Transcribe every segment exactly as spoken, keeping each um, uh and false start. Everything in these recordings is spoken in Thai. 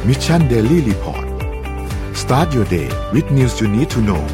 Mission Daily Report Start your day with news you need to know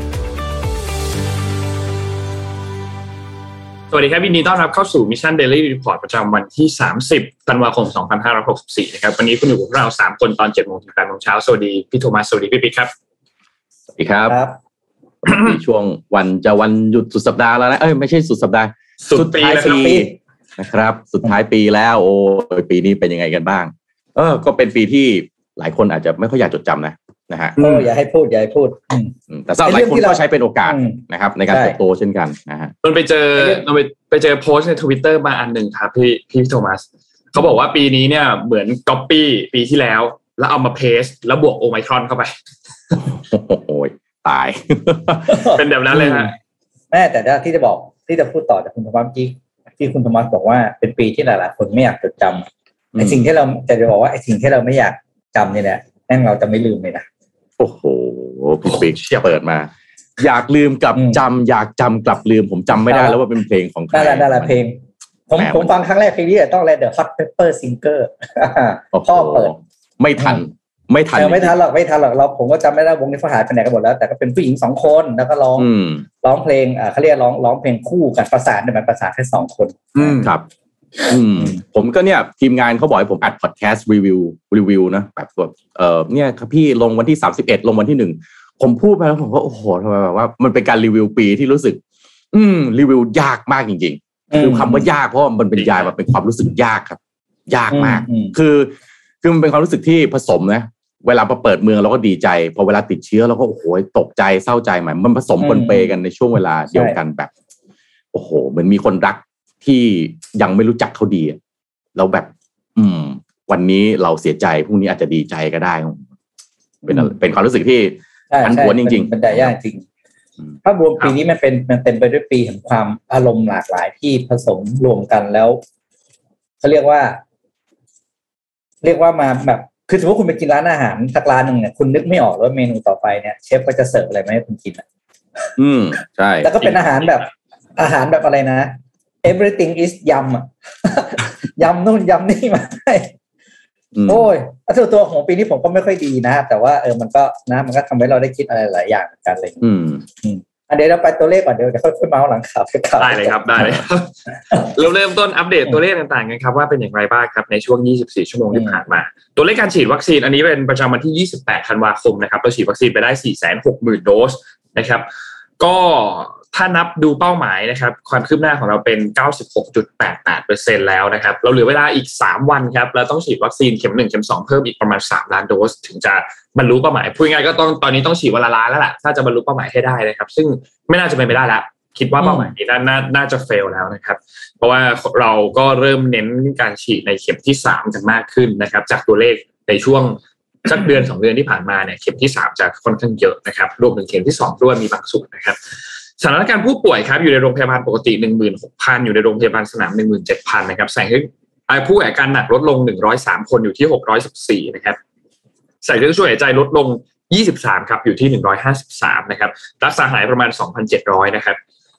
สวัสดีครับยินดีต้อนรับเข้าสู่ Mission Daily Report ประจำวันที่สามสิบธันวาคมสองพันห้าร้อยหกสิบสี่นะครับวันนี้คุณอยู่กับเราสามคนตอน เจ็ดโมง ถึง แปดโมง เช้าสวัสดีพี่โทมัสสวัสดีพี่ปิ๊กครับสวัสดีครับช่วงวันจะวันหยุดสุดสัปดาห์แล้วนะเอ้ยไม่ใช่สุดสัปดาห์สุดปีแล้วครับนะครับสุดท้ายปีแล้วโอ้ยปีนี้เป็นยังไงกันบ้างเออก็เป็นปีที่หลายคนอาจจะไม่ค่อยอยากจดจำนะนะฮะโอ้อย่าให้พูดอย่าให้พูดแต่สำหรับหลายคนก็ใช้เป็นโอกาสนะครับในการเติบโตเช่นกันนะฮะมันไปเจอเราไปไปเจอโพสต์ใน Twitter มาอันหนึ่งครับพี่พี่โทมัสเขาบอกว่าปีนี้เนี่ยเหมือนก๊อปปี้ปีที่แล้วแล้วเอามาเพสแล้วบวกโอไมครอนเข้าไปโอ้ยตายเป็นแบบนั้นเลยฮะแม่แต่ที่จะบอกที่จะพูดต่อจากคุณโทมัสที่ที่คุณโทมัสบอกว่าเป็นปีที่หลายๆคนไม่อยากจดจำไอ้สิ่งที่เราจะจะบอกว่าไอ้สิ่งที่เราไม่อยากจำเนี่ยแหละแม่งเราจะไม่ลืมเลยนะโอ้โหพี่ปิ๊กเปิดมาอยากลืมกับจำอยากจำกลับลืมผมจำไม่ได้แล้วว่าเป็นเพลงของใครนั่นแหละเพลงผมผมฟังครั้งแรกเพลงนี้ต้องอะไร The Hot Pepper Singer พ่อเปิดไม่ทันไม่ทันไม่ทันหรอกไม่ทันหรอกเราผมก็จำไม่ได้วงนี้เขาหายไปไหนกันหมดแล้วแต่ก็เป็นผู้หญิงสองคนแล้วก็ร้องร้องเพลงอ่าเขาเรียกร้องร้องเพลงคู่กันประสานเนี่ยมันประสานแค่สองคนครับอืมผมก็เนี่ยทีมงานเขาบอกให้ผมอัดพอดแคสต์รีวิวรีวิวนะแบบแบบเอ่อเนี่ยครับพี่ลงวันที่สามสิบเอ็ดลงวันที่หนึ่งผมพูดไปแล้วผมก็โอ้โหทำไมแบบว่ามันเป็นการรีวิวปีที่รู้สึกอืมรีวิวยากมากจริงๆคือคำว่ายากเพราะมันเป็นยายมันเป็นความรู้สึกยากครับยากมากคือคือมันเป็นความรู้สึกที่ผสมนะเวลาพอเปิดเมืองเราก็ดีใจพอเวลาติดเชื้อเราก็โอ้โหตกใจเศร้าใจใหม่มันผสมปนเปกันในช่วงเวลาเดียวกันแบบโอ้โหเหมือนมีคนรักที่ยังไม่รู้จักเขาดีแล้วแบบอืมวันนี้เราเสียใจพรุ่งนี้อาจจะดีใจก็ได้เป็นเป็นความรู้สึกที่อันหวนจริงๆเป็นได้ยากจริงภาพรวมปีนี้มันเป็นมันเต็มไปด้วยปีแห่งความอารมณ์หลากหลายที่ผสมรวมกันแล้วเขาเรียกว่าเรียกว่ามาแบบคือสมมติคุณไปกินร้านอาหารสักร้านนึงเนี่ยคุณนึกไม่ออกว่าเมนูต่อไปเนี่ยเชฟก็จะเสิร์ฟอะไรมาให้คุณกินอ่ะอืมใช่แล้วก็เป็นอาหารแบบอาหารแบบอะไรนะ everything is ยำอ่ะยำนู่นยำนี่มาให้โอ้ยส่วนตัวของปีนี้ผมก็ไม่ค่อยดีนะแต่ว่าเออมันก็นะมันก็ทำให้เราได้คิดอะไรหลายอย่างกันเลยอืมเดี๋ยวเราไปตัวเลขก่อนเดี๋ยวเดี๋ยวค่อยๆเมาส์หลังข่าวได้เลยครับได้เลยครับเราเริ่มต้นอัปเดตตัวเลขต่างๆกันครับว่าเป็นอย่างไรบ้างครับในช่วงยี่สิบสี่ชั่วโมงที่ผ่านมาตัวเลขการฉีดวัคซีนอันนี้เป็นประจำวันที่ยี่สิบแปดธันวาคมนะครับเราฉีดวัคซีนไปได้ สี่แสนหกหมื่น โดสนะครับก็ถ้านับดูเป้าหมายนะครับความคืบหน้าของเราเป็น เก้าสิบหกจุดแปดแปดเปอร์เซ็นต์ แล้วนะครับเราเหลือเวลาอีกสามวันครับเราต้องฉีดวัคซีนเข็มหนึ่งเข็มสองเพิ่มอีกประมาณสามล้านโดสถึงจะบรรลุเป้าหมายพูดง่ายๆก็ต้องตอนนี้ต้องฉีดวันละล้านแล้วล่ะถ้าจะบรรลุเป้าหมายให้ได้นะครับซึ่งไม่น่าจะเป็นไปได้แล้วคิดว่าเป้าหมายนี้น่าน่าน่าจะเฟลแล้วนะครับเพราะว่าเราก็เริ่มเน้นการฉีดในเข็มที่สามกันมากขึ้นนะครับจากตัวเลขในช่วงสักเดือนสองเดือนที่ผ่านมาเนี่ยเข็มที่สามจะค่อนข้างเยอะนะครับรวมถึงเข็มที่สองด้วยมีบางส่วนนะครับสถานการณ์ผู้ป่วยครับอยู่ในโรงพยาบาลปกติ หนึ่งหมื่นหกพัน อยู่ในโรงพยาบาลสนาม หนึ่งหมื่นเจ็ดพัน นะครับใส่ให้ผู้อาการหนักลดลงหนึ่งร้อยสามคนอยู่ที่หกร้อยสิบสี่นะครับใส่เครื่องช่วยหายใจลดลงยี่สิบสามครับอยู่ที่หนึ่งร้อยห้าสิบสามนะครับรักษาหายประมาณ สองพันเจ็ดร้อย นะครับ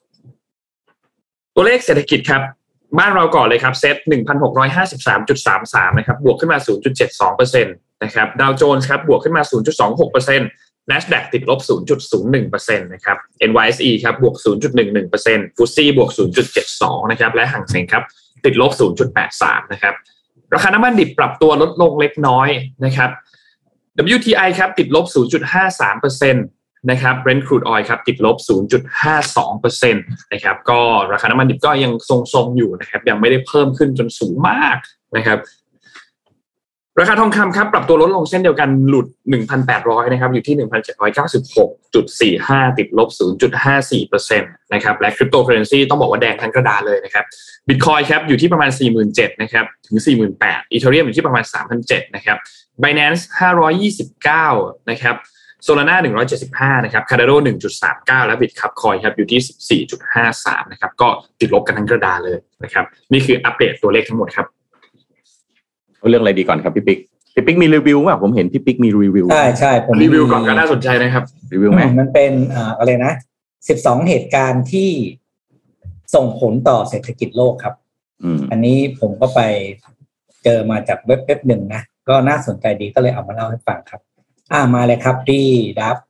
ตัวเลขเศรษฐกิจครับบ้านเราก่อนเลยครับเซ็ต หนึ่งพันหกร้อยห้าสิบสามจุดสามสาม นะครับบวกขึ้นมา ศูนย์จุดเจ็ดสองเปอร์เซ็นต์ นะครับดาวโจนส์ครับบวกขึ้นมา ศูนย์จุดสองหกเปอร์เซ็นต์NASDAQ ติดลบ ศูนย์จุดศูนย์หนึ่งเปอร์เซ็นต์ นะครับ เอ็น วาย เอส อี ครับบวก ศูนย์จุดหนึ่งหนึ่งเปอร์เซ็นต์ ฟุตซี่บวก ศูนย์จุดเจ็ดสอง นะครับและหางเส็งครับติดลบ ศูนย์จุดแปดสาม นะครับราคาน้ำมันดิบปรับตัวลดลงเล็กน้อยนะครับ ดับเบิลยู ที ไอ ครับติดลบ ศูนย์จุดห้าสามเปอร์เซ็นต์ นะครับ Brent crude oil ครับติดลบ ศูนย์จุดห้าสองเปอร์เซ็นต์ นะครับก็ราคาน้ำมันดิบก็ยังทรงๆอยู่นะครับยังไม่ได้เพิ่มขึ้นจนสูงมากนะครับราคาทองคำครับปรับตัวลดลงเช่นเดียวกันหลุด หนึ่งพันแปดร้อย นะครับอยู่ที่ หนึ่งพันเจ็ดร้อยเก้าสิบหกจุดสี่ห้า ติดลบ ศูนย์จุดห้าสี่เปอร์เซ็นต์ นะครับและคริปโตเคอเรนซีต้องบอกว่าแดงทั้งกระดานเลยนะครับ Bitcoin ครับอยู่ที่ประมาณ สี่หมื่นเจ็ดพัน นะครับถึง สี่หมื่นแปดพัน Ethereum อยู่ที่ประมาณ สามพันเจ็ดร้อย นะครับ Binance ห้าร้อยยี่สิบเก้านะครับ Solana หนึ่งร้อยเจ็ดสิบห้านะครับ Cardano หนึ่งจุดสามเก้า และ Bitcoin ครับอยู่ที่ สิบสี่จุดห้าสาม นะครับก็ติดลบกันทั้งกระดานเลยนะครับนี่คืออัปเดตตัวเลขทั้งหมดครับเรื่องอะไรดีก่อนครับพี่ปิ๊กพี่ปิ๊กมีรีวิวป่ะผมเห็นพี่ปิ๊กมีรีวิวใช่ใช่ผมรีวิวก่อนก็น่าสนใจนะครับรีวิวไหมมันเป็นอ่าอะไรนะสิบสองเหตุการณ์ที่ส่งผลต่อเศรษฐกิจโลกครับอันนี้ผมก็ไปเจอมาจากเว็บเว็บหนึ่งนะก็น่าสนใจดีก็เลยเอามาเล่าให้ฟังครับอ่ามาเลยครับดีดับ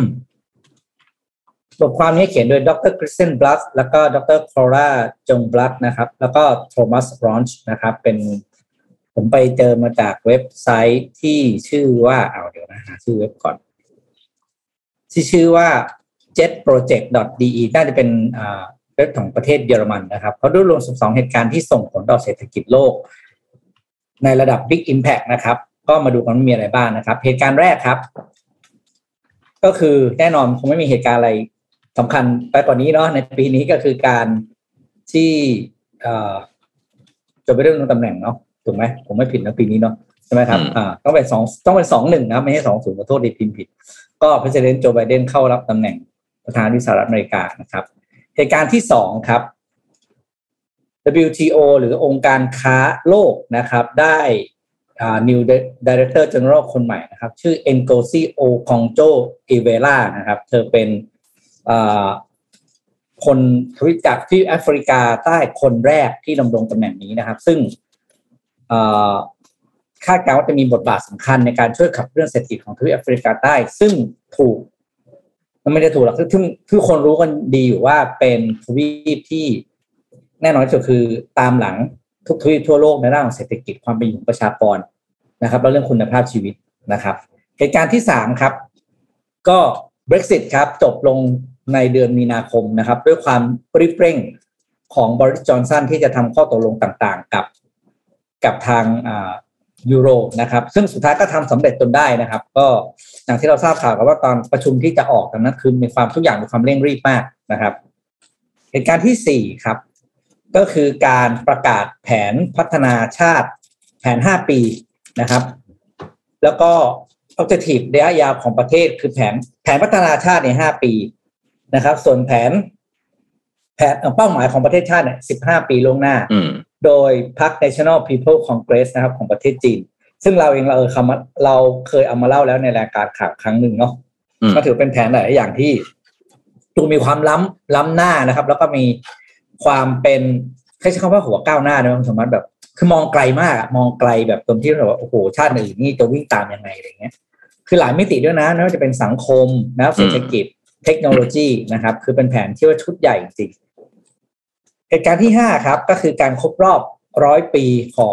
บทความนี้เขียนโดยดรคริสเตนบลัสแล้วก็ดรคลอร่าจงบลัสนะครับแล้วก็โทมัสรอนช์นะครับเป็นผมไปเจอมาจากเว็บไซต์ที่ชื่อว่าเอาเดี๋ยวนะหาชื่อเว็บก่อนที่ชื่อว่า เจ็ต โปรเจกต์ ดอท ดี อี น่าจะเป็นอ่าเว็บของประเทศเยอรมันนะครับเขารวบรวมสิบสองเหตุการณ์ที่ส่งผลต่อเศรษฐกิจโลกในระดับ Big Impact นะครับก็มาดูกันว่ามีอะไรบ้างนะครับเหตุการณ์แรกครับก็คือแน่นอนคงไม่มีเหตุการณ์อะไรสำคัญไปกว่านี้เนาะในปีนี้ก็คือการที่เอ่อจะไปเรื่องตำแหน่งเนาะถูกไหมผมไม่ผิดนะปีนี้เนาะใช่ไหมครับอ่าต้องเป็นสองต้องเป็นสองหนึ่งนะไม่ใช่สองศูนย์ขอโทษที่พิมพ์ผิดก็ President Joe Biden เข้ารับตำแหน่งประธานาธิบดีสหรัฐอเมริกานะครับเหตุการณ์ที่สองครับ ดับเบิลยู ที โอ หรือองค์การค้าโลกนะครับได้อ่า New Director General คนใหม่นะครับชื่อ Ngozi Okonjo-Iweala นะครับเธอเป็นอ่าคนทวีปจากที่แอฟริกาใต้คนแรกที่ดำรงตำแหน่งนี้นะครับซึ่งอ่าคาดการณ์ว่าจะมีบทบาทสำคัญในการช่วยขับเคลื่อนเศรษฐกิจของทวีปแอฟริกาใต้ซึ่งถูกมันไม่ได้ถูกหรอกคือคือคนรู้กันดีอยู่ว่าเป็นทวีปที่แน่นอนที่สุดคือตามหลังทุกทวีปทั่วโลกในด้านของเศรษฐกิจความเป็นอยู่ของประชากรนะครับและเรื่องคุณภาพชีวิตนะครับเหตุการณ์ที่สามครับก็ Brexit ครับจบลงในเดือนมีนาคมนะครับด้วยความรีบเร่งของบริส จอนสันที่จะทำข้อตกลงต่างๆกับกับทางอ่ายูโรนะครับซึ่งสุดท้ายก็ทำสำเร็จจนได้นะครับก็อย่างที่เราทราบข่าวกันว่าตอนประชุมที่จะออกกันนั้นคือมีความทุกอย่างมีความเร่งรีบมากนะครับเหตุการณ์ที่สี่ครับก็คือการประกาศแผนพัฒนาชาติแผนห้าปีนะครับแล้วก็ objective ระยะยาวของประเทศคือแผนแผนพัฒนาชาติในห้าปีนะครับส่วนแผนแผนเป้าหมายของประเทศชาติเนี่ยสิบห้าปีล่วงหน้าโดยพรรค National People Congress นะครับของประเทศจีนซึ่งเราเองเราเออคำเราเคยเอามาเล่าแล้วในรายการข่าวครั้งหนึ่งเนาะก็ถือเป็นแผนหลายอย่างที่ดูมีความล้ำล้ำหน้านะครับแล้วก็มีความเป็นใช้คำว่าหัวก้าวหน้านะคุณสมบัติแบบคือมองไกลมากมองไกลแบบตรงที่เราว่าโอ้โหชาติอื่นนี่จะวิ่งตามยังไงอะไรเงี้ยคือหลายมิติด้วยนะไม่ว่าจะเป็นสังคมนะเศรษฐกิจเทคโนโลยีนะครับคือเป็นแผนที่ว่าชุดใหญ่จริงเหตุการณ์ที่ห้าครับก็คือการครบรอบร้อยปีของ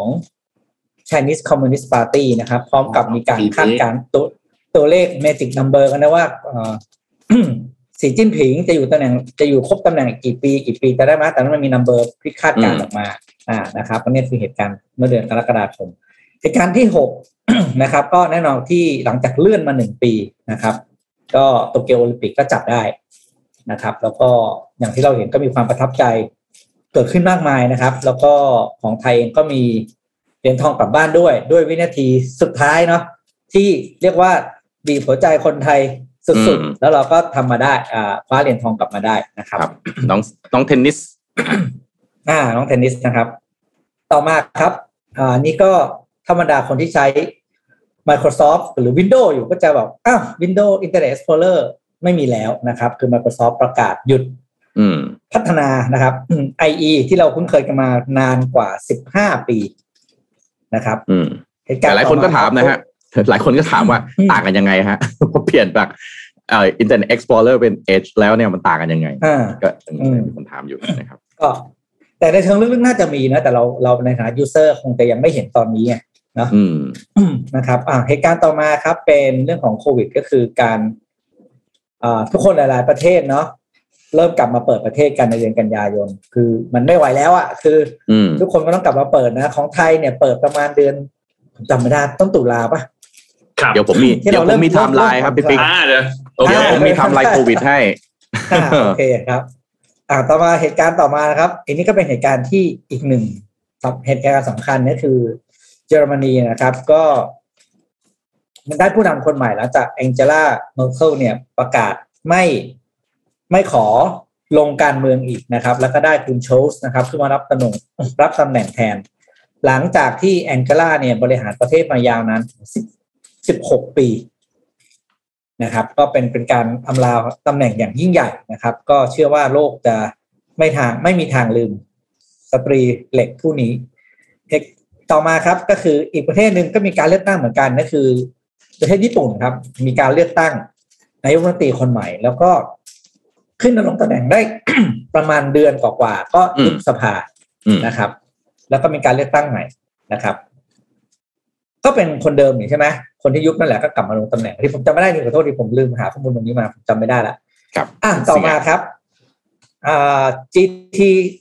Chinese Communist Party นะครับพร้อมกับมีการคาดการณ์ตัวตัวเลข Magic Number กันนะว่าสีจิ้นผิงจะอยู่ตำแหน่งจะอยู่ครบตำแหน่งกี่ปีกี่ปีจะได้ไหมแต่นั้นมันมี number ที่คาดการณ์ออกมาอ่านะครับอันนี้คือเหตุการณ์เมื่อเดือนกรกฎาคมเหตุการณ์ที่หก นะครับก็แน่นอนที่หลังจากเลื่อนมาหนึ่งปีนะครับก็โตเกียวโอลิมปิกก็จัดได้นะครับแล้วก็อย่างที่เราเห็นก็มีความประทับใจเกิดขึ้นมากมายนะครับแล้วก็ของไทยเองก็มีเหรียญทองกลับบ้านด้วยด้วยวินาทีสุดท้ายเนาะที่เรียกว่าบีบหัวใจคนไทยสุดๆแล้วเราก็ทำมาได้อ่าคว้าเหรียญทองกลับมาได้นะครับน้องน้องเทนนิสอ่าน้องเทนนิสนะครับต่อมาครับอ่านี่ก็ธรรมดาคนที่ใช้ Microsoft หรือ Windows อยู่ก็จะบอกอ้าว Windows Internet Explorer ไม่มีแล้วนะครับคือ Microsoft ประกาศหยุดพัฒนานะครับ ไอ อี ที่เราคุ้นเคยกันมานานกว่าสิบห้าปีนะครับแต่หลายคนก็ถามนะฮะหลายคนก็ถามว่าต่างกันยังไงฮะพอเปลี่ยนจากเอ่อ Internet Explorer เป็น Edge แล้วเนี่ยมันต่างกันยังไงก็มีคนถามอยู่นะครับก็แต่ในเชิงลึกๆน่าจะมีนะแต่เราเราในฐานะ user คงจะยังไม่เห็นตอนนี้ไงเนาะนะครับอ่าเหตุการณ์ต่อมาครับเป็นเรื่องของโควิดก็คือการอ่าทุกคนหลายๆประเทศเนาะเริ่มกลับมาเปิดประเทศกันในเดือนกันยายนคือมันไม่ไหวแล้วอ่ะคือทุกคนก็ต้องกลับมาเปิดนะของไทยเนี่ยเปิดประมาณเดือนจำไม่ได้ต้นตุลาป่ะเดี๋ยวผมมีเดี๋ยวผมมีไทม์ไลน์ครับพี่ปิ๊กเดี๋ยวผมมีไทม์ไลน์โควิดให้โอเคครับอ่าต่อมาเหตุการณ์ต่อมานะครับอันนี้ก็เป็นเหตุการณ์ที่อีกหนึ่งเหตุการณ์สำคัญนี่คือเยอรมนีนะครับก็มันได้ผู้นำคนใหม่แล้วจากแองเจล่าเมอร์เคิลเนี่ยประกาศไม่ไม่ขอลงการเมืองอีกนะครับแล้วก็ได้คุณโชลส์นะครับขึ้นมารับตำแหน่งรับตำแหน่งแทนหลังจากที่แองเจล่าเนี่ยบริหารประเทศมายาวนานสิบหกปีนะครับก็เป็นเป็นการอำลาตำแหน่งอย่างยิ่งใหญ่นะครับก็เชื่อว่าโลกจะไม่ทางไม่มีทางลืมสตรีเหล็กผู้นี้ต่อมาครับก็คืออีกประเทศหนึ่งก็มีการเลือกตั้งเหมือนกันนั่นคือประเทศญี่ปุ่นครับมีการเลือกตั้งนายกรัฐมนตรีคนใหม่แล้วก็ขึ้นดำรงตำแหน่งได้ ประมาณเดือนกว่าๆก็ยุบสภานะครับแล้วก็มีการเลือกตั้งใหม่นะครับก็เป็นคนเดิมนี่ใช่ไหมคนที่ยุบนั่นแหละก็กลับมาลงตำแหน่งที่ผมจำไม่ได้นี่ขอโทษที่ผมลืมหาข้อมูลตรงนี้มาผมจำไม่ได้ละครับอ่ะต่อมาครับอ่า จี ที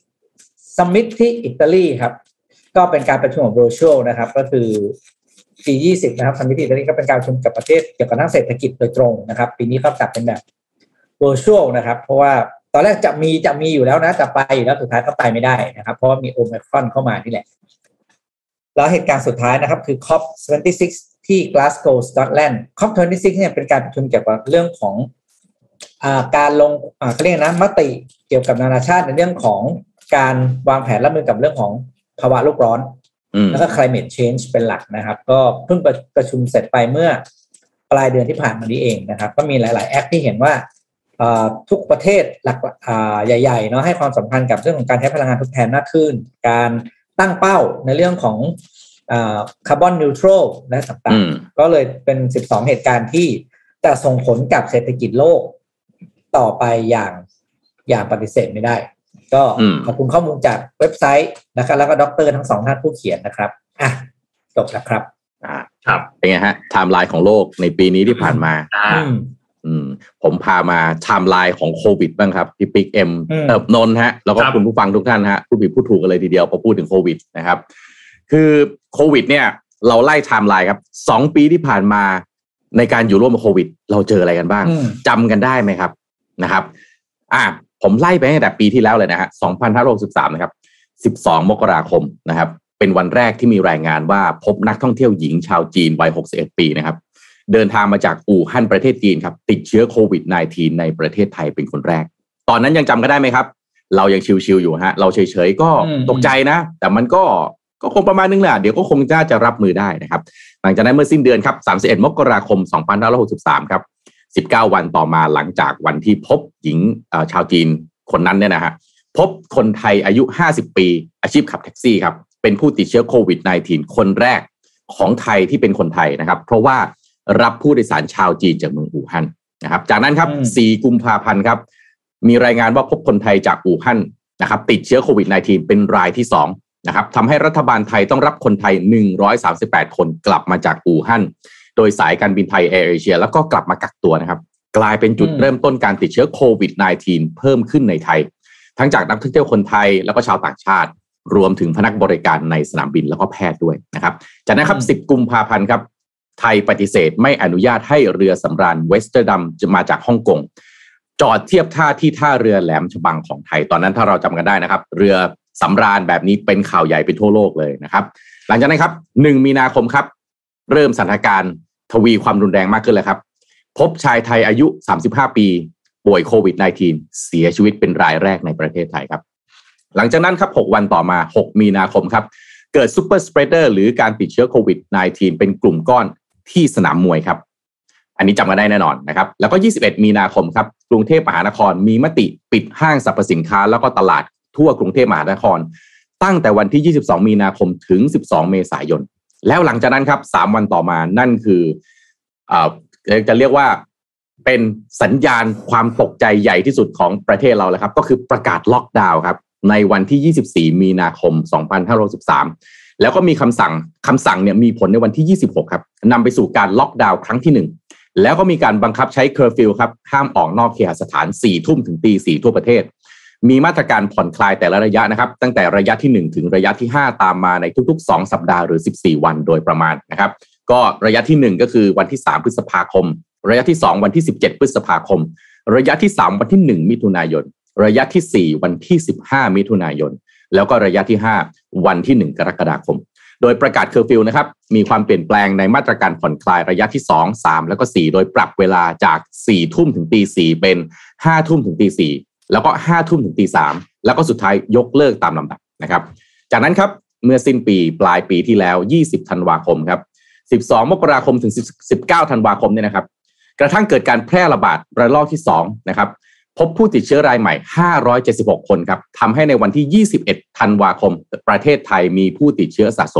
Summit ที่อิตาลีครับก็เป็นการประชุมของ virtual นะครับก็คือ จี ยี่สิบ นะครับ Summit ที่อิตาลีก็เป็นการประชุมกับประเทศเกี่ยวกับด้านเศรษฐกิจโดยตรงนะครับปีนี้เขาจัดเป็นแบบ virtual นะครับเพราะว่าตอนแรกจะมีจะมีอยู่แล้วนะจะไปอยู่แล้วสุดท้ายก็ไปไม่ได้นะครับเพราะว่ามีโอไมครอนเข้ามานี่แหละแล้วเหตุการณ์สุดท้ายนะครับคือ ซี โอ พี ยี่สิบหก ที่ Glasgow สกอตแลนด์ ซี โอ พี ยี่สิบหก เนี่ยเป็นการประชุมเกี่ยวกับเรื่องของอ่าการลงอ่าเขาเรียกนะมติเกี่ยวกับนานาชาติในเรื่องของการวางแผนรับมือกับเรื่องของภาวะโลกร้อนแล้วก็ climate change เป็นหลักนะครับก็เพิ่งประประชุมเสร็จไปเมื่อปลายเดือนที่ผ่านมานี้เองนะครับก็มีหลายๆแอคที่เห็นว่าทุกประเทศหลักใหญ่ๆเนาะให้ความสำคัญกับเรื่องของการใช้พลังงานทดแทนมากขึ้นการตั้งเป้าในเรื่องของคาร์บอนนิวทรัลและต่างๆก็เลยเป็นสิบสองเหตุการณ์ที่จะส่งผลกับเศรษฐกิจโลกต่อไปอย่างอย่างปฏิเสธไม่ได้ก็ขอบคุณข้อมูลจากเว็บไซต์นะครับแล้วก็ด็อกเตอร์ทั้งสองท่านผู้เขียนนะครับอ่ะจบแล้วครับอ่าครับเป็นไงฮะไทม์ไลน์ของโลกในปีนี้ที่ผ่านมาอืมผมพามาไทม์ไลน์ของโควิดบ้างครับพี่ปิ๊กเอ็มเติบนนท์ฮะแล้วก็คุณผู้ฟังทุกท่านฮะผู้ผิดผู้ถูกกันเลยทีเดียวพอพูดถึงโควิดนะครับคือโควิดเนี่ยเราไล่ไทม์ไลน์ครับสองปีที่ผ่านมาในการอยู่ร่วมกับโควิดเราเจออะไรกันบ้างจำกันได้ไหมครับนะครับอ่ะผมไล่ไปตั้งแต่ปีที่แล้วเลยนะฮะสองพันห้าร้อยหกสิบสามนะครับสิบสองมกราคมนะครับเป็นวันแรกที่มีรายงานว่าพบนักท่องเที่ยวหญิงชาวจีนวัยหกสิบเอ็ดปีนะครับเดินทางมาจากอู่ฮั่นประเทศจีนครับติดเชื้อโควิด สิบเก้า ในประเทศไทยเป็นคนแรกตอนนั้นยังจำกันได้ไหมครับเรายังชิวๆอยู่ฮะเราเฉยๆก็ตกใจนะแต่มันก็ก็คงประมาณนึงแหละเดี๋ยวก็คงน่าจะรับมือได้นะครับหลังจากนั้นเมื่อสิ้นเดือนครับสามสิบเอ็ดมกราคมสองพันห้าร้อยหกสิบสามครับสิบเก้าวันต่อมาหลังจากวันที่พบหญิงชาวจีนคนนั้นเนี่ยนะฮะพบคนไทยอายุห้าสิบปีอาชีพขับแท็กซี่ครับเป็นผู้ติดเชื้อโควิด สิบเก้า คนแรกของไทยที่เป็นคนไทยนะครับเพราะว่ารับผู้โดยสารชาวจีนจากเมืองอู่ฮั่นนะครับจากนั้นครับสี่กุมภาพันธ์ครับมีรายงานว่าพบคนไทยจากอู่ฮั่นนะครับติดเชื้อโควิด สิบเก้า เป็นรายที่สองนะครับทำให้รัฐบาลไทยต้องรับคนไทยหนึ่งร้อยสามสิบแปดคนกลับมาจากอู่ฮั่นโดยสายการบินไทยแอร์เอเชียแล้วก็กลับมากักตัวนะครับกลายเป็นจุดเริ่มต้นการติดเชื้อโควิด สิบเก้า เพิ่มขึ้นในไทยทั้งจากนักท่องเที่ยวคนไทยแล้วก็ชาวต่างชาติรวมถึงพนักบริการในสนามบินแล้วก็แพทย์ด้วยนะครับจากนั้นครับสิบกุมภาพันธ์ครับไทยปฏิเสธไม่อนุญาตให้เรือสำราญเวสเตอร์ดัมจะมาจากฮ่องกงจอดเทียบท่าที่ท่าเรือแหลมฉบังของไทยตอนนั้นถ้าเราจำกันได้นะครับเรือสำราญแบบนี้เป็นข่าวใหญ่ไปทั่วโลกเลยนะครับหลังจากนั้นครับหนึ่งมีนาคมครับเริ่มสถานการณ์ทวีความรุนแรงมากขึ้นเลยครับพบชายไทยอายุสามสิบห้าปีป่วยโควิด สิบเก้า เสียชีวิตเป็นรายแรกในประเทศไทยครับหลังจากนั้นครับหกวันต่อมาหกมีนาคมครับเกิดซูเปอร์สเปรดเดอร์หรือการติดเชื้อโควิด สิบเก้า เป็นกลุ่มก้อนที่สนามมวยครับอันนี้จำกันได้แน่นอนนะครับแล้วก็ยี่สิบเอ็ดมีนาคมครับกรุงเทพมหานครมีมติปิดห้างสรรพสินค้าแล้วก็ตลาดทั่วกรุงเทพมหานครตั้งแต่วันที่ยี่สิบสองมีนาคมถึงสิบสองเมษายนแล้วหลังจากนั้นครับสามวันต่อมานั่นคือเอ่อจะเรียกว่าเป็นสัญญาณความตกใจใหญ่ที่สุดของประเทศเราแล้วครับก็คือประกาศล็อกดาวน์ครับในวันที่ยี่สิบสี่มีนาคมสองพันห้าร้อยสิบสามแล้วก็มีคำสั่งคำสั่งเนี่ยมีผลในวันที่ยี่สิบหกครับนำไปสู่การล็อกดาวน์ครั้งที่หนึ่งแล้วก็มีการบังคับใช้เคอร์ฟิวครับห้ามออกนอกเคหสถานสี่ทุ่มถึงตีสี่ทั่วประเทศมีมาตรการผ่อนคลายแต่ละระยะนะครับตั้งแต่ระยะที่หนึ่งถึงระยะที่ห้าตามมาในทุกๆสองสัปดาห์หรือสิบสี่วันโดยประมาณนะครับก็ระยะที่หนึ่งก็คือวันที่สามพฤษภาคมระยะที่สองวันที่สิบเจ็ดพฤษภาคมระยะที่สามวันที่หนึ่งมิถุนายนระยะที่สี่วันที่สิบห้ามิถุนายนแล้วก็ระยะที่ห้าวันที่หนึ่งกรกฎาคมโดยประกาศเคอร์ฟิวนะครับมีความเปลี่ยนแปลงในมาตรการผ่อนคลายระยะที่สอง สามแล้วก็สี่โดยปรับเวลาจากสี่ทุ่มถึงตีสี่เป็นห้าทุ่มถึงตีสี่แล้วก็ห้าทุ่มถึงตีสามแล้วก็สุดท้ายยกเลิกตามลำดับนะครับจากนั้นครับเมื่อสิ้นปีปลายปีที่แล้วยี่สิบธันวาคมครับสิบสองมกราคมถึงสิบเก้าธันวาคมเนี่ยนะครับกระทั่งเกิดการแพร่ระบาดระลอกที่สองนะครับพบผู้ติดเชื้อรายใหม่ห้าร้อยเจ็ดสิบหกคนครับทำให้ในวันที่ยี่สิบเอ็ดธันวาคมประเทศไทยมีผู้ติดเชื้อสะสม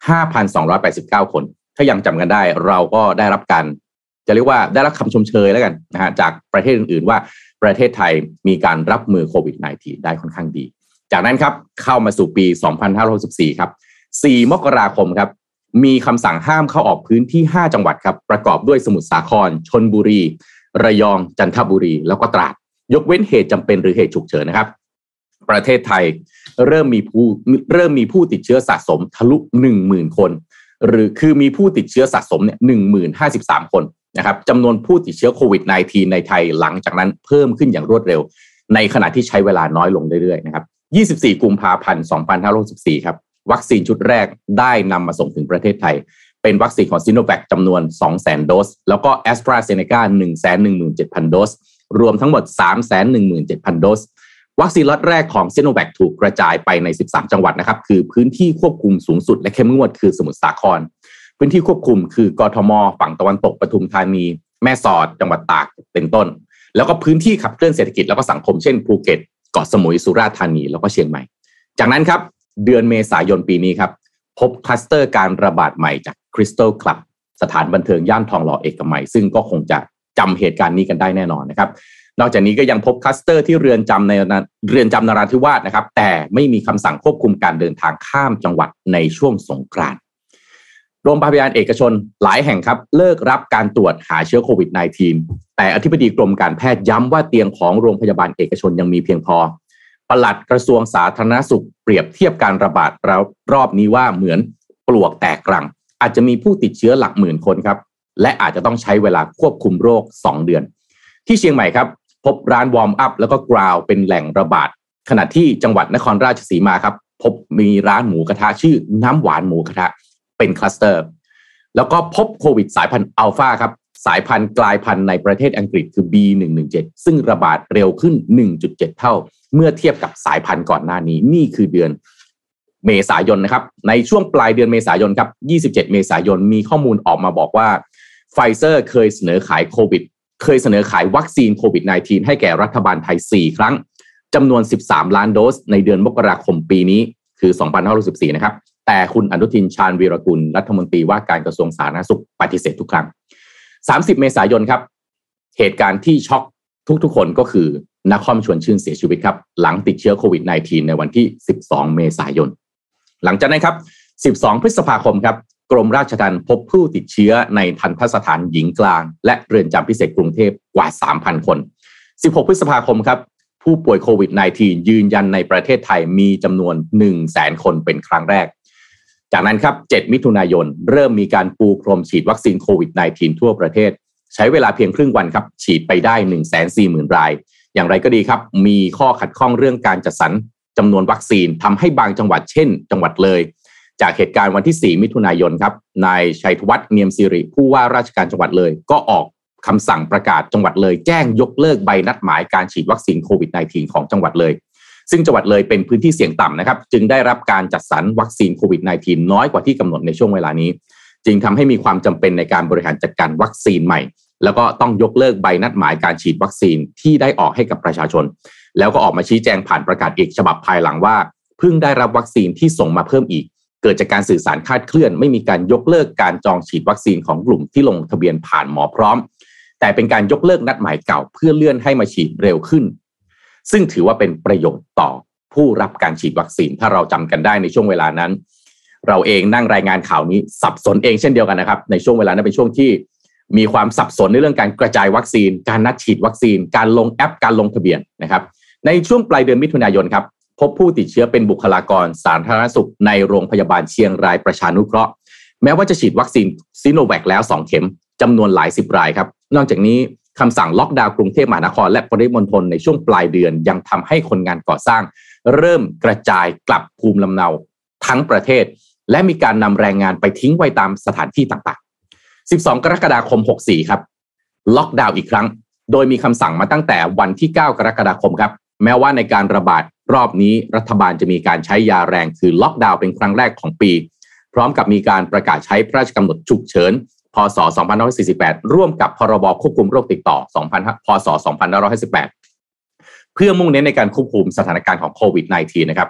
ห้าพันสองร้อยแปดสิบเก้า คนถ้ายังจำกันได้เราก็ได้รับการจะเรียกว่าได้รับคำชมเชยแล้วกันนะฮะจากประเทศอื่นๆว่าประเทศไทยมีการรับมือโควิด สิบเก้า ได้ค่อนข้างดีจากนั้นครับเข้ามาสู่ปีสองพันห้าร้อยหกสิบสี่ครับสี่มกราคมครับมีคำสั่งห้ามเข้าออกพื้นที่ห้าจังหวัดครับประกอบด้วยสมุทรสาครชลบุรีระยองจันทบุรีแล้วก็ตราดยกเว้นเหตุจำเป็นหรือเหตุฉุกเฉินนะครับประเทศไทยเริ่มมีผู้เริ่มมีผู้ติดเชื้อสะสมทะลุ หนึ่งหมื่น คนหรือคือมีผู้ติดเชื้อสะสมเนี่ย หนึ่งหมื่นห้าสิบสาม คนนะครับจำนวนผู้ติดเชื้อโควิด สิบเก้า ในไทยหลังจากนั้นเพิ่มขึ้นอย่างรวดเร็วในขณะที่ใช้เวลาน้อยลงเรื่อยๆนะครับยี่สิบสี่กุมภาพันธ์สองพันห้าร้อยหกสิบสี่ครับวัคซีนชุดแรกได้นำมาส่งถึงประเทศไทยเป็นวัคซีนของซิโนแวคจำนวน สองแสน โดสแล้วก็ AstraZeneca หนึ่งแสนหนึ่งหมื่นเจ็ดพัน โดสรวมทั้งหมด สามแสนหนึ่งหมื่นเจ็ดพัน โดสวัคซีนล็อตแรกของซิโนแวคถูกกระจายไปในสิบสามจังหวัดนะครับคือพื้นที่ควบคุมสูงสุดและเข้มงวดคือสมุทรสาครพื้นที่ควบคุมคือกทมฝั่งตะวันตกปทุมธานีแม่สอดจังหวัดตากเป็นต้นแล้วก็พื้นที่ขับเคลื่อนเศรษฐกิจแล้วก็สังคมเช่นภูเก็ตเกาะสมุยสุราษฎร์ธานีแล้วก็เชียงใหม่จากนั้นครับเดือนเมษายนปีนี้ครับพบคลัสเตอร์การระบาดใหม่จากคริสตัลคลับสถานบันเทิงย่านทองหล่อเอกมัยซึ่งก็คงจะจำเหตุการณ์นี้กันได้แน่นอนนะครับนอกจากนี้ก็ยังพบคลัสเตอร์ที่เรือนจำในเรือนจำนราธิวาสนะครับแต่ไม่มีคำสั่งควบคุมการเดินทางข้ามจังหวัดในช่วงสงกรานต์โรงพยาบาลเอกชนหลายแห่งครับเลิกรับการตรวจหาเชื้อโควิด สิบเก้า แต่อธิบดีกรมการแพทย์ย้ำว่าเตียงของโรงพยาบาลเอกชนยังมีเพียงพอปลัดกระทรวงสาธารณสุขเปรียบเทียบการระบาดรอบนี้ว่าเหมือนปลวกแตกรังอาจจะมีผู้ติดเชื้อหลักหมื่นคนครับและอาจจะต้องใช้เวลาควบคุมโรคสองเดือนที่เชียงใหม่ครับพบร้านวอร์มอัพแล้วก็กราวเป็นแหล่งระบาดขณะที่จังหวัดนครราชสีมาครับพบมีร้านหมูกระทะชื่อน้ำหวานหมูกระทะเป็นคลัสเตอร์แล้วก็พบโควิดสายพันธุ์อัลฟาครับสายพันธุ์กลายพันธุ์ในประเทศอังกฤษคือ บี หนึ่งหนึ่งเจ็ด ซึ่งระบาดเร็วขึ้น หนึ่งจุดเจ็ด เท่าเมื่อเทียบกับสายพันธุ์ก่อนหน้านี้นี่คือเดือนเมษายนนะครับในช่วงปลายเดือนเมษายนครับยี่สิบเจ็ดเมษายนมีข้อมูลออกมาบอกว่าไฟเซอร์เคยเสนอขายโควิดเคยเสนอขายวัคซีนโควิด สิบเก้า ให้แก่รัฐบาลไทยสี่ครั้งจำนวนสิบสามล้านโดสในเดือนมกราคมปีนี้คือสองพันห้าร้อยสิบสี่นะครับแต่คุณอนุทินชาญวีรกุลรัฐมนตรีว่าการกระทรวงสาธารณสุขปฏิเสธทุกครั้งสามสิบเมษายนครับเหตุการณ์ที่ช็อกทุกๆคนก็คือนครชวนชื่นเสียชีวิตครับหลังติดเชื้อโควิด สิบเก้า ในวันที่สิบสองเมษายนหลังจากนั้นครับสิบสองพฤษภาคมครับกรมราชทัณฑ์พบผู้ติดเชื้อในทัณฑสถานหญิงกลางและเรือนจำพิเศษกรุงเทพกว่า สามพัน คนสิบหกพฤษภาคมครับผู้ป่วยโควิด สิบเก้า ยืนยันในประเทศไทยมีจำนวน หนึ่งแสน คนเป็นครั้งแรกจากนั้นครับเจ็ดมิถุนายนเริ่มมีการปูพรมฉีดวัคซีนโควิด สิบเก้า ทั่วประเทศใช้เวลาเพียงครึ่งวันครับฉีดไปได้ หนึ่งแสนสี่หมื่น รายอย่างไรก็ดีครับมีข้อขัดข้องเรื่องการจัดสรรจำนวนวัคซีนทำให้บางจังหวัดเช่นจังหวัดเลยจากเหตุการณ์วันที่สี่มิถุนายนครับนายชัยธวัฒน์เนียมศิริผู้ว่าราชการจังหวัดเลยก็ออกคำสั่งประกาศจังหวัดเลยแจ้งยกเลิกใบนัดหมายการฉีดวัคซีนโควิด สิบเก้า ของจังหวัดเลยซึ่งจังหวัดเลยเป็นพื้นที่เสี่ยงต่ำนะครับจึงได้รับการจัดสรรวัคซีนโควิด สิบเก้า น้อยกว่าที่กำหนดในช่วงเวลานี้จึงทำให้มีความจำเป็นในการบริหารจัดการวัคซีนใหม่แล้วก็ต้องยกเลิกใบนัดหมายการฉีดวัคซีนที่ได้ออกให้กับประชาชนแล้วก็ออกมาชี้แจงผ่านประกาศอีกฉบับภายหลังว่าเพิ่งได้รับวัคซีนที่ส่งมาเพิ่มอีกเกิดจากการสื่อสารคลาดเคลื่อนไม่มีการยกเลิกการจองฉีดวัคซีนของกลุ่มที่ลงทะเบียนผ่านหมอพร้อมแต่เป็นการยกเลิกนัดหมายเก่าเพื่อเลื่อนให้มาฉีดเร็วขึ้นซึ่งถือว่าเป็นประโยชน์ต่อผู้รับการฉีดวัคซีนถ้าเราจำกันได้ในช่วงเวลานั้นเราเองนั่งรายงานข่าวนี้สับสนเองเช่นเดียวกันนะครับในช่วงเวลานั้นเป็นช่วงที่มีความสับสนในเรื่องการกระจายวัคซีนการนัดฉีดวัคซีนการลงแอปการลงทะเบียนนะครับในช่วงปลายเดือนมิถุนายนครับพบผู้ติดเชื้อเป็นบุคลากรสาธารณสุขในโรงพยาบาลเชียงรายประชานุเคราะห์แม้ว่าจะฉีดวัคซีนซิโนแวคแล้วสองเข็มจำนวนหลายสิบรายครับนอกจากนี้คำสั่งล็อกดาวน์กรุงเทพมหานครและปริมณฑลในช่วงปลายเดือนยังทำให้คนงานก่อสร้างเริ่มกระจายกลับภูมิลำเนาทั้งประเทศและมีการนำแรงงานไปทิ้งไว้ตามสถานที่ต่างๆสิบสองกรกฎาคมหกสิบสี่ครับล็อกดาวน์อีกครั้งโดยมีคำสั่งมาตั้งแต่วันที่เก้ากรกฎาคมครับแม้ว่าในการระบาดรอบนี้รัฐบาลจะมีการใช้ยาแรงคือล็อกดาวน์เป็นครั้งแรกของปีพร้อมกับมีการประกาศใช้พระราชกำหนดฉุกเฉินพ.ศ. สองพันห้าร้อยสี่สิบแปดร่วมกับพรบควบคุมโรคติดต่อพ.ศ. สองพันห้าร้อยห้าสิบแปดเพื่อมุ่งเน้นในการควบคุมสถานการณ์ของโควิด สิบเก้า นะครับ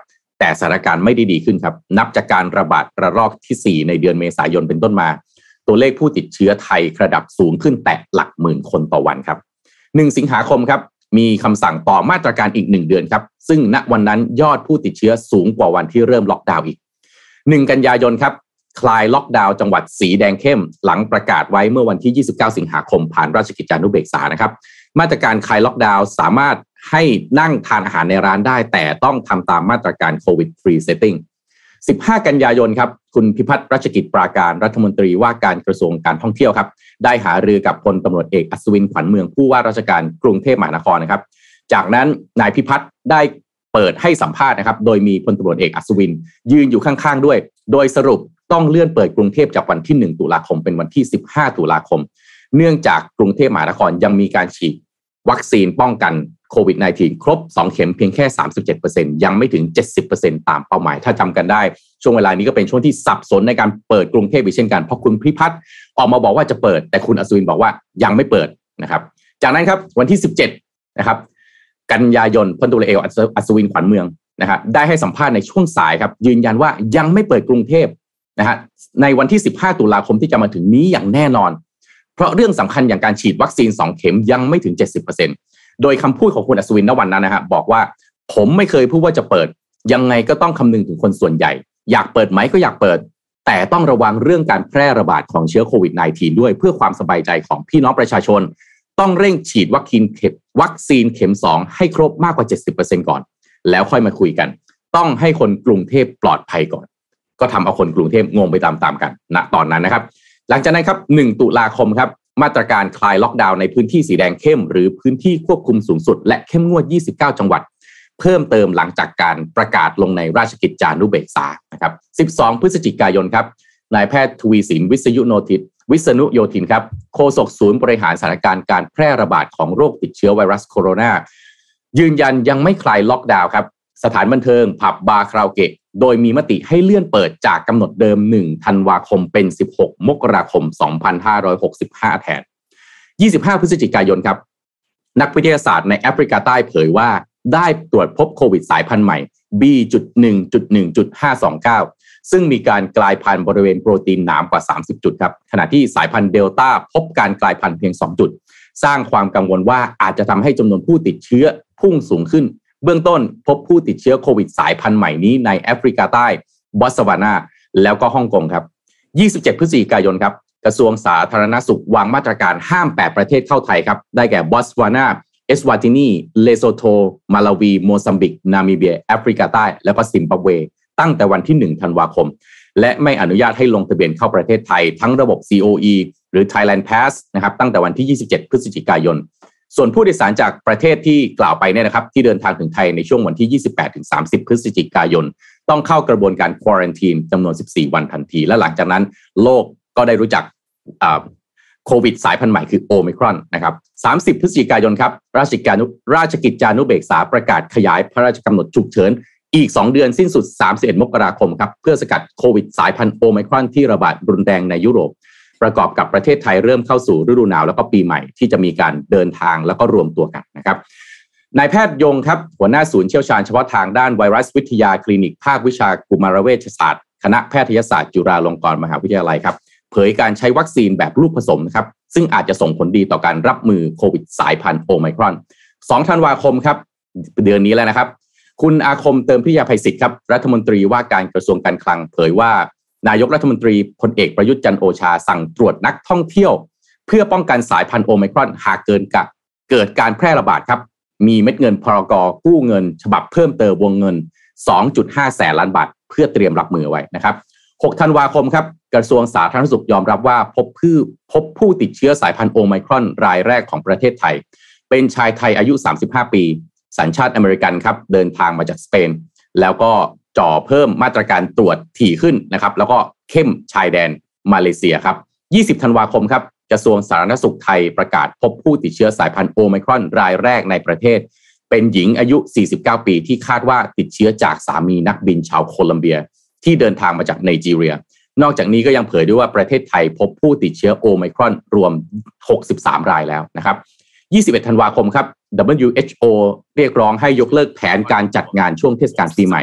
แต่สถานการณ์ไม่ได้ดีขึ้นครับนับจากการระบาดระลอกที่สี่ในเดือนเมษายนเป็นต้นมาตัวเลขผู้ติดเชื้อไทยระดับสูงขึ้นแตะหลักหมื่นคนต่อวันครับหนึ่งสิงหาคมครับมีคำสั่งต่อมาตรการอีกหนึ่งเดือนครับซึ่งณวันนั้นยอดผู้ติดเชื้อสูงกว่าวันที่เริ่มล็อกดาวน์อีกหนึ่งกันยายนครับคลายล็อกดาวน์จังหวัดสีแดงเข้มหลังประกาศไว้เมื่อวันที่ยี่สิบเก้าสิงหาคมผ่านราชกิจจานุเบกษานะครับมาตรการคลายล็อกดาวน์สามารถให้นั่งทานอาหารในร้านได้แต่ต้องทำตามมาตรการโควิดฟรีเซตติ้งสิบห้ากันยายนครับคุณพิพัฒน์รัชกิจปราการรัฐมนตรีว่าการกระทรวงการท่องเที่ยวครับได้หารือกับพลตำรวจเอกอัศวินขวัญเมืองผู้ว่าราชการกรุงเทพมหานครนะครับจากนั้นนายพิพัฒน์ได้เปิดให้สัมภาษณ์นะครับโดยมีพลตำรวจเอกอัศวินยืนอยู่ข้างๆด้วยโดยสรุปต้องเลื่อนเปิดกรุงเทพจากวันที่หนึ่งตุลาคมเป็นวันที่สิบห้าตุลาคมเนื่องจากกรุงเทพมหานครยังมีการฉีดวัคซีนป้องกันโควิด สิบเก้า ครบสองเข็มเพียงแค่ สามสิบเจ็ดเปอร์เซ็นต์ ยังไม่ถึง เจ็ดสิบเปอร์เซ็นต์ ตามเป้าหมายถ้าจำกันได้ช่วงเวลานี้ก็เป็นช่วงที่สับสนในการเปิดกรุงเทพอีกเช่นกันเพราะคุณพิพัฒน์ออกมาบอกว่าจะเปิดแต่คุณอัศวินบอกว่ายังไม่เปิดนะครับจากนั้นครับวันที่สิบเจ็ดนะครับกันยายนพลตำรวจเอกอัศวินขวัญเมืองนะครับได้ให้สัมภาษณ์ในช่วงสายครับยืนยันว่ายังไม่เปิดกรุงเทพนะฮะในวันที่สิบห้าตุลาคมที่จะมาถึงนี้อย่างแน่นอนเพราะเรื่องสำคัญอย่างการฉีดวัคซีนสองเข็มยังไม่ถึง เจ็ดสิบเปอร์เซ็นต์ โดยคำพูดของคุณอัศวินณวันนั้นนะฮะบอกว่าผมไม่เคยพูดว่าจะเปิดยังไงก็ต้องคำนึงถึงคนส่วนใหญ่อยากเปิดไหมก็อยากเปิดแต่ต้องระวังเรื่องการแพร่ระบาดของเชื้อโควิด สิบเก้า ด้วยเพื่อความสบายใจของพี่น้องประชาชนต้องเร่งฉีดวัคซีนเข็มวัคซีนเข็มสองให้ครบมากกว่า เจ็ดสิบเปอร์เซ็นต์ ก่อนแล้วค่อยมาคุยกันต้องให้คนกรุงเทพปลอดภัยก่อนก็ทำเอาคนกรุงเทพงงไปตามๆกันณตอนนั้นนะครับหลังจากนั้นครับหนึ่งตุลาคมครับมาตรการคลายล็อกดาวน์ในพื้นที่สีแดงเข้มหรือพื้นที่ควบคุมสูงสุดและเข้มงวดยี่สิบเก้าจังหวัดเพิ่มเติมหลังจากการประกาศลงในราชกิจจานุเบกษานะครับสิบสองพฤศจิกายนครับนายแพทย์ทวีสินวิษยุโนทิตวิษณุโยธินครับโฆษกศูนย์บริหารสถานการณ์การแพร่ระบาดของโรคติดเชื้อไวรัสโคโรนายืนยันยังไม่คลายล็อกดาวน์ครับสถานบันเทิงผับบาร์คาราโอเกะโดยมีมติให้เลื่อนเปิดจากกำหนดเดิมหนึ่งธันวาคมเป็นสิบหกมกราคมสองพันห้าร้อยหกสิบห้าแทนยี่สิบห้าพฤศจิกายนครับนักวิทยาศาสตร์ในแอฟริกาใต้เผยว่าได้ตรวจพบโควิดสายพันธุ์ใหม่ บี หนึ่ง หนึ่ง ห้า สอง เก้า ซึ่งมีการกลายพันธุ์บริเวณโปรตีนหนามกว่าสามสิบจุดครับขณะที่สายพันธุ์เดลต้าพบการกลายพันธุ์เพียงสองจุดสร้างความกังวลว่าอาจจะทำให้จำนวนผู้ติดเชื้อพุ่งสูงขึ้นเบื้องต้นพบผู้ติดเชื้อโควิดสายพันธุ์ใหม่นี้ในแอฟริกาใต้บอตสวานาแล้วก็ฮ่องกงครับยี่สิบเจ็ดพฤศจิกายนครับกระทรวงสาธารณสุขวางมาตรการห้ามแปดประเทศเข้าไทยครับได้แก่บอตสวานาเอสวาตินีเลโซโทมาลาวีโมซัมบิกนามิเบียแอฟริกาใต้แล้วก็ซิมบับเวตั้งแต่วันที่หนึ่งธันวาคมและไม่อนุญาตให้ลงทะเบียนเข้าประเทศไทยทั้งระบบ ซี โอ อี หรือ Thailand Pass นะครับตั้งแต่วันที่ยี่สิบเจ็ดพฤศจิกายนส่วนผู้โดยสารจากประเทศที่กล่าวไปเนี่ยนะครับที่เดินทางถึงไทยในช่วงวันที่ยี่สิบแปดถึงสามสิบพฤศจิกายนต้องเข้ากระบวนการควอรันทีนจำนวนสิบสี่วันทันทีและหลังจากนั้นโลกก็ได้รู้จักโควิดสายพันธุ์ใหม่คือโอไมครอนนะครับสามสิบพฤศจิกายนครับราชกิจจานุราชกิจจานุเบกษาประกาศขยายพระราชกำหนดฉุกเฉินอีกสองเดือนสิ้นสุดสามสิบเอ็ดมกราคมครับเพื่อสกัดโควิดสายพันธุ์โอไมครอนที่ระบาดรุนแรงในยุโรปประกอบกับประเทศไทยเริ่มเข้าสู่ฤดูหนาวแล้วก็ปีใหม่ที่จะมีการเดินทางแล้วก็รวมตัวกันนะครับนายแพทย์ยงครับหัวหน้าศูนย์เชี่ยวชาญเฉพาะทางด้านไวรัสวิทยาคลินิกภาควิชากุมารเวชศาสตร์คณะแพทยศาสตร์จุฬาลงกรณ์มหาวิทยาลัยครับเผยการใช้วัคซีนแบบลูกผสมนะครับซึ่งอาจจะส่งผลดีต่อการรับมือโควิดสายพันธุ์โอไมครอนสองธันวาคมครับเดือนนี้แล้วนะครับคุณอาคมเติมพิทยาภัยศิษย์ครับรัฐมนตรีว่าการกระทรวงการคลังเผยว่านายกรัฐมนตรีพลเอกประยุทธ์จันทร์โอชาสั่งตรวจนักท่องเที่ยวเพื่อป้องกันสายพันธุ์โอไมครอนหากเกินกับเกิดการแพร่ระบาดครับมีเม็ดเงินพรก.กู้เงินฉบับเพิ่มเติมวงเงิน สองจุดห้า แสนล้านบาทเพื่อเตรียมรับมือไว้นะครับหกธันวาคมครับกระทรวงสาธารณสุขยอมรับว่าพบผู้พบผู้ติดเชื้อสายพันธุ์โอไมครอนรายแรกของประเทศไทยเป็นชายไทยอายุสามสิบห้าปีสัญชาติอเมริกันครับเดินทางมาจากสเปนแล้วก็จ่อเพิ่มมาตรการตรวจถี่ขึ้นนะครับแล้วก็เข้มชายแดนมาเลเซียครับยี่สิบธันวาคมครับกระทรวงสาธารณสุขไทยประกาศพบผู้ติดเชื้อสายพันธุ์โอไมครอนรายแรกในประเทศเป็นหญิงอายุสี่สิบเก้าปีที่คาดว่าติดเชื้อจากสามีนักบินชาวโคลัมเบียที่เดินทางมาจากไนจีเรียนอกจากนี้ก็ยังเผยด้วยว่าประเทศไทยพบผู้ติดเชื้อโอไมครอนรวมหกสิบสามรายแล้วนะครับยี่สิบเอ็ดธันวาคมครับ ดับเบิลยู เอช โอ เรียกร้องให้ยกเลิกแผนการจัดงานช่วงเทศกาลปีใหม่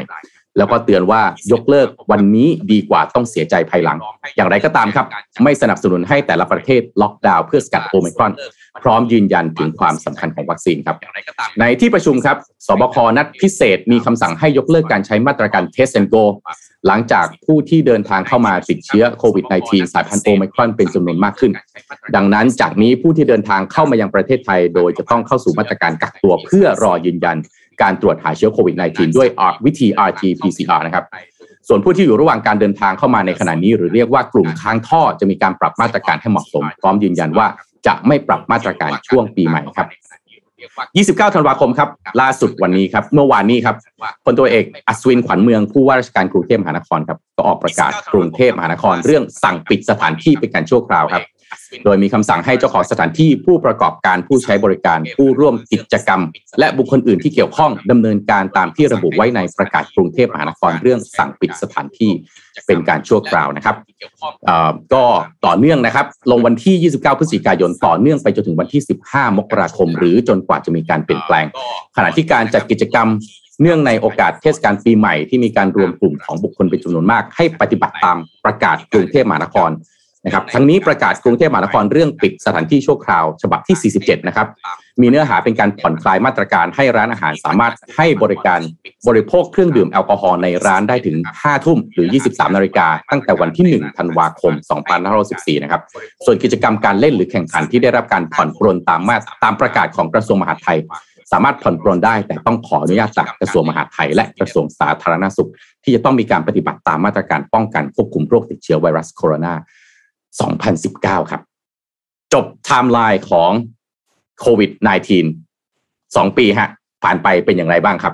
แล้วก็เตือนว่ายกเลิกวันนี้ดีกว่าต้องเสียใจภายหลังอย่างไรก็ตามครับไม่สนับสนุนให้แต่ละประเทศล็อกดาวน์เพื่อสกัดโอไมครอนพร้อมยืนยันถึงความสำคัญของวัคซีนครับในที่ประชุมครับสบคนัดพิเศษมีคำสั่งให้ยกเลิกการใช้มาตรการ Test and Go หลังจากผู้ที่เดินทางเข้ามาติดเชื้อโควิด สิบเก้า สายพันธุ์โอไมครอนเป็นจำนวนมากขึ้นดังนั้นจากนี้ผู้ที่เดินทางเข้ามายังประเทศไทยโดยจะต้องเข้าสู่มาตรการกักตัวเพื่อรอยืนยันการตรวจหาเชื้อโควิด สิบเก้า ด้วยวิธี อาร์ ที พี ซี อาร์ นะครับส่วนผู้ที่อยู่ระหว่างการเดินทางเข้ามาในขณะนี้หรือเรียกว่ากลุ่มค้างท่อจะมีการปรับมาตรการให้เหมาะสมพร้อมยืนยันว่าจะไม่ปรับมาตรการช่วงปีใหม่ครับยี่สิบเก้าธันวาคมครับล่าสุดวันนี้ครับเมื่อวานนี้ครับพลตำรวจเอกอัศวินขวัญเมืองผู้ว่าราชการกรุงเทพมหานครครับก็ออกประกาศกรุงเทพมหานครเรื่องสั่งปิดสถานที่เป็นการชั่วคราวครับโดยมีคำสั่งให้เจ้าของสถานที่ผู้ประกอบการผู้ใช้บริการผู้ร่วมกิจกรรมและบุคคลอื่นที่เกี่ยวข้องดำเนินการตามที่ระบุไว้ในประกาศกรุงเทพมหานครเรื่องสั่งปิดสถานที่เป็นการชั่วคราวนะครับก็ต่อเนื่องนะครับลงวันที่ยี่สิบเก้าพฤศจิกายนต่อเนื่องไปจนถึงวันที่สิบห้ามกราคมหรือจนกว่าจะมีการเปลี่ยนแปลงขณะที่การจัดกิจกรรมเนื่องในโอกาสเทศกาลปีใหม่ที่มีการรวมกลุ่มของบุคคลเป็นจำนวนมากให้ปฏิบัติตามประกาศกรุงเทพมหานครนะครับทั้งนี้ประกาศกรุงเทพมหานครเรื่องปิดสถานที่ชั่วคราวฉบับที่สี่สิบเจ็ดนะครับมีเนื้อหาเป็นการผ่อนคลายมาตรการให้ร้านอาหารสามารถให้บริการบริโภคเครื่องดื่มแอลกอฮอล์ในร้านได้ถึงห้าทุ่มหรือยี่สิบสามนาฬิกาตั้งแต่วันที่หนึ่งธันวาคมสองพันห้าร้อยสิบสี่นะครับส่วนกิจกรรมการเล่นหรือแข่งขันที่ได้รับการผ่อนปรนตามมาตามประกาศของกระทรวงมหาดไทยสามารถผ่อนปรนได้แต่ต้องขออนุญาตจากกระทรวงมหาดไทยและกระทรวงสาธารณสุขที่จะต้องมีการปฏิบัติตามมาตรการป้องกันควบคุมโรคติดเชื้อไวรัสโคโรนาสองพันสิบเก้าครับจบไทม์ไลน์ของโควิด สิบเก้า สองปีฮะผ่านไปเป็นอย่างไรบ้างครับ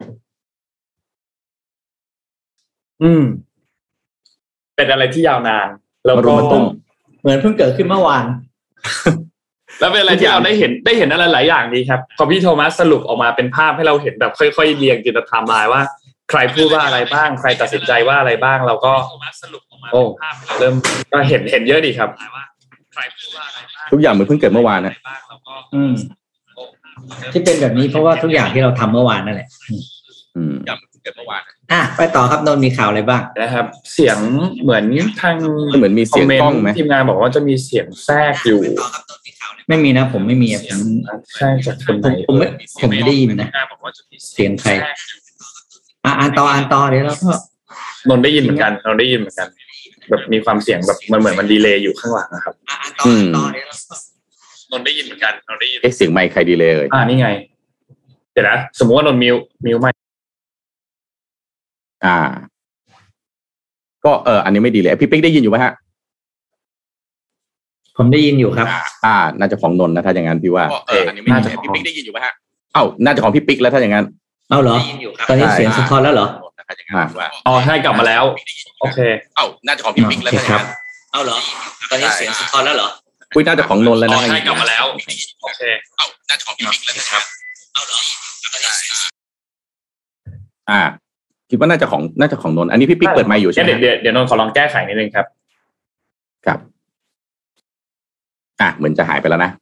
อืมเป็นอะไรที่ยาวนานแล้วก็เหมือนเพิ่งเกิดขึ้นเมื่อวานแล้วเป็นอะไรที่เราได้เห็นได้เห็นอะไรหลายอย่างดีครับพอพี่โทมัสสรุปออกมาเป็นภาพให้เราเห็นแบบค่อยๆเรียงจินตไทม์ไลน์ว่าใครพูดว่าอะไรบ้างใครตัดสินใจว่าอะไรบ้างเราก็โอ้เริ่มก็เห็นเห็นเยอะดีครับทุกอย่างเหมือนเพิ่งเกิดเมื่อวานนะอืมที่เป็นแบบนี้เพราะว่าทุกอย่างที่เราทำเมื่อวานนั่นแหละอืมเกิดเมื่อวานอ่ะไปต่อครับนนท์มีข่าวอะไรบ้างนะครับเสียงเหมือนทางเหมือนมีเสียงกล้องไหมทีมงานบอกว่าจะมีเสียงแทรกอยู่ไม่มีนะผมไม่มีผมแทรกจากคนไหนผมไม่ผมไม่ได้ยินนะเสียงใครอ่ะอ่านต่ออ่านต่อเดี๋ยวแล้วก็นนได้ยินเหมือนกันเราได้ยินเหมือนกันแบบมีความเสียงแบบมันเหมือนมันดีเลย์อยู่ข้างหลังนะครับอืมนนได้ยินเหมือนกันเราได้ยินเอ๊ะเสียงไมค์ใครดีเลย์เลยอ่านี่ไงเดี๋ยวนะสมมติว่านนมิวมิวไมค์อ่าก็เอออันนี้ไม่ดีเลยพี่ปิ๊กได้ยินอยู่ไหมฮะผมได้ยินอยู่ครับอ่าน่าจะของนนท์นะถ้าอย่างนั้นพี่ว่าเอออันนี้น่าจะพี่ปิ๊กได้ยินอยู่ไหมฮะเอ้าน่าจะของพี่ปิ๊กแล้วถ้าอย่างนั้นเอ้าเหรอตอนนี้เสียงสะท้อนแล้วเหรออ๋อใช่กลับมาแล้วโอเคเอ้าน่าจะของพี่ปิ๊กแล้วครับเอ้าเหรอตอนนี้เสียงสะท้อนแล้วเหรออุ้ยน่าจะของนนท์แล้วนะใช่กลับมาแล้วโอเคเอ้าน่าจะของพี่ปิ๊กแล้วนะครับเอ้าเหรออ่าคิดว่าน่าจะของน่าจะของนนท์อันนี้พี่ปิ๊กเปิดไมค์อยู่ใช่ไหมเดี๋ยวเดี๋ยวนนท์ขอลองแก้ไขนิดนึงครับครับอ่ะเหมือนจะหายไปแล้วนะ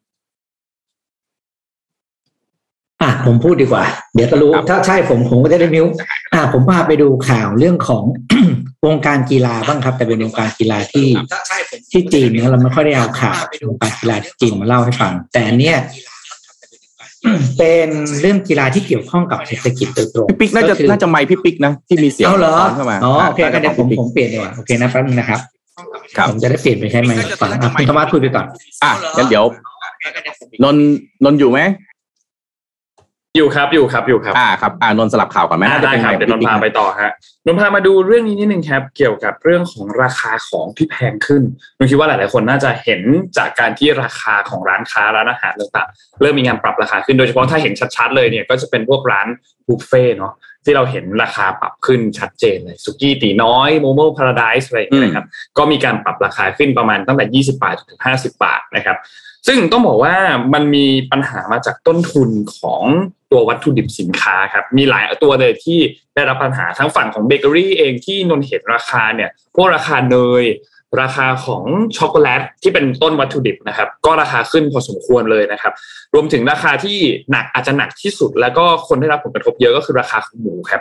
อ่ะผมพูดดีกว่าเดี๋ยวก็รู้ถ้าใช่ผมผมก็จะได้มิวอ่ะผมพาไปดูข่าวเรื่องของ วงการกีฬาบ้างครับแต่เป็นวงการกีฬาที่ที่จีนเนี่ยเราไม่ค่อยได้เอาข่าววงการกีฬาที่จีนมาเล่าให้ฟังแต่อันเนี้ยเป็นเรื่องกีฬาที่เกี่ยวข้องกับเศรษฐกิจโดยตรงพี่ปิ๊กน่าจะน่าจะไมค์พี่ปิ๊กนะที่มีเสียงเข้ามาอ๋อโอเคก็เดี๋ยวผมผมเปลี่ยนดีกว่าโอเคนะแป๊บนึงนะครับผมจะได้เปลี่ยนไปใช้ไมค์ก่อนคุณธรรมะคุยไปก่อนอ่ะงั้นเดี๋ยวนนนนอยู่ไหมอยู่ครับอยู่ครับอยู่ครับอ่าครับอ่านนสลับข่าวก่อนไหมได้ครับเดี๋ยวนนพาไปต่อฮะนนพามาดูเรื่องนี้นิดนึงครับเกี่ยวกับเรื่องของราคาของที่แพงขึ้นนนคิดว่าหลายๆคนน่าจะเห็นจากการที่ราคาของร้านค้าร้านอาหารต่างๆเริ่มมีการปรับราคาขึ้นโดยเฉพาะถ้าเห็นชัดๆเลยเนี่ยก็จะเป็นพวกร้านบุฟเฟ่เนาะที่เราเห็นราคาปรับขึ้นชัดเจนเลยสุกี้ตีน้อยโมโม่พาราไดซ์อะไรอย่างเงี้ยนะครับก็มีการปรับราคาขึ้นประมาณตั้งแต่ยี่สิบบาทถึงห้าสิบบาทนะครับซึ่งต้องบอกว่ามันมีปัญหามาจากต้นทุนของตัววัตถุดิบสินค้าครับมีหลายตัวเลยที่ได้รับปัญหาทั้งฝั่งของเบเกอรี่เองที่นนเห็นราคาเนี่ยพวกราคาเนยราคาของช็อกโกแลตที่เป็นต้นวัตถุดิบนะครับก็ราคาขึ้นพอสมควรเลยนะครับรวมถึงราคาที่หนักอาจจะหนักที่สุดแล้วก็คนได้รับผลกระทบเยอะก็คือราคาของหมูครับ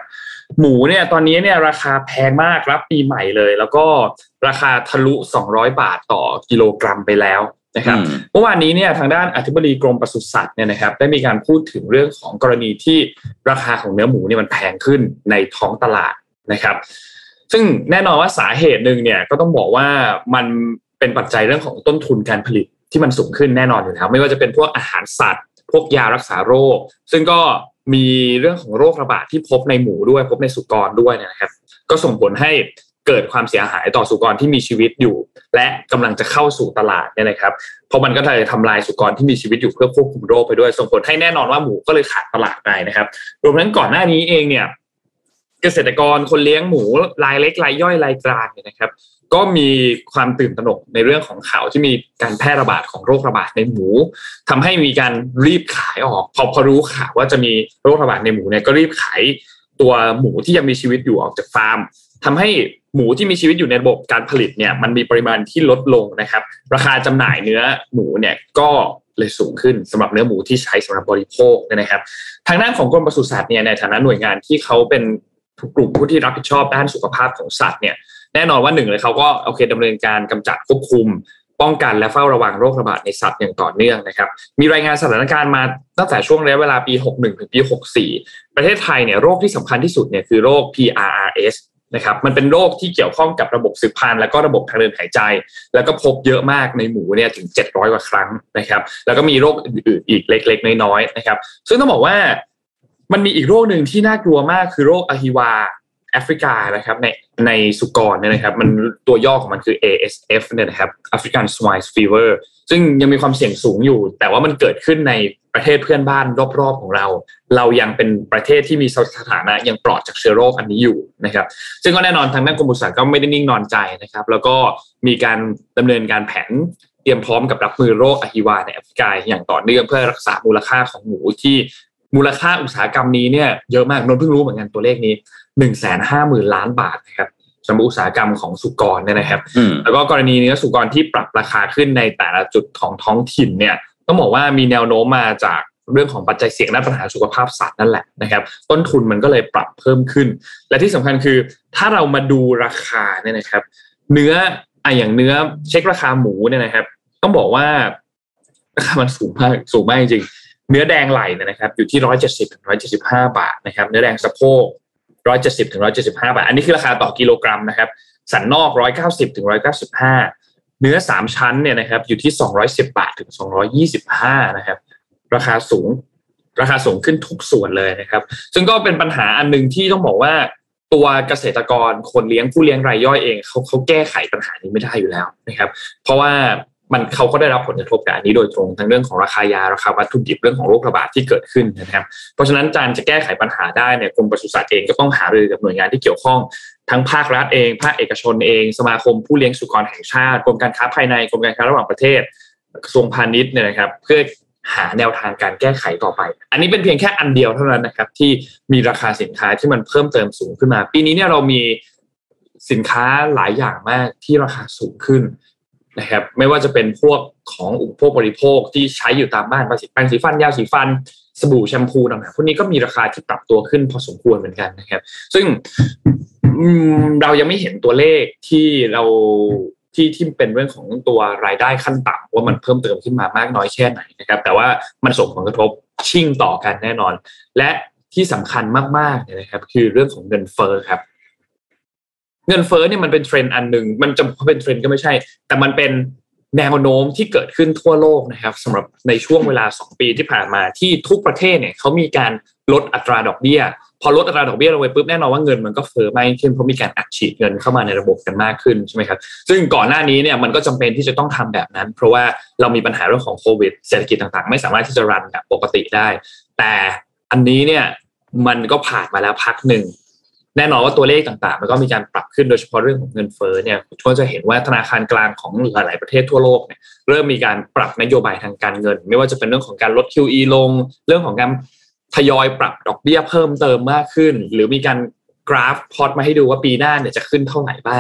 หมูเนี่ยตอนนี้เนี่ยราคาแพงมากรับปีใหม่เลยแล้วก็ราคาทะลุสองร้อยบาทต่อกิโลกรัมไปแล้วนะครับเมื่อวานนี้เนี่ยทางด้านอธิบดีกรมปศุสัตว์เนี่ยนะครับได้มีการพูดถึงเรื่องของกรณีที่ราคาของเนื้อหมูเนี่ยมันแพงขึ้นในท้องตลาดนะครับซึ่งแน่นอนว่าสาเหตุหนึ่งเนี่ยก็ต้องบอกว่ามันเป็นปัจจัยเรื่องของต้นทุนการผลิตที่มันสูงขึ้นแน่นอนอยู่แล้วไม่ว่าจะเป็นพวกอาหารสัตว์พวกยารักษาโรคซึ่งก็มีเรื่องของโรคระบาดที่พบในหมูด้วยพบในสุกรด้วยนะครับก็ส่งผลให้เกิดความเสียหายต่อสุกรที่มีชีวิตอยู่และกำลังจะเข้าสู่ตลาดเนี่ยนะครับเพราะมันก็เลยทำลายสุกรที่มีชีวิตอยู่เพื่อควบคุมโรคไปด้วยส่งผลให้แน่นอนว่าหมูก็เลยขาดตลาดไปนะครับรวมทั้งก่อนหน้านี้เองเนี่ยเกษตรกรคนเลี้ยงหมูรายเล็กรายย่อยรายกลางเนี่ยนะครับก็มีความตื่นตระหนกในเรื่องของข่าวที่มีการแพร่ระบาดของโรคระบาดในหมูทำให้มีการรีบขายออกพอพอรู้ข่าวว่าจะมีโรคระบาดในหมูเนี่ยก็รีบขายตัวหมูที่ยังมีชีวิตอยู่ออกจากฟาร์มทำให้หมูที่มีชีวิตอยู่ในระบบการผลิตเนี่ยมันมีปริมาณที่ลดลงนะครับราคาจำหน่ายเนื้อหมูเนี่ยก็เลยสูงขึ้นสำหรับเนื้อหมูที่ใช้สำหรับบริโภคนะครับทางด้านของกรมปศุสัตว์เนี่ยในฐานะหน่วยงานที่เขาเป็นกลุ่มผู้ที่รับผิดชอบด้านสุขภาพของสัตว์เนี่ยแน่นอนว่าหนึ่งเลยเขาก็โอเคดำเนินการกำจัดควบคุมป้องกันและเฝ้าระวังโรคระบาดในสัตว์อย่างต่อเนื่องนะครับมีรายงานสถานการณ์มาตั้งแต่ช่วงระยะเวลาปีหกสิบเอ็ดถึงปีหกสิบสี่ประเทศไทยเนี่ยโรคที่สำคัญที่สุดเนี่ยคือโรค พี อาร์ อาร์ เอส นะครับมันเป็นโรคที่เกี่ยวข้องกับระบบสืบพันธุ์และก็ระบบทางเดินหายใจแล้วก็พบเยอะมากในหมูเนี่ยถึงเจ็ดร้อยกว่าครั้งนะครับแล้วก็มีโรคอื่นๆอีกเล็กๆน้อยๆนะครับซึ่งต้องบอกว่ามันมีอีกโรคนึงที่น่ากลัวมากคือโรคอะฮิวาแอฟริกานะครับในในสุกรเนี่ยนะครับมันตัวย่อของมันคือ เอ เอส เอฟ เนี่ยนะครับ African Swine Fever ซึ่งยังมีความเสี่ยงสูงอยู่แต่ว่ามันเกิดขึ้นในประเทศเพื่อนบ้านรอบๆของเราเรายังเป็นประเทศที่มีสถานะยังปลอดจากเชื้อโรคอันนี้อยู่นะครับซึ่งก็แน่นอนทางด้านกรมปศุสัตว์ก็ไม่ได้นิ่งนอนใจนะครับแล้วก็มีการดำเนินการแผนเตรียมพร้อมกับรับมือโรคอะฮิวาในแอฟริกาอย่างต่อเนื่องเพื่อรักษามูลค่าของหมูที่มูลค่าอุตสาหกรรมนี้เนี่ยเยอะมากนนท์เพิ่งรู้เหมือนกันตัวเลขนี้ หนึ่งแสนห้าหมื่น ล้านบาทนะครับสำหรับอุตสาหกรรมของสุกรเนี่ยนะครับแล้วก็กรณีเนื้อสุกรที่ปรับราคาขึ้นในแต่ละจุดของท้องถิ่นเนี่ยต้องบอกว่ามีแนวโน้มมาจากเรื่องของปัจจัยเสี่ยงด้านปัญหาสุขภาพสัตว์นั่นแหละนะครับต้นทุนมันก็เลยปรับเพิ่มขึ้นและที่สำคัญคือถ้าเรามาดูราคาเนี่ยนะครับเนื้ออ่ะอย่างเนื้อเช็คราคาหมูเนี่ยนะครับต้องบอกว่าราคามันสูงมากสูงมากจริงเนื้อแดงไหล่นะครับอยู่ที่หนึ่งร้อยเจ็ดสิบถึงหนึ่งร้อยเจ็ดสิบห้าบาทนะครับเนื้อแดงสะโพกหนึ่งร้อยเจ็ดสิบถึงหนึ่งร้อยเจ็ดสิบห้าบาทอันนี้คือราคาต่อกิโลกรัมนะครับสันนอกหนึ่งร้อยเก้าสิบถึงหนึ่งร้อยเก้าสิบห้าเนื้อสามชั้นเนี่ยนะครับอยู่ที่สองร้อยสิบบาทถึงสองร้อยยี่สิบห้านะครับราคาสูงราคาสูงขึ้นทุกส่วนเลยนะครับซึ่งก็เป็นปัญหาอันนึงที่ต้องบอกว่าตัวเกษตรกรคนเลี้ยงผู้เลี้ยงรายย่อยเองเขาเขาแก้ไขปัญหานี้ไม่ได้อยู่แล้วนะครับเพราะว่ามันเขาก็ได้รับผลกระทบจากอันนี้โดยตรงทั้งเรื่องของราคายาราคาวัตถุดิบเรื่องของโรคระบาดที่เกิดขึ้นนะครับเพราะฉะนั้นการจะแก้ไขปัญหาได้เนี่ยกรมปศุสัตว์เองก็ต้องหารือกับหน่วยงานที่เกี่ยวข้องทั้งภาครัฐเองภาคเอกชนเองสมาคมผู้เลี้ยงสุกรแห่งชาติกรมการค้าภายในกรมการค้าระหว่างประเทศกระทรวงพาณิชย์เนี่ยนะครับเพื่อหาแนวทางการแก้ไขต่อไปอันนี้เป็นเพียงแค่อันเดียวเท่านั้นนะครับที่มีราคาสินค้าที่มันเพิ่มเติมสูงขึ้นมาปีนี้เนี่ยเรามีสินค้าหลายอย่างมากที่ราคาสูงขึ้นนะครับไม่ว่าจะเป็นพวกของอุปโภคบริโภคที่ใช้อยู่ตามบ้านแปรงสีฟันยาสีฟันสบู่แชมพูต่างๆพวกนี้ก็มีราคาที่ปรับตัวขึ้นพอสมควรเหมือนกันนะครับซึ่งเรายังไม่เห็นตัวเลขที่เราที่ที่เป็นเรื่องของตัวรายได้ขั้นต่ำว่ามันเพิ่มเติมขึ้นมามากน้อยแค่ไหนนะครับแต่ว่ามันส่งผลกระทบชิ่งต่อกันแน่นอนและที่สำคัญมากๆเนี่ยนะครับคือเรื่องของเงินเฟ้อครับเงินเฟ้อเนี่ยมันเป็นเทรนด์อันหนึ่งมันจะเป็นเทรนด์ก็ไม่ใช่แต่มันเป็นแนวโน้มที่เกิดขึ้นทั่วโลกนะครับสำหรับในช่วงเวลาสองปีที่ผ่านมาที่ทุกประเทศเนี่ยเขามีการลดอัตราดอกเบี้ยพอลดอัตราดอกเบี้ยลงไปปุ๊บแน่นอนว่าเงินมันก็เฟ้อมากขึ้นเพราะมีการอัดฉีดเงินเข้ามาในระบบกันมากขึ้นใช่ไหมครับซึ่งก่อนหน้านี้เนี่ยมันก็จำเป็นที่จะต้องทำแบบนั้นเพราะว่าเรามีปัญหาเรื่องของโควิดเศรษฐกิจต่างๆไม่สามารถที่จะรันแบบปกติได้แต่อันนี้เนี่ยมันก็ผ่านมาแล้วพักหนึ่งแน่นอนว่าตัวเลขต่างๆมันก็มีการปรับขึ้นโดยเฉพาะเรื่องของเงินเฟ้อเนี่ยก็จะเห็นว่าธนาคารกลางของหลายๆประเทศทั่วโลกเนี่ยเริ่มมีการปรับนโยบายทางการเงินไม่ว่าจะเป็นเรื่องของการลด คิว อี ลงเรื่องของการทยอยปรับดอกเบี้ยเพิ่มเติมมากขึ้นหรือมีการกราฟพอร์ตมาให้ดูว่าปีหน้าเนี่ยจะขึ้นเท่าไหร่บ้าง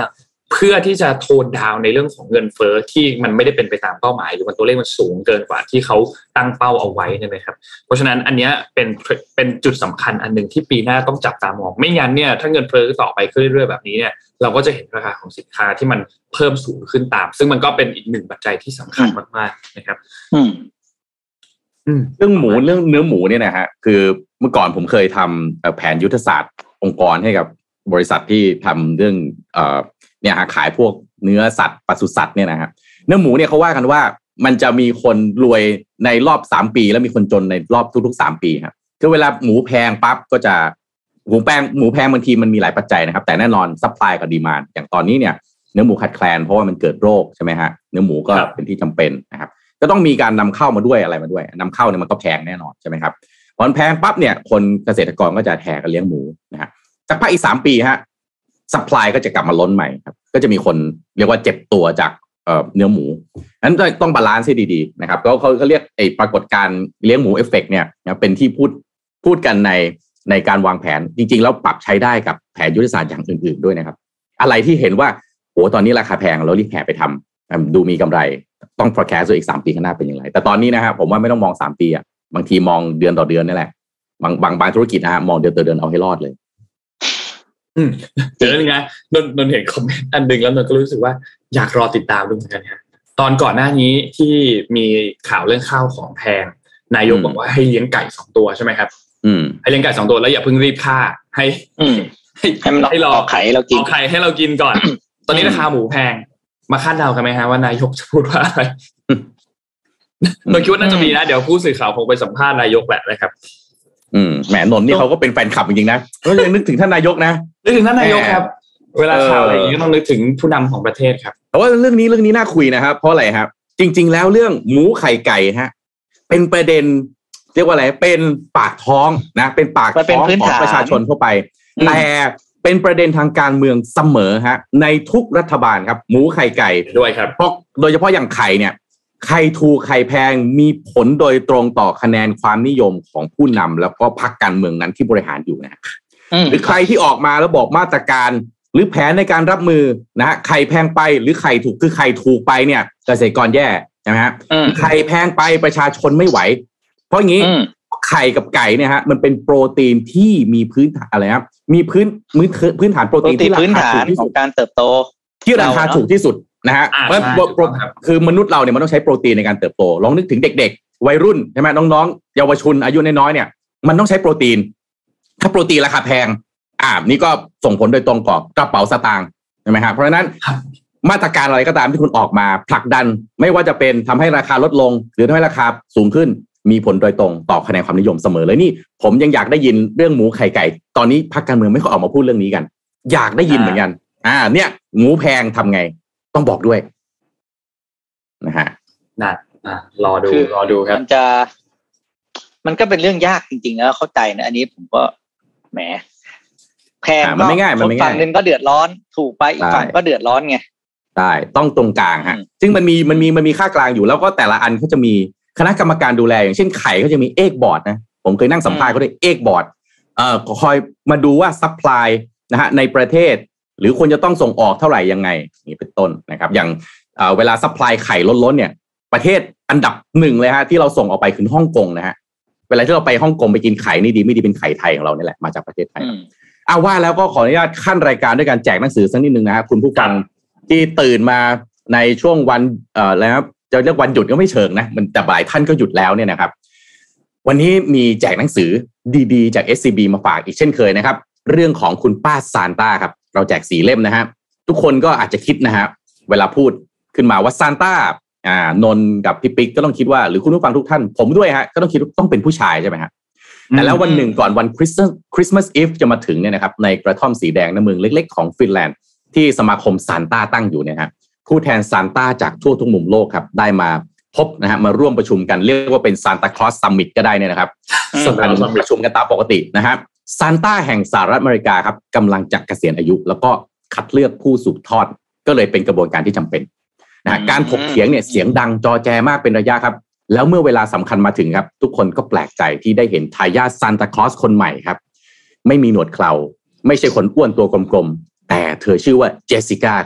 เพื่อที่จะโทนดาวในเรื่องของเงินเฟ้อที่มันไม่ได้เป็นไปตามเป้าหมายหรือมันตัวเลขมันสูงเกินกว่าที่เขาตั้งเป้าเอาไว้นะครับเพราะฉะนั้นอันนี้เป็นเป็นจุดสำคัญอันนึงที่ปีหน้าต้องจับตามองไม่งั้นเนี่ยถ้าเงินเฟ้อต่อไปเรื่อยๆแบบนี้เนี่ยเราก็จะเห็นราคาของสินค้าที่มันเพิ่มสูงขึ้นตามซึ่งมันก็เป็นอีกหนึ่งปัจจัยที่สำคัญมากๆนะครับอืมเรื่องหมูเรื่องเนื้อหมูเนี่ยนะฮะคือเมื่อก่อนผมเคยทำแผนยุทธศาสตร์องค์กรให้กับบริษัทที่ทำเรื่องเอ่อเนี่ยขายพวกเนื้อสัตว์ปศุสัตว์เนี่ยนะครับเนื้อหมูเนี่ยเขาว่ากันว่ามันจะมีคนรวยในรอบสามปีแล้วมีคนจนในรอบทุกๆสามปีครับคือเวลาหมูแพงปั๊บก็จะหมูแพงหมูแพงบางทีมันมีหลายปัจจัยนะครับแต่แน่นอนซัพพลายกับดีมานด์อย่างตอนนี้เนี่ยเนื้อหมูขาดแคลนเพราะว่ามันเกิดโรคใช่ไหมฮะเนื้อหมูก็เป็นที่จำเป็นนะครับก็ต้องมีการนำเข้ามาด้วยอะไรมาด้วยนำเข้าเนี่ยมันก็แพงแน่นอนใช่ไหมครับพอมันแพงปั๊บเนี่ยคนเกษตรกรก็จะแห่กันเลี้ยงหมูนะฮะจากภายอีกสามปีฮะซัพพลายก็จะกลับมาล้นใหม่ครับก็จะมีคนเรียกว่าเจ็บตัวจากเอ่อเนื้อหมูนั้นต้องบาลานซ์ให้ดีๆนะครับก็เขาเขาเรียกไอ้ปรากฏการณ์เลี้ยงหมูเอฟเฟกต์เนี่ยนะเป็นที่พูดพูดกันในในการวางแผนจริงๆแล้วปรับใช้ได้กับแผนยุทธศาสตร์อย่างอื่นๆด้วยนะครับอะไรที่เห็นว่าโอ้ตอนนี้ราคาแพงเรารีบแห่ไปทำดูมีกำไรต้อง forecast อีกสามปีข้างหน้าเป็นอย่างไรแต่ตอนนี้นะครับผมว่าไม่ต้องมองสามปีอ่ะบางทีมองเดือนต่อเดือนนี่แหละบางบางบางธุรกิจนะฮะมองเดือนต่อเดือนเอาให้รอดเลยอืมเจอยังไงนนนนเห็นคอมเมนต์อันนึงแล้วนนก็รู้สึกว่าอยากรอติดตามดูเหมือนกันฮะตอนก่อนหน้านี้ที่มีข่าวเรื่องข้าวของแพงนายกบอกว่าให้เลี้ยงไก่สองตัวใช่ไหมครับอืมให้เลี้ยงไก่สองตัวแล้วอย่าเพิ่งรีบฆ่าให้ให้ให้รอไข่เรากินเอาไข่ให้เรากินก่อนตอนนี้ราคาหมูแพงมาคาดเดากันไหมฮะว่านายกจะพูดว่าอะไรนนคิดว่าน่าจะมีนะเดี๋ยวผู้สื่อข่าวคงไปสัมภาษณ์นายกแหละนะครับอืมแหมนนนี่เขาก็เป็นแฟนคลับจริงๆนะก็ยังนึกถึงท่านนายกนะนึกถึงท่านนายกครับเวลาข่าวอะไรอย่างนี้ต้องนึกถึงผู้นำของประเทศครับแต่ว่าเรื่องนี้เรื่องนี้น่าคุยนะครับเพราะอะไรครับจริงๆแล้วเรื่องหมูไข่ไก่ฮะเป็นประเด็นเรียกว่าอะไรเป็นปากท้องนะเป็นปากท้องของประชาชนทั่วไปแต่เป็นประเด็นทางการเมืองเสมอฮะในทุกรัฐบาลครับหมูไข่ไก่ด้วยครับเพราะโดยเฉพาะอย่างไข่เนี่ยไข่ถูกไข่แพงมีผลโดยตรงต่อคะแนนความนิยมของผู้นำแล้วก็พรรคการเมืองนั้นที่บริหารอยู่นะหรือใครที่ออกมาแล้วบอกมาตรการหรือแผนในการรับมือนะไข่แพงไปหรือไข่ถูกคือไข่ถูกไปเนี่ยเกษตรกรแย่ใช่ไหมฮะไข่แพงไปประชาชนไม่ไหวเพราะงี้ไข่กับไก่เนี่ยฮะมันเป็นโปรตีนที่มีพื้นฐานอะไรครับมีพื้นพื้นพื้นฐานโปรตีนที่ราคาถูกที่สุดการเติบโตที่ราคาถูกที่สุดนะฮะเพราะคือมนุษย์เราเนี่ยมันต้องใช้โปรตีนในการเติบโตลองนึกถึงเด็กๆวัยรุ่นใช่ไหมน้องๆเยาวชนอายุน้อยๆเนี่ยมันต้องใช้โปรตีนถ้าโปรตีนราคาแพงอ่านี่ก็ส่งผลโดยตรงต่อกระเป๋าสตางค์ใช่ไหมครับเพราะฉะนั้นมาตรการอะไรก็ตามที่คุณออกมาผลักดันไม่ว่าจะเป็นทำให้ราคาลดลงหรือทำให้ราคาสูงขึ้นมีผลโดยตรงต่อคะแนนความนิยมเสมอเลยนี่ผมยังอยากได้ยินเรื่องหมูไข่ไก่ตอนนี้พรรคการเมืองไม่ค่อยออกมาพูดเรื่องนี้กันอยากได้ยินเหมือนกันอ่าเนี่ยหมูแพงทำไงต้องบอกด้วยนะฮะนะอ่ารอดูรอดูครับมันจะมันก็เป็นเรื่องยากจริงๆนะเข้าใจนะอันนี้ผมก็แหมแพงมันไม่ง่ายมันไม่ง่ายฝั่งนึงก็เดือดร้อนถูกไปอีกฝั่งก็เดือดร้อนไงใช่ต้องตรงกลางฮะซึ่งมันมีมันมีมันมีค่ากลางอยู่แล้วก็แต่ละอันเขาจะมีคณะกรรมการดูแลอย่างเช่นไข่เขาจะมีเอกบอร์ดนะผมเคยนั่งสัมภาษณ์เขาด้วยเอกบอร์ดเอ่อคอยมาดูว่าซัพพลายนะฮะในประเทศหรือควรจะต้องส่งออกเท่าไหร่ยังไงนี่เป็นต้นนะครับอย่างเอ่อเวลาซัพพลายไข่ล้นๆเนี่ยประเทศอันดับหนึ่งเลยฮะที่เราส่งออกไปคือฮ่องกงนะฮะเวลาที่เราไปฮ่องกงไปกินไข่นี่ดีไม่ดีเป็นไข่ไทยของเรานี่แหละมาจากประเทศไทยเอาว่าแล้วก็ขออนุญาตขั้นรายการด้วยการแจกหนังสือสักนิดนึงนะฮะคุณผู้ฟังที่ตื่นมาในช่วงวันเอ่อแล้วจะเรียกวันหยุดก็ไม่เชิงนะมันแต่หลายท่านก็หยุดแล้วเนี่ยนะครับวันนี้มีแจกหนังสือดีๆจาก เอส ซี บี มาฝากอีกเช่นเคยนะครับเรื่องของคุณป้าซานต้าครับเราแจกสี่เล่มนะฮะทุกคนก็อาจจะคิดนะฮะเวลาพูดขึ้นมาว่าซานต้าอ่านนกับพี่ปิ๊กก็ต้องคิดว่าหรือคุณผู้ฟังทุกท่านผมด้วยฮะก็ต้องคิดว่าต้องเป็นผู้ชายใช่ไหมฮะแต่แล้ววันหนึ่งก่อนวันคริสต์คริสต์มาสอีฟจะมาถึงเนี่ยนะครับในกระท่อมสีแดงในเมืองเล็กๆของฟินแลนด์ที่สมาคมซานต้าตั้งอยู่เนี่ยครับผู้แทนซานต้าจากทั่วทุกมุมโลกครับได้มาพบนะฮะมาร่วมประชุมกันเรียกว่าเป็นซานตาคลอสซัมมิตก็ได้เนี่ยนะครับส่วนการประชุมกันตามปกตินะฮะซานต้าแห่งสหรัฐอเมริกาครับกำลังจะเกษียณอายุแล้วก็คัดเลือกผู้สืบทอดก็เลยเป็นกระบวนการที่จำเป็นนะฮะการถกเถียงเนี่ยเสียงดังจอแจมากเป็นระยะครับแล้วเมื่อเวลาสำคัญมาถึงครับทุกคนก็แปลกใจที่ได้เห็นทายาทซานตาคลอสคนใหม่ครับไม่มีหนวดเคราไม่ใช่คนอ้วนตัวกลมๆแต่เธอชื่อว่าเจสสิก้าครับ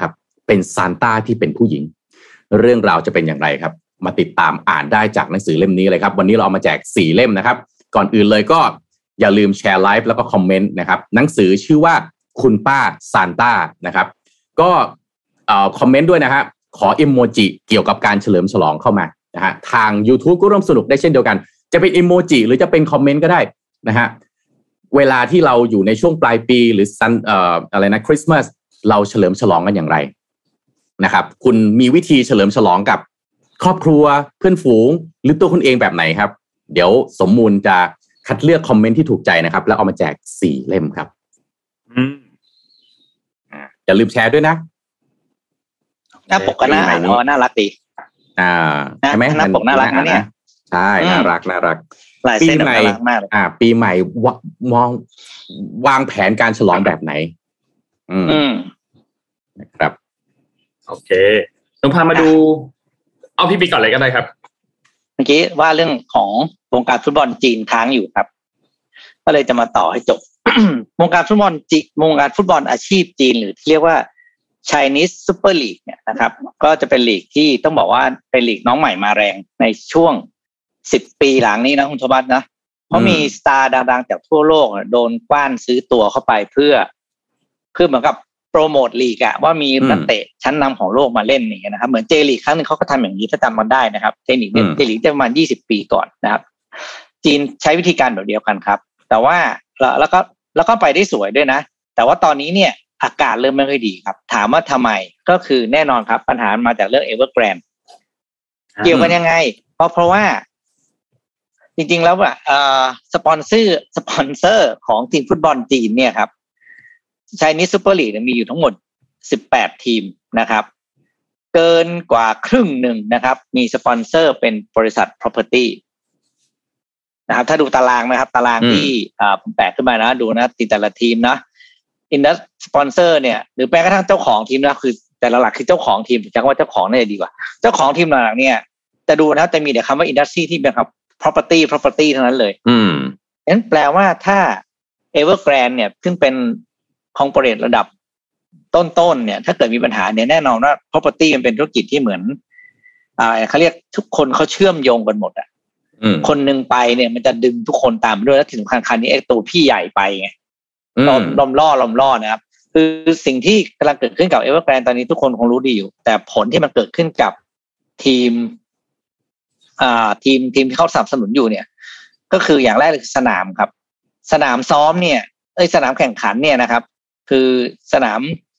เป็นซานต้าที่เป็นผู้หญิงเรื่องราวจะเป็นอย่างไรครับมาติดตามอ่านได้จากหนังสือเล่มนี้เลยครับวันนี้เราเอามาแจกสี่เล่มนะครับก่อนอื่นเลยก็อย่าลืมแชร์ไลฟ์แล้วก็คอมเมนต์นะครับหนังสือชื่อว่าคุณป้าซานต้านะครับก็เอ่อคอมเมนต์ด้วยนะครับขออิโมจิเกี่ยวกับการเฉลิมฉลองเข้ามานะฮะทาง YouTube ก็ร่วมสนุกได้เช่นเดียวกันจะเป็นอิโมจิหรือจะเป็นคอมเมนต์ก็ได้นะฮะเวลาที่เราอยู่ในช่วงปลายปีหรือซันเอ่ออะไรนะคริสต์มาสเราเฉลิมฉลองกันอย่างไรนะครับคุณมีวิธีเฉลิมฉลองกับครอบครัวเพื่อนฝูงหรือตัวคุณเองแบบไหนครับเดี๋ยวสมมูลจะคัดเลือกคอมเมนต์ที่ถูกใจนะครับแล้วเอามาแจกสี่เล่มครับอืมอ่าอย่าลืมแชร์ด้วยนะหน้าปกก็น่าอ๋อน่ารักดีอ่าใช่ไหมหน้าปกน่ารักนะเนี่ยใช่น่ารักน่ารักปีใหม่อ่าปีใหม่มองวางแผนการฉลองแบบไหนอืมนะครับโอเคเราพามาดูเอาพี่ปีก่อนเลยก็ได้ครับเมื่อกี้ว่าเรื่องของวงการฟุตบอลจีนค้างอยู่ครับก็เลยจะมาต่อให้จบ วงการฟุตบอลจีนวงการฟุตบอลอาชีพจีนหรือที่เรียกว่า Chinese Super League เนี่ยนะครับก็จะเป็นลีกที่ต้องบอกว่าเป็นลีกน้องใหม่มาแรงในช่วงสิบปีหลังนี้นะคุณชบัตนะเพราะมีสตาร์ดังๆจากทั่วโลกโดนกว้านซื้อตัวเข้าไปเพื่อเพื่อเหมือนกับโปรโมทลีกอะว่ามีนักเตะชั้นนำของโลกมาเล่นอย่างเงี้ยนะครับเหมือนเจลีกครั้งนึงเขาก็ทำอย่างนี้ถ้าจำกันได้นะครับเจลีกเนี่ยเจลีกจะประมาณยี่สิบปีก่อนนะครับจีนใช้วิธีการแบบเดียวกันครับแต่ว่าแล้วก็แล้วก็ไปได้สวยด้วยนะแต่ว่าตอนนี้เนี่ยอากาศเริ่มไม่ค่อยดีครับถามว่าทำไมก็คือแน่นอนครับปัญหามาจากเรื่อง Evergrande เกี่ยวกันยังไงเพราะเพราะว่าจริงๆแล้วอ่ะเอ่อสปอนเซอร์สปอนเซอร์ของทีมฟุตบอลจีนเนี่ยครับChinese Super League มีอยู่ทั้งหมดสิบแปดทีมนะครับเกินกว่าครึ่งหนึ่งนะครับมีสปอนเซอร์เป็นบริษัท property นะครับถ้าดูตารางนะครับตารางที่อ่าผมแปะขึ้นมานะดูนะติดแต่ละทีมนะอินดัสสปอนเซอร์เนี่ยหรือแม้กระทั่งเจ้าของทีมนะคือแต่ละหลักคือเจ้าของทีมจะว่าเจ้าของน่าจะดีกว่าเจ้าของทีมหลักเนี่ยจะดูนะจะมีแต่คำว่า industry ที่เป็นครับ property property เท่านั้นเลยอืมงั้นแปลว่าถ้า Evergrande เนี่ยซึ่งเป็นคอร์ปอเรทระดับต้นๆเนี่ยถ้าเกิดมีปัญหาเนี่ยแน่นอนว่า property มันเป็นธุรกิจที่เหมือนอ่าเขาเรียกทุกคนเขาเชื่อมโยงกันหมดอ่ะคนนึงไปเนี่ยมันจะดึงทุกคนตามด้วยและที่สำคัญคันนี้ไอ้ตัวพี่ใหญ่ไปไงลมลมล่อลมล่อนะครับคือสิ่งที่กำลังเกิดขึ้นกับ Evergrande ตอนนี้ทุกคนคงรู้ดีอยู่แต่ผลที่มันเกิดขึ้นกับทีมอ่าทีมทีมที่เขาสนับสนุนอยู่เนี่ยก็คืออย่างแรกคือสนามครับสนามซ้อมเนี่ยเอ้ยสนามแข่งขันเนี่ยนะครับคือสนาม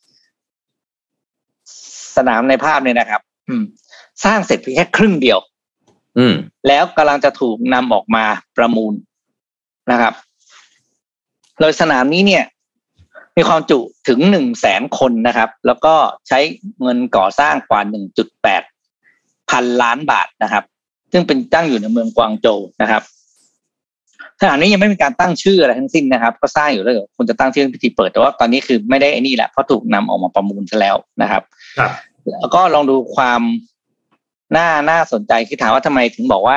สนามในภาพเนี่ยนะครับอืมสร้างเสร็จเพียงแค่ครึ่งเดียวอืมแล้วกำลังจะถูกนำออกมาประมูลนะครับโดยสนามนี้เนี่ยมีความจุถึง หนึ่งแสน คนนะครับแล้วก็ใช้เงินก่อสร้างกว่า หนึ่งจุดแปด พันล้านบาทนะครับซึ่งเป็นตั้งอยู่ในเมืองกวางโจวนะครับสนามนี้ยังไม่มีการตั้งชื่ออะไรทั้งสิ้นนะครับก็สร้างอยู่แล้วคุณจะตั้งชื่อพิธีเปิดแต่ว่าตอนนี้คือไม่ได้ไอ้นี่แหละเพราะถูกนำออกมาประมูลซะแล้วนะครับครับแล้วก็ลองดูความน่าน่าสนใจคือถามว่าทำไมถึงบอกว่า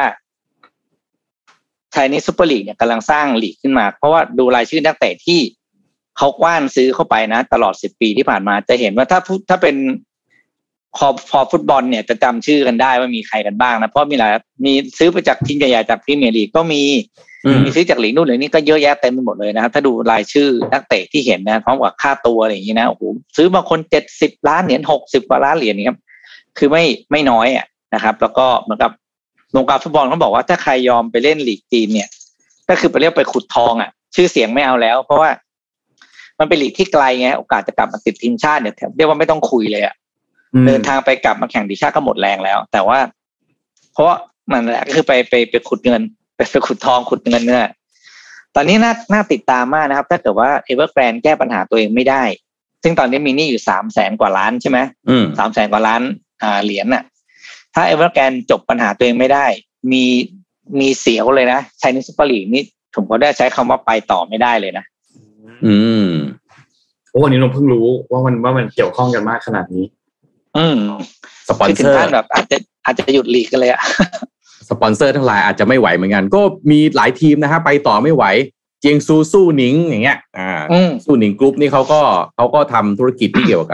Chinese Super League เนี่ยกำลังสร้างลีกขึ้นมาเพราะว่าดูรายชื่อนักเตะที่เขากว้านซื้อเข้าไปนะตลอดสิบปีที่ผ่านมาจะเห็นว่าถ้าถ้าเป็นพอพอฟุตบอลเนี่ยจะจำชื่อกันได้ว่ามีใครกันบ้างนะเพราะมีหลายมีซื้อไปจากทีมใหญ่ๆจากพรีเมียร์ลีกก็มีมีซื้อจากลีกนู่นเลยนี่ก็เยอะแยะเต็มไปหมดเลยนะครับถ้าดูรายชื่อนักเตะที่เห็นนะพร้อมกับค่าตัวอะไรอย่างนี้นะโอ้โหซื้อบางคนเจ็ดสิบล้านเหรียญหกสิบกว่าล้านเหรียญนี่ครับคือไม่ไม่น้อยอ่ะนะครับแล้วก็เหมือนกับวงการฟุตบอลเขาบอกว่าถ้าใครยอมไปเล่นลีกจีนเนี่ยก็คือไปเรียกไปขุดทองอ่ะชื่อเสียงไม่เอาแล้วเพราะว่ามันเป็นลีกที่ไกลไงโอกาสจะกลับมาติดทีมชาติเนี่ยเรียกว่าไม่ต้องคุยเลยอ่ะเดินทางไปกลับมาแข่งทีมชาติก็หมดแรงแล้วแต่ว่าเพราะว่ามันแหละก็คือไปไปไปขุดเงินไปไปขุดทองขุดเงินเนี่ยตอนนี้น่าน่าติดตามมากนะครับถ้าเกิดว่า Evergrande แก้ปัญหาตัวเองไม่ได้ซึ่งตอนนี้มีหนี้อยู่สามแสนกว่าล้านใช่ไหมสามแสนกว่าล้านอ่าเหรียญน่ะถ้า Evergrande จบปัญหาตัวเองไม่ได้มีมีเสียวเลยนะ Chinese Super League นี่ผมก็ได้ใช้คำว่าไปต่อไม่ได้เลยนะอืมโอ้วันนี้เราเพิ่งรู้ว่ามันว่ามันเกี่ยวข้องกันมากขนาดนี้อืมสปอนเซอร์แบบอาจจะอาจจะหยุดลีกกันเลยอะสปอนเซอร์ทั้งหลายอาจจะไม่ไหวเหมือนกันก็มีหลายทีมนะฮะไปต่อไม่ไหวเจียงซูสู้หนิงอย่างเงี้ยอ่าสู้หนิงกรุ๊ปนี่เขาก็เขาก็ทำธุรกิจที่เกี่ยวกับ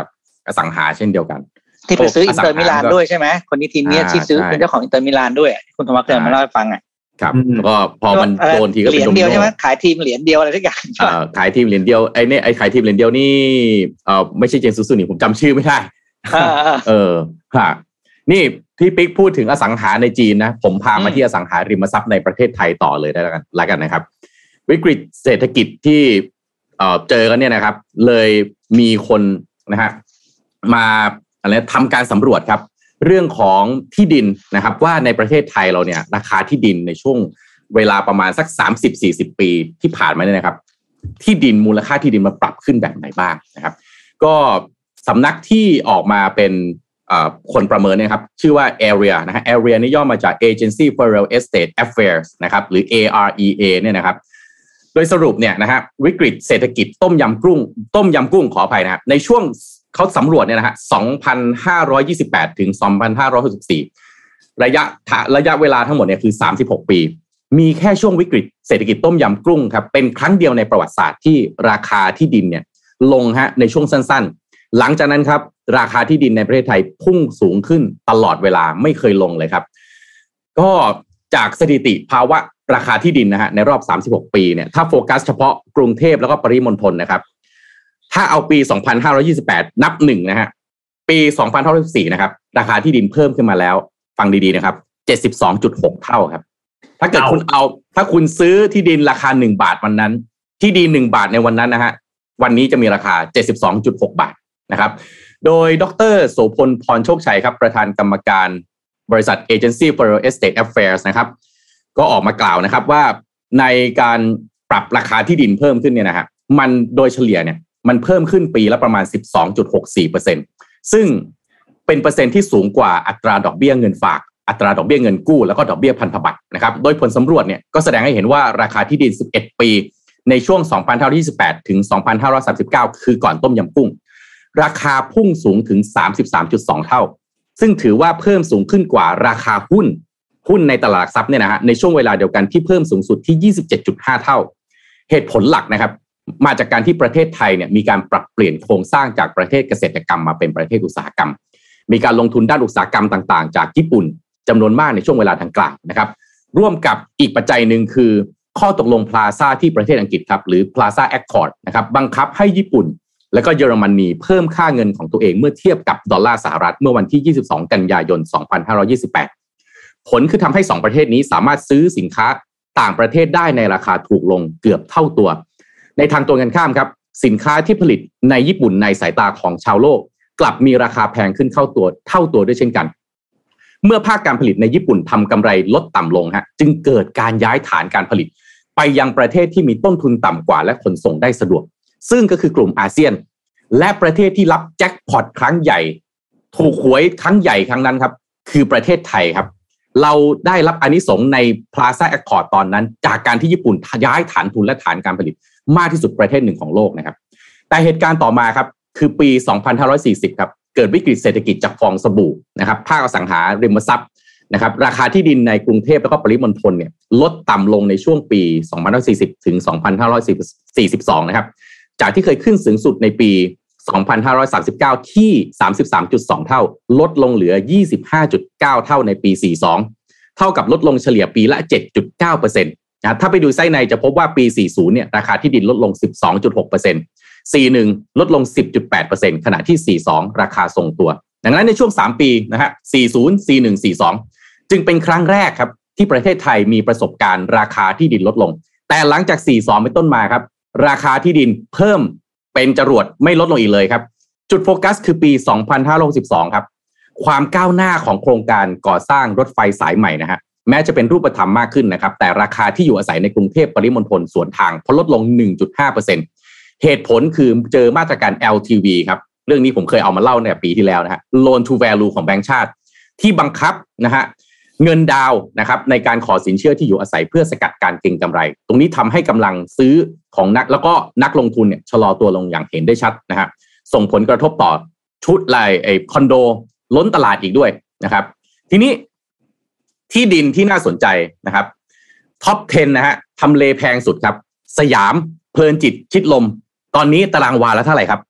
อสังหาเช่นเดียวกันที่ไปซื้ออินเตอร์มิลานด้วยใช่ไหมคนนี้ทีมนี้ที่ซื้อเป็นเจ้าของอินเตอร์มิลานด้วยคุณธรรมะเคยมาเล่าให้ฟังอ่ะครับแล้วก็พอมันโดนทีก็เป็นเหรียญเดียวใช่ไหมขายทีมเหรียญเดียวอะไรทุกอย่างขายทีมเหรียญเดียวไอ้นี่ไอ้ขายทีมเหรียญเดียวนี่เออไม่ใช่เจนซูซูนี่ผมจำชื่อไม่ได้เออค่ะนี่พี่ปิ๊กพูดถึงอสังหาในจีนนะผมพามาที่อสังหาริมทรัพย์ในประเทศไทยต่อเลยได้แล้วกันแล้วกันนะครับวิกฤตเศรษฐกิจที่เอ่อเจอกันเนี่ยนะครับเลยมีคนนะฮะมาอะไรทำการสำรวจครับเรื่องของที่ดินนะครับว่าในประเทศไทยเราเนี่ยราคาที่ดินในช่วงเวลาประมาณสัก สามสิบถึงสี่สิบ ปีที่ผ่านมาเนี่ยนะครับที่ดินมูลค่าที่ดินมาปรับขึ้นแบบไหนบ้างนะครับก็สำนักที่ออกมาเป็นคนประเมินเนี่ยครับชื่อว่า Area นะฮะ Area นี่ย่อมาจาก Agency for Real Estate Affairs นะครับหรือ เอ อาร์ อี เอ เนี่ยนะครับโดยสรุปเนี่ยนะฮะวิกฤตเศรษฐกิจต้มยำกุ้งต้มยำกุ้งขออภัยนะครับในช่วงเขาสำรวจเนี่ยนะฮะสองพันห้าร้อยยี่สิบแปดถึงสองพันห้าร้อยหกสิบสี่ระยะระยะเวลาทั้งหมดเนี่ยคือสามสิบหกปีมีแค่ช่วงวิกฤตเศรษฐกิจต้มยำกุ้งครับเป็นครั้งเดียวในประวัติศาสตร์ที่ราคาที่ดินเนี่ยลงฮะในช่วงสั้นๆหลังจากนั้นครับราคาที่ดินในประเทศไทยพุ่งสูงขึ้นตลอดเวลาไม่เคยลงเลยครับก็จากสถิติภาวะราคาที่ดินนะฮะในรอบสามสิบหกปีเนี่ยถ้าโฟกัสเฉพาะกรุงเทพแล้วก็ปริมณฑลนะครับถ้าเอาปีสองพันห้าร้อยยี่สิบแปดนับหนึ่งนะฮะปีสองพันห้าร้อยสิบสี่นะครับราคาที่ดินเพิ่มขึ้นมาแล้วฟังดีๆนะครับ เจ็ดสิบสองจุดหก เท่าครับถ้าเกิดคุณเอาถ้าคุณซื้อที่ดินราคาหนึ่งบาทวันนั้นที่ดินหนึ่งบาทในวันนั้นนะฮะวันนี้จะมีราคา เจ็ดสิบสองจุดหก บาทนะครับโดยดร.โสพลพรโชคชัยครับประธานกรรมการบริษัท Agency for Real Estate Affairs นะครับก็ออกมากล่าวนะครับว่าในการปรับราคาที่ดินเพิ่มขึ้นเนี่ยนะฮะมันโดยเฉลี่ยเนี่ยมันเพิ่มขึ้นปีละประมาณ สิบสองจุดหกสี่เปอร์เซ็นต์ ซึ่งเป็นเปอร์เซ็นต์ที่สูงกว่าอัตราดอกเบี้ยเงินฝากอัตราดอกเบี้ยเงินกู้แล้วก็ดอกเบี้ยพันธบัตรนะครับโดยผลสำรวจเนี่ยก็แสดงให้เห็นว่าราคาที่ดินสิบเอ็ดปีในช่วงสองพันห้าร้อยยี่สิบแปดถึงสองพันห้าร้อยสามสิบเก้าคือก่อนต้มยำกุ้งราคาพุ่งสูงถึง สามสิบสามจุดสอง เท่าซึ่งถือว่าเพิ่มสูงขึ้นกว่าราคาหุ้นหุ้นในตลาดหลักทรัพย์เนี่ยนะฮะในช่วงเวลาเดียวกันที่เพิ่มสูงสุดที่ ยี่สิบเจ็ดจุดห้า เท่าเหตุผลหลักนะครับมาจากการที่ประเทศไทยเนี่ยมีการปรับเปลี่ยนโครงสร้างจากประเทศเกษตรกรรมมาเป็นประเทศอุตสาหกรรมมีการลงทุนด้านอุตสาหกรรมต่างๆจากญี่ปุ่นจำนวนมากในช่วงเวลาดังกล่าวนะครับร่วมกับอีกปัจจัยหนึ่งคือข้อตกลงพลาซ่าที่ประเทศอังกฤษครับหรือ Plaza Accord นะครับบังคับให้ญี่ปุ่นและก็เยอรมนีเพิ่มค่าเงินของตัวเองเมื่อเทียบกับดอลลาร์สหรัฐเมื่อวันที่ยี่สิบสองกันยายนสองพันห้าร้อยยี่สิบแปดผลคือทำให้สองประเทศนี้สามารถซื้อสินค้าต่างประเทศได้ในราคาถูกลงเกือบเท่าตัวในทางตรงกันข้ามครับสินค้าที่ผลิตในญี่ปุ่นในสายตาของชาวโลกกลับมีราคาแพงขึ้นเข้าตัวเท่าตัวด้วยเช่นกันเมื่อภาคการผลิตในญี่ปุ่นทำกำไรลดต่ำลงฮะจึงเกิดการย้ายฐานการผลิตไปยังประเทศที่มีต้นทุนต่ำกว่าและขนส่งได้สะดวกซึ่งก็คือกลุ่มอาเซียนและประเทศที่รับแจ็คพอตครั้งใหญ่ถูกหวยครั้งใหญ่ครั้งนั้นครับคือประเทศไทยครับเราได้รับอานิสงส์ใน Plaza Accord ตอนนั้นจากการที่ญี่ปุ่นย้ายฐานทุนและฐานการผลิตมากที่สุดประเทศหนึ่งของโลกนะครับแต่เหตุการณ์ต่อมาครับคือปีสองพันห้าร้อยสี่สิบครับเกิดวิกฤตเศรษฐกิจจากฟองสบู่นะครับภาคอสังหาริมทรัพย์นะครับราคาที่ดินในกรุงเทพและก็ปริมณฑลเนี่ยลดต่ำลงในช่วงปีสองพันห้าร้อยสี่สิบถึงสองพันห้าร้อยสี่สิบสองนะครับจากที่เคยขึ้นสูงสุดในปีสองพันห้าร้อยสามสิบเก้าที่ สามสิบสามจุดสอง เท่าลดลงเหลือ ยี่สิบห้าจุดเก้า เท่าในปีสี่สิบสองเท่ากับลดลงเฉลี่ยปีละ เจ็ดจุดเก้าเปอร์เซ็นต์ นะถ้าไปดูไส้ในจะพบว่าปีสี่สิบเนี่ยราคาที่ดินลดลง สิบสองจุดหกเปอร์เซ็นต์ สี่สิบเอ็ดลดลง สิบจุดแปดเปอร์เซ็นต์ ขณะที่สี่สิบสองราคาทรงตัวดังนั้นในช่วงสามปีนะฮะสี่สิบ สี่สิบเอ็ด สี่สิบสองจึงเป็นครั้งแรกครับที่ประเทศไทยมีประสบการณ์ราคาที่ดินลดลงแต่หลังจากสี่สิบสองเป็นต้นมาครับราคาที่ดินเพิ่มเป็นจรวดไม่ลดลงอีกเลยครับจุดโฟกัสคือปีสองพันห้าร้อยหกสิบสองครับความก้าวหน้าของโครงการก่อสร้างรถไฟสายใหม่นะฮะแม้จะเป็นรูปธรรมมากขึ้นนะครับแต่ราคาที่อยู่อาศัยในกรุงเทพปริมณฑลสวนทางพอลดลง หนึ่งจุดห้าเปอร์เซ็นต์ เหตุผลคือเจอมาตรการ แอล ที วี ครับเรื่องนี้ผมเคยเอามาเล่าในปีที่แล้วนะฮะ Loan to Value ของแบงก์ชาติที่บังคับนะฮะเงินดาวนะครับในการขอสินเชื่อที่อยู่อาศัยเพื่อสกัดการเก็งกำไรตรงนี้ทำให้กำลังซื้อของนักแล้วก็นักลงทุนเนี่ยชะลอตัวลงอย่างเห็นได้ชัดนะฮะส่งผลกระทบต่อชุดลายไอ้คอนโดล้นตลาดอีกด้วยนะครับทีนี้ที่ดินที่น่าสนใจนะครับท็อปสิบนะฮะทำเลแพงสุดครับสยามเพลินจิตชิดลมตอนนี้ตารางวาละเท่าไหร่ครับ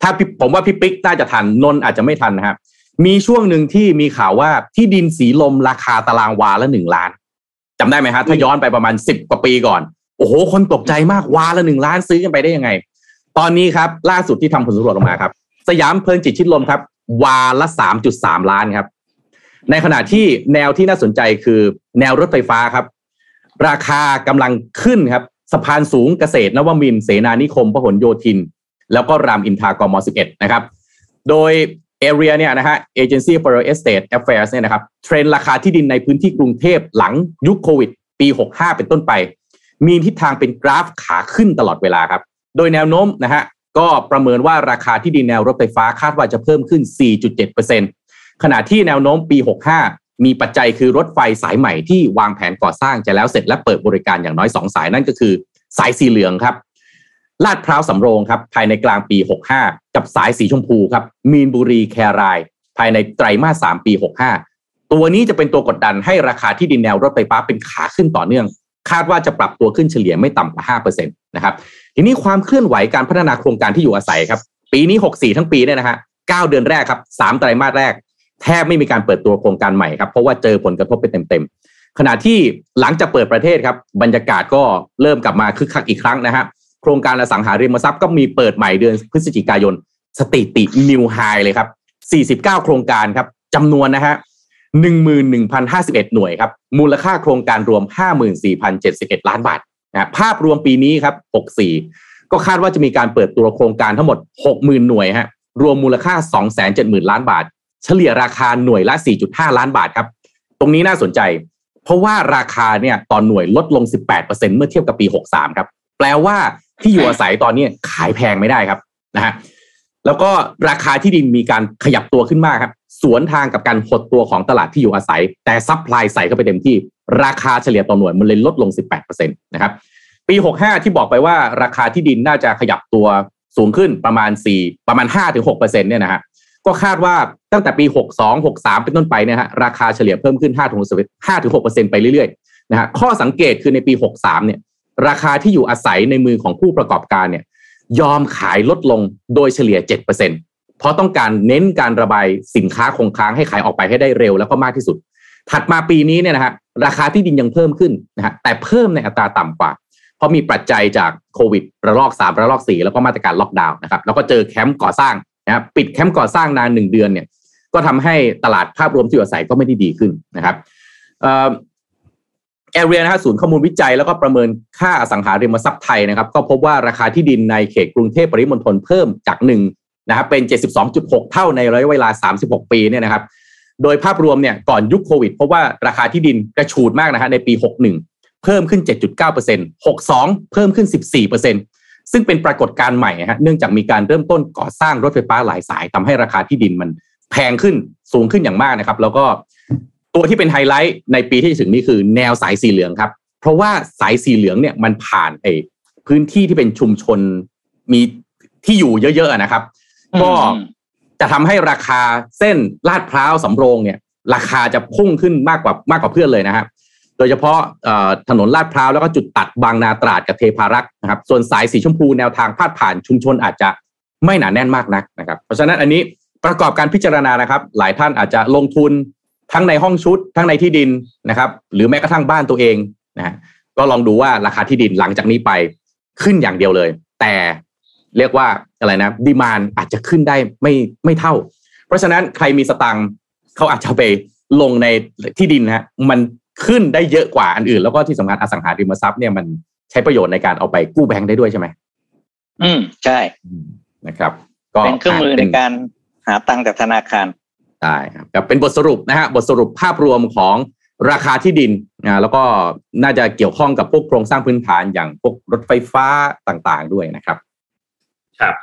ถ้าผมว่าพี่ปิ๊กน่าจะทันนนอาจจะไม่ทันนะครับมีช่วงหนึ่งที่มีข่าวว่าที่ดินสีลมราคาตารางวาละหนึ่งล้านจำได้ไหมฮะถ้าย้อนไปประมาณสิบกว่าปีก่อนโอ้โหคนตกใจมากวาละหนึ่งล้านซื้อกันไปได้ยังไงตอนนี้ครับล่าสุดที่ทำผลสำรวจออกมาครับสยามเพลินจิตชิดลมครับวาละ สามจุดสาม ล้านครับในขณะที่แนวที่น่าสนใจคือแนวรถไฟฟ้าครับราคากำลังขึ้นครับสะพานสูงเกษตรนวมินทร์เสนานิคมพหลโยธินแล้วก็รามอินทรากม.สิบเอ็ดนะครับโดย Area เนี่ยนะฮะ Agency for Estate Affairs เนี่ยนะครับเทรนด์ราคาที่ดินในพื้นที่กรุงเทพหลังยุคโควิดปีหกสิบห้าเป็นต้นไปมีทิศทางเป็นกราฟขาขึ้นตลอดเวลาครับโดยแนวโน้มนะฮะก็ประเมินว่าราคาที่ดินแนวรถไฟฟ้าคาดว่าจะเพิ่มขึ้น สี่จุดเจ็ดเปอร์เซ็นต์ ขณะที่แนวโน้มปีหกสิบห้ามีปัจจัยคือรถไฟสายใหม่ที่วางแผนก่อสร้างจะแล้วเสร็จและเปิดบริการอย่างน้อยสองสายนั่นก็คือสายสีเหลืองครับลาดพร้าวสำโรงครับภายในกลางปีหกสิบห้ากับสายสีชมพูครับมีนบุรีแครายภายในไตรมาสสามปีหกสิบห้าตัวนี้จะเป็นตัวกดดันให้ราคาที่ดินแนวรถไฟฟ้าเป็นขาขึ้นต่อเนื่องคาดว่าจะปรับตัวขึ้นเฉลี่ยไม่ต่ำกว่า ห้าเปอร์เซ็นต์ นะครับทีนี้ความเคลื่อนไหวการพัฒนาโครงการที่อยู่อาศัยครับปีนี้หกสิบสี่ทั้งปีเนี่ยนะฮะเก้าเดือนแรกครับสามไตรมาสแรกแทบไม่มีการเปิดตัวโครงการใหม่ครับเพราะว่าเจอผลกระทบไปเต็มๆขณะที่หลังจากเปิดประเทศครับบรรยากาศก็เริ่มกลับมาคึกคักอีกครั้งนะฮะโครงการอสังหาริมทรัพย์ก็มีเปิดใหม่เดือนพฤศจิกายนสถิตินิวไฮเลยครับสี่สิบเก้าโครงการครับจำนวนนะฮะ หนึ่งหมื่นหนึ่งพันห้าสิบเอ็ด หน่วยครับมูลค่าโครงการรวม ห้าหมื่นสี่พันเจ็ดสิบเอ็ด ล้านบาทนะภาพรวมปีนี้ครับหกสิบสี่ก็คาดว่าจะมีการเปิดตัวโครงการทั้งหมด หกหมื่น หน่วยฮะรวมมูลค่า สองแสนเจ็ดหมื่น ล้านบาทเฉลี่ยราคาหน่วยละ สี่จุดห้า ล้านบาทครับตรงนี้น่าสนใจเพราะว่าราคาเนี่ยตอนหน่วยลดลง สิบแปดเปอร์เซ็นต์ เมื่อเทียบกับปีหกสิบสามครับแปลว่าที่อยู่อาศัยตอนนี้ขายแพงไม่ได้ครับนะฮะแล้วก็ราคาที่ดินมีการขยับตัวขึ้นมากครับสวนทางกับการหดตัวของตลาดที่อยู่อาศัยแต่ซัพพลายใส่เข้าไปเต็มที่ราคาเฉลี่ยต่อหน่วยมันเลยลดลง สิบแปดเปอร์เซ็นต์ นะครับปีหกสิบห้าที่บอกไปว่าราคาที่ดินน่าจะขยับตัวสูงขึ้นประมาณสี่ประมาณ ห้าถึงหกเปอร์เซ็นต์ เนี่ยนะฮะก็คาดว่าตั้งแต่ปีหกสิบสอง หกสิบสามเป็นต้นไปเนี่ยฮะราคาเฉลี่ยเพิ่มขึ้น ห้าถึงหกเปอร์เซ็นต์ ไปเรื่อยๆนะฮะข้อสังเกตคือในปีหกสิบสามเนี่ยราคาที่อยู่อาศัยในมือของผู้ประกอบการเนี่ยยอมขายลดลงโดยเฉลี่ย เจ็ดเปอร์เซ็นต์ เพราะต้องการเน้นการระบายสินค้าคงค้างให้ขายออกไปให้ได้เร็วแล้วก็มากที่สุดถัดมาปีนี้เนี่ยนะฮะราคาที่ดินยังเพิ่มขึ้นนะฮะแต่เพิ่มในอัตราต่ำกว่าเพราะมีปัจจัยจากโควิดระลอกสามระลอกสี่แล้วก็มาตรการล็อกดาวน์นะครับแล้วก็เจอแคมป์ก่อสร้างนะครับปิดแคมป์ก่อสร้างนานหนึ่งเดือนเนี่ยก็ทำให้ตลาดภาพรวมที่อยู่อาศัยก็ไม่ได้ดีขึ้นนะครับเอ่อแอเรียนะฮะศูนย์ข้อมูลวิจัยแล้วก็ประเมินค่าอสังหาริมทรัพย์ไทยนะครับก็พบว่าราคาที่ดินในเขตกรุงเทพปริมณฑลเพิ่มจากหนึ่งนะครับเป็น เจ็ดสิบสองจุดหก เท่าในระยะเวลาสามสิบหกปีเนี่ยนะครับโดยภาพรวมเนี่ยก่อนยุคโควิดพบว่าราคาที่ดินกระฉูดมากนะฮะในปีหกสิบเอ็ดเพิ่มขึ้น เจ็ดจุดเก้าเปอร์เซ็นต์ หกสิบสองเพิ่มขึ้น สิบสี่เปอร์เซ็นต์ ซึ่งเป็นปรากฏการณ์ใหม่ฮะเนื่องจากมีการเริ่มต้นก่อสร้างรถไฟฟ้าหลายสายทำให้ราคาที่ดินมันแพงขึ้นสูงขึ้นอย่างมากนะครับแล้วก็ตัวที่เป็นไฮไลท์ในปีที่จะถึงนี้คือแนวสายสีเหลืองครับเพราะว่าสายสีเหลืองเนี่ยมันผ่านไอ้พื้นที่ที่เป็นชุมชนมีที่อยู่เยอะๆนะครับก็จะทำให้ราคาเส้นลาดพร้าวสำโรงเนี่ยราคาจะพุ่งขึ้นมากกว่ามากกว่าเพื่อนเลยนะฮะโดยเฉพาะถนนลาดพร้าวแล้วก็จุดตัดบางนาตราดกับเทพารักษ์นะครับส่วนสายสีชมพูแนวทางพาดผ่านชุมชนอาจจะไม่หนาแน่นมากนักนะครับเพราะฉะนั้นอันนี้ประกอบการพิจารณานะครับหลายท่านอาจจะลงทุนทั้งในห้องชุดทั้งในที่ดินนะครับหรือแม้กระทั่งบ้านตัวเองนะฮะก็ลองดูว่าราคาที่ดินหลังจากนี้ไปขึ้นอย่างเดียวเลยแต่เรียกว่าอะไรนะดีมานด์อาจจะขึ้นได้ไม่ไม่เท่าเพราะฉะนั้นใครมีสตังค์เขาอาจจะไปลงในที่ดินนะฮะมันขึ้นได้เยอะกว่าอันอื่นแล้วก็ที่สำคัญอสังหาริมทรัพย์เนี่ยมันใช้ประโยชน์ในการเอาไปกู้แบงค์ได้ด้วยใช่ไหมอืมใช่นะครับก็เป็นเครื่องมือในการหาตังค์จากธนาคารใช่ครับเป็นบทสรุปนะฮะบทสรุปภาพรวมของราคาที่ดินนะแล้วก็น่าจะเกี่ยวข้องกับพวกโครงสร้างพื้นฐานอย่างพวกรถไฟฟ้าต่างๆด้วยนะครับครับ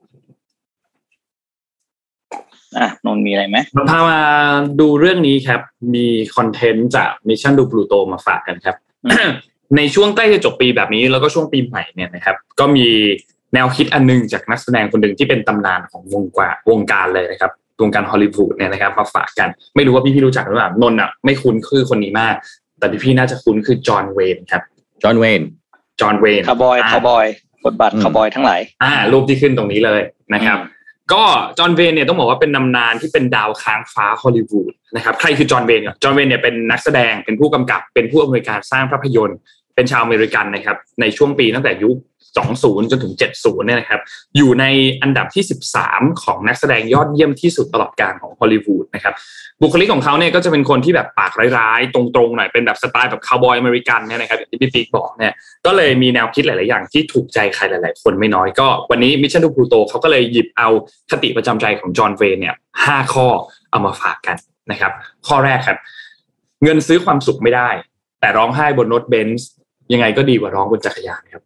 อ่ะนนมีอะไรไหมพามาดูเรื่องนี้ครับมีคอนเทนต์จาก Mission to Pluto มาฝากกันครับ ในช่วงใกล้จะจบปีแบบนี้แล้วก็ช่วงปีใหม่เนี่ยนะครับก็มีแนวคิดอันนึงจากนักแสดงคนหนึ่งที่เป็นตำนานของวงการวงการเลยนะครับวงการฮอลลีวูดเนี่ยนะครับมาฝากกันไม่รู้ว่าพี่ๆรู้จักหรือเปล่านนท์อ่ะไม่คุ้นคือคนนี้มากแต่พี่ๆน่าจะคุ้นคือจอห์นเวย์นครับจอห์นเวย์นจอห์นเวย์นคาวบอยคาวบอยบทบาทคาวบอยทั้งหลายอ่ารูปที่ขึ้นตรงนี้เลยนะครับก็จอห์นเวนเนี่ยต้องบอกว่าเป็นตำนานที่เป็นดาวค้างฟ้าฮอลลีวูดนะครับใครคือจอห์นเวนก่อนจอห์นเวนเนี่ยเป็นนักแสดงเป็นผู้กำกับเป็นผู้อำนวยการสร้างภาพยนตร์เป็นชาวอเมริกันนะครับในช่วงปีตั้งแต่ยุคสองสิบจนถึงเจ็ดสิบเนี่ยนะครับอยู่ในอันดับที่สิบสามของนักแสดงยอดเยี่ยมที่สุดตลอดกาลของฮอลลีวูดนะครับบุคลิกของเขาเนี่ยก็จะเป็นคนที่แบบปากร้ายๆตรงๆหน่อยเป็นแบบสไตล์แบบคาวบอยอเมริกันเนี่ยนะครับอย่างที่พี่ปิ๊กบอกเนี่ยก็เลยมีแนวคิดหลายๆอย่างที่ถูกใจใครหลายๆคนไม่น้อยก็วันนี้ Mission to Pluto เขาก็เลยหยิบเอาคติประจำใจของจอห์นเวนเนี่ยห้าข้อเอามาฝากกันนะครับข้อแรกครับเงินซื้อความสุขไม่ได้แต่ร้องไห้บนรถเบนซ์ยังไงก็ดีกว่าร้องบนจักรยานครับ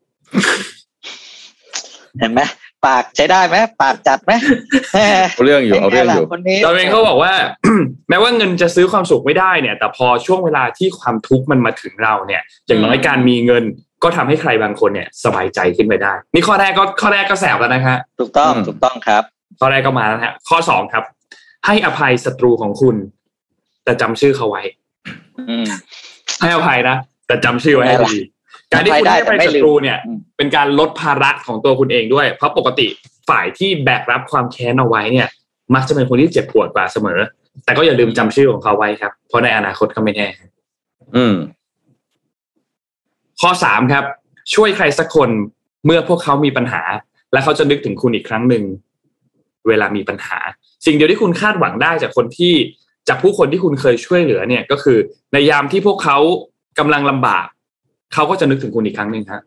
เห็นไหมปากใช้ได้ไหมปากจัดไหมเอาเรื่องอยู่เอาเรื่องอยู่ตอนเองเขาบอกว่า แม้ว่าเงินจะซื้อความสุขไม่ได้เนี่ยแต่พอช่วงเวลาที่ความทุกข์มันมาถึงเราเนี่ยอย่างน้อยการมีเงินก็ทำให้ใครบางคนเนี่ยสบายใจขึ้นไปได้นี่ข้อแรกก็ข้อแรกก็แสบแล้วนะครับถูกต้องถูกต้องครับข้อแรกก็มาแล้วฮะข้อสองครับให้อภัยศัตรูของคุณแต่จำชื่อเขาไว้ให้อภัยนะแต่จำชื่อไว้ให้ดีการที่คุณให้อภัยศัตรูเนี่ยเป็นการลดภาระของตัวคุณเองด้วยเพราะปกติฝ่ายที่แบกรับความแค้นเอาไว้เนี่ยมักจะเป็นคนที่เจ็บปวดกว่าเสมอแต่ก็อย่าลืมจำชื่อของเขาไว้ครับเพราะในอนาคตก็ไม่แน่อืมข้อสามครับช่วยใครสักคนเมื่อพวกเขามีปัญหาและเขาจะนึกถึงคุณอีกครั้งหนึ่งเวลามีปัญหาสิ่งเดียวที่คุณคาดหวังได้จากคนที่จากผู้คนที่คุณเคยช่วยเหลือเนี่ยก็คือในยามที่พวกเขากำลังลำบากเขาก็จะนึกถึงคุณอีกครั้งหนึ่งครับ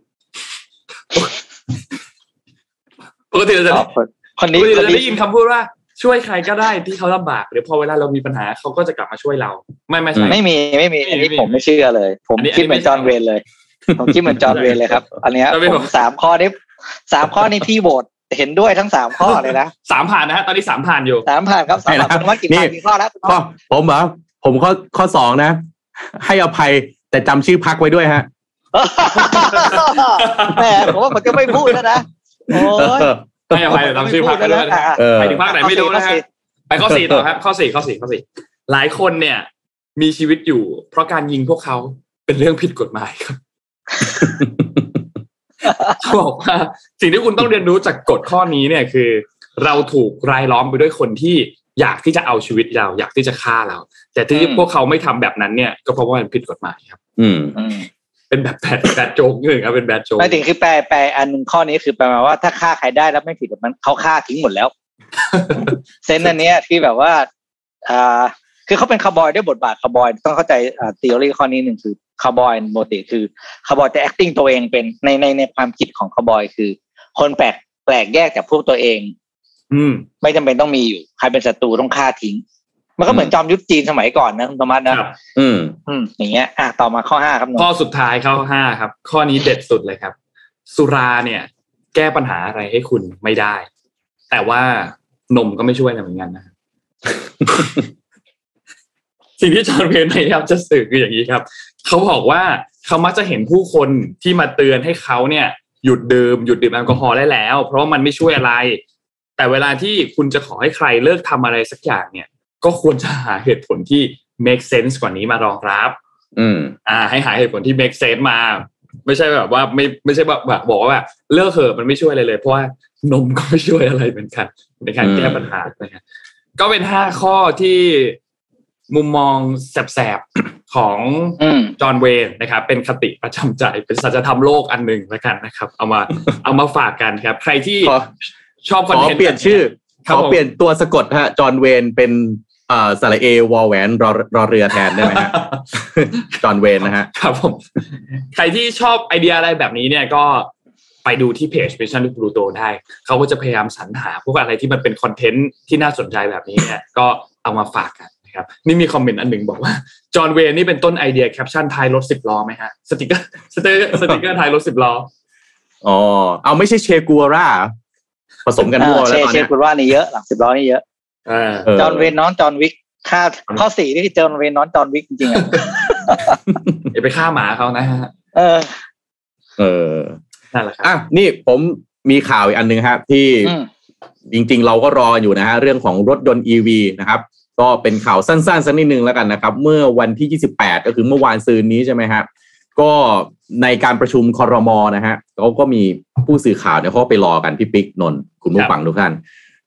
ปกติเราจะคนนี้เราจะได้ยินคำพูดว่าช่วยใครก็ได้ที่เขาลำบากเดี๋ยวพอเวลาเรามีปัญหาเขาก็จะกลับมาช่วยเราไม่ไม่ใช่ไม่มีไม่มีอันนี้ผมไม่เชื่อเลยผมคิดเหมือนจอห์นเวนเลยผมคิดเหมือนจอห์นเวนเลยครับอันนี้ผมสามข้อนี้สามข้อนี้พี่โหวตเห็นด้วยทั้งสามข้อเลยนะสามผ่านนะฮะตอนนี้สามผ่านอยู่สามผ่านครับสามผ่านคุณว่ากี่ผ่านกี่ข้อแล้วข้อผมเหรอผมข้อข้อสองนะให้อภัยแต่จำชื่อพรรคไว้ด้วยฮะแหมผมว่าผมจะไม่พูดแล้วนะโอ้ยให้อภัยแต่จำชื่อพรรคไว้ด้วยไปถึงพรรคไหนไม่รู้นะฮะไปข้อสี่ต่อครับข้อสี่ข้อสี่ข้อสี่หลายคนเนี่ยมีชีวิตอยู่เพราะการยิงพวกเขาเป็นเรื่องผิดกฎหมายครับเขาบอกว่าสิ่งที่คุณต้องเรียนรู้จากกฎข้อนี้เนี่ยคือเราถูกรายล้อมไปด้วยคนที่อยากที่จะเอาชีวิตเราอยากที่จะฆ่าเราแต่ที่พวกเขาไม่ทำแบบนั้นเนี่ยก็เพราะว่ามันผิดกฎหมายครับอืมเป็นแบบแบดแบดโจ๊กหนึ่งครับเป็นแบดโจ๊กไม่ถึงคือแปลแปลอันนึงข้อนี้คือแปลมาว่าถ้าฆ่าใครได้แล้วไม่ผิดแบบนั้นเขาฆ่าทิ้งหมดแล้วเซนอันเนี้ยที่แบบว่าอ่าคือเขาเป็นคาวบอยด้วยบทบาทคาวบอยต้องเข้าใจอ่า theory ข้อนี้หนึ่งคือคาวบอยปกติคือคาวบอยจะ acting ตัวเองเป็นในในในความคิดของคาวบอยคือคนแปลกแปลกแยกจากพวกตัวเองอืมไม่จำเป็นต้องมีอยู่ใครเป็นศัตรูต้องฆ่าทิ้งมันก็เหมือนจอมยุทธจีนสมัยก่อนนะคุณธรรมะนะอืมอืมอย่างเงี้ยอ่ะต่อมาข้อห้าครับข้อสุดท้ายข้อห้าครับข้อนี้เด็ดสุดเลยครับสุราเนี่ยแก้ปัญหาอะไรให้คุณไม่ได้แต่ว่านมก็ไม่ช่วยนะเหมือนกันนะสิ่งที่จอห์นเวนพยายามจะสื่อคืออย่างนี้ครับเขาบอกว่าเขามักจะเห็นผู้คนที่มาเตือนให้เขาเนี่ยหยุดดื่มหยุดดื่มแอลกอฮอล์ได้แล้วเพราะว่ามันไม่ช่วยอะไรแต่เวลาที่คุณจะขอให้ใครเลิกทำอะไรสักอย่างเนี่ยก็ควรจะหาเหตุผลที่ make sense กว่านี้มารองรับอืมอ่าให้หาเหตุผลที่ make sense มาไม่ใช่แบบว่าไม่ไม่ใช่แบบบอกว่าแบบเลิกเถอะมันไม่ช่วยอะไรเลยเพราะว่านมก็ไม่ช่วยอะไรเหมือนกันในการแก้ปัญหานะครับก็เป็นห้าข้อที่มุมมองแสบๆของจอห์นเวนนะครับเป็นคติประจำใจเป็นสัจธรรมโลกอันหนึ่งแล้วกันนะครับเอามาเอามาฝากกันครับใครที่ชอบคอนเทนต์ขอเปลี่ยนชื่อขอเปลี่ยนตัวสะกดฮะจอห์นเวนเป็นอ่าสระเอวอลแหวนรอรอเรือแทนได้ไหมฮะจอห์นเวนนะฮะครับผมใครที่ชอบไอเดียอะไรแบบนี้เนี่ยก็ไปดูที่เพจ Mission to Pluto ได้เขาก็จะพยายามสรรหาพวกอะไรที่มันเป็นคอนเทนต์ที่น่าสนใจแบบนี้เนี่ยก็เอามาฝากกันนะครับนี่มีคอมเมนต์อันหนึ่งบอกว่าจอห์นเวนนี่เป็นต้นไอเดียแคปชั่นท้ายรถสิบล้อไหมฮะสติกเกอร์สติกเกอร์สติกเกอร์ท้ายรถสิบล้ออ๋อเอาไม่ใช่เชกัวร่าผสมกันมั่วแล้วตอนนี้เชกัวร่านี่เยอะหลังสิบล้อนี่เยอะจอห์นเวนน้องจอห์นวิกฆ่าข้อสี่นี่คือจอห์นเวนน้องจอห์นวิกจริงๆอ่ะอย่าไปฆ่าหมาเขานะฮะเออเออนั่นแหละครับอ่ะนี่ผมมีข่าวอีกอันนึงครับที่จริงๆเราก็รออยู่นะฮะเรื่องของรถยนต์ อี วี นะครับก็เป็นข่าวสั้นๆสักนิดนึงแล้วกันนะครับเมื่อวันที่ยี่สิบแปดก็คือเมื่อวานซืนนี้ใช่ไหมครับก็ในการประชุมครม.นะฮะเขาก็มีผู้สื่อข่าวเนี่ยเขาไปรอกันพี่ปิ๊กนนท์คุณผู้ฟังทุกท่านไป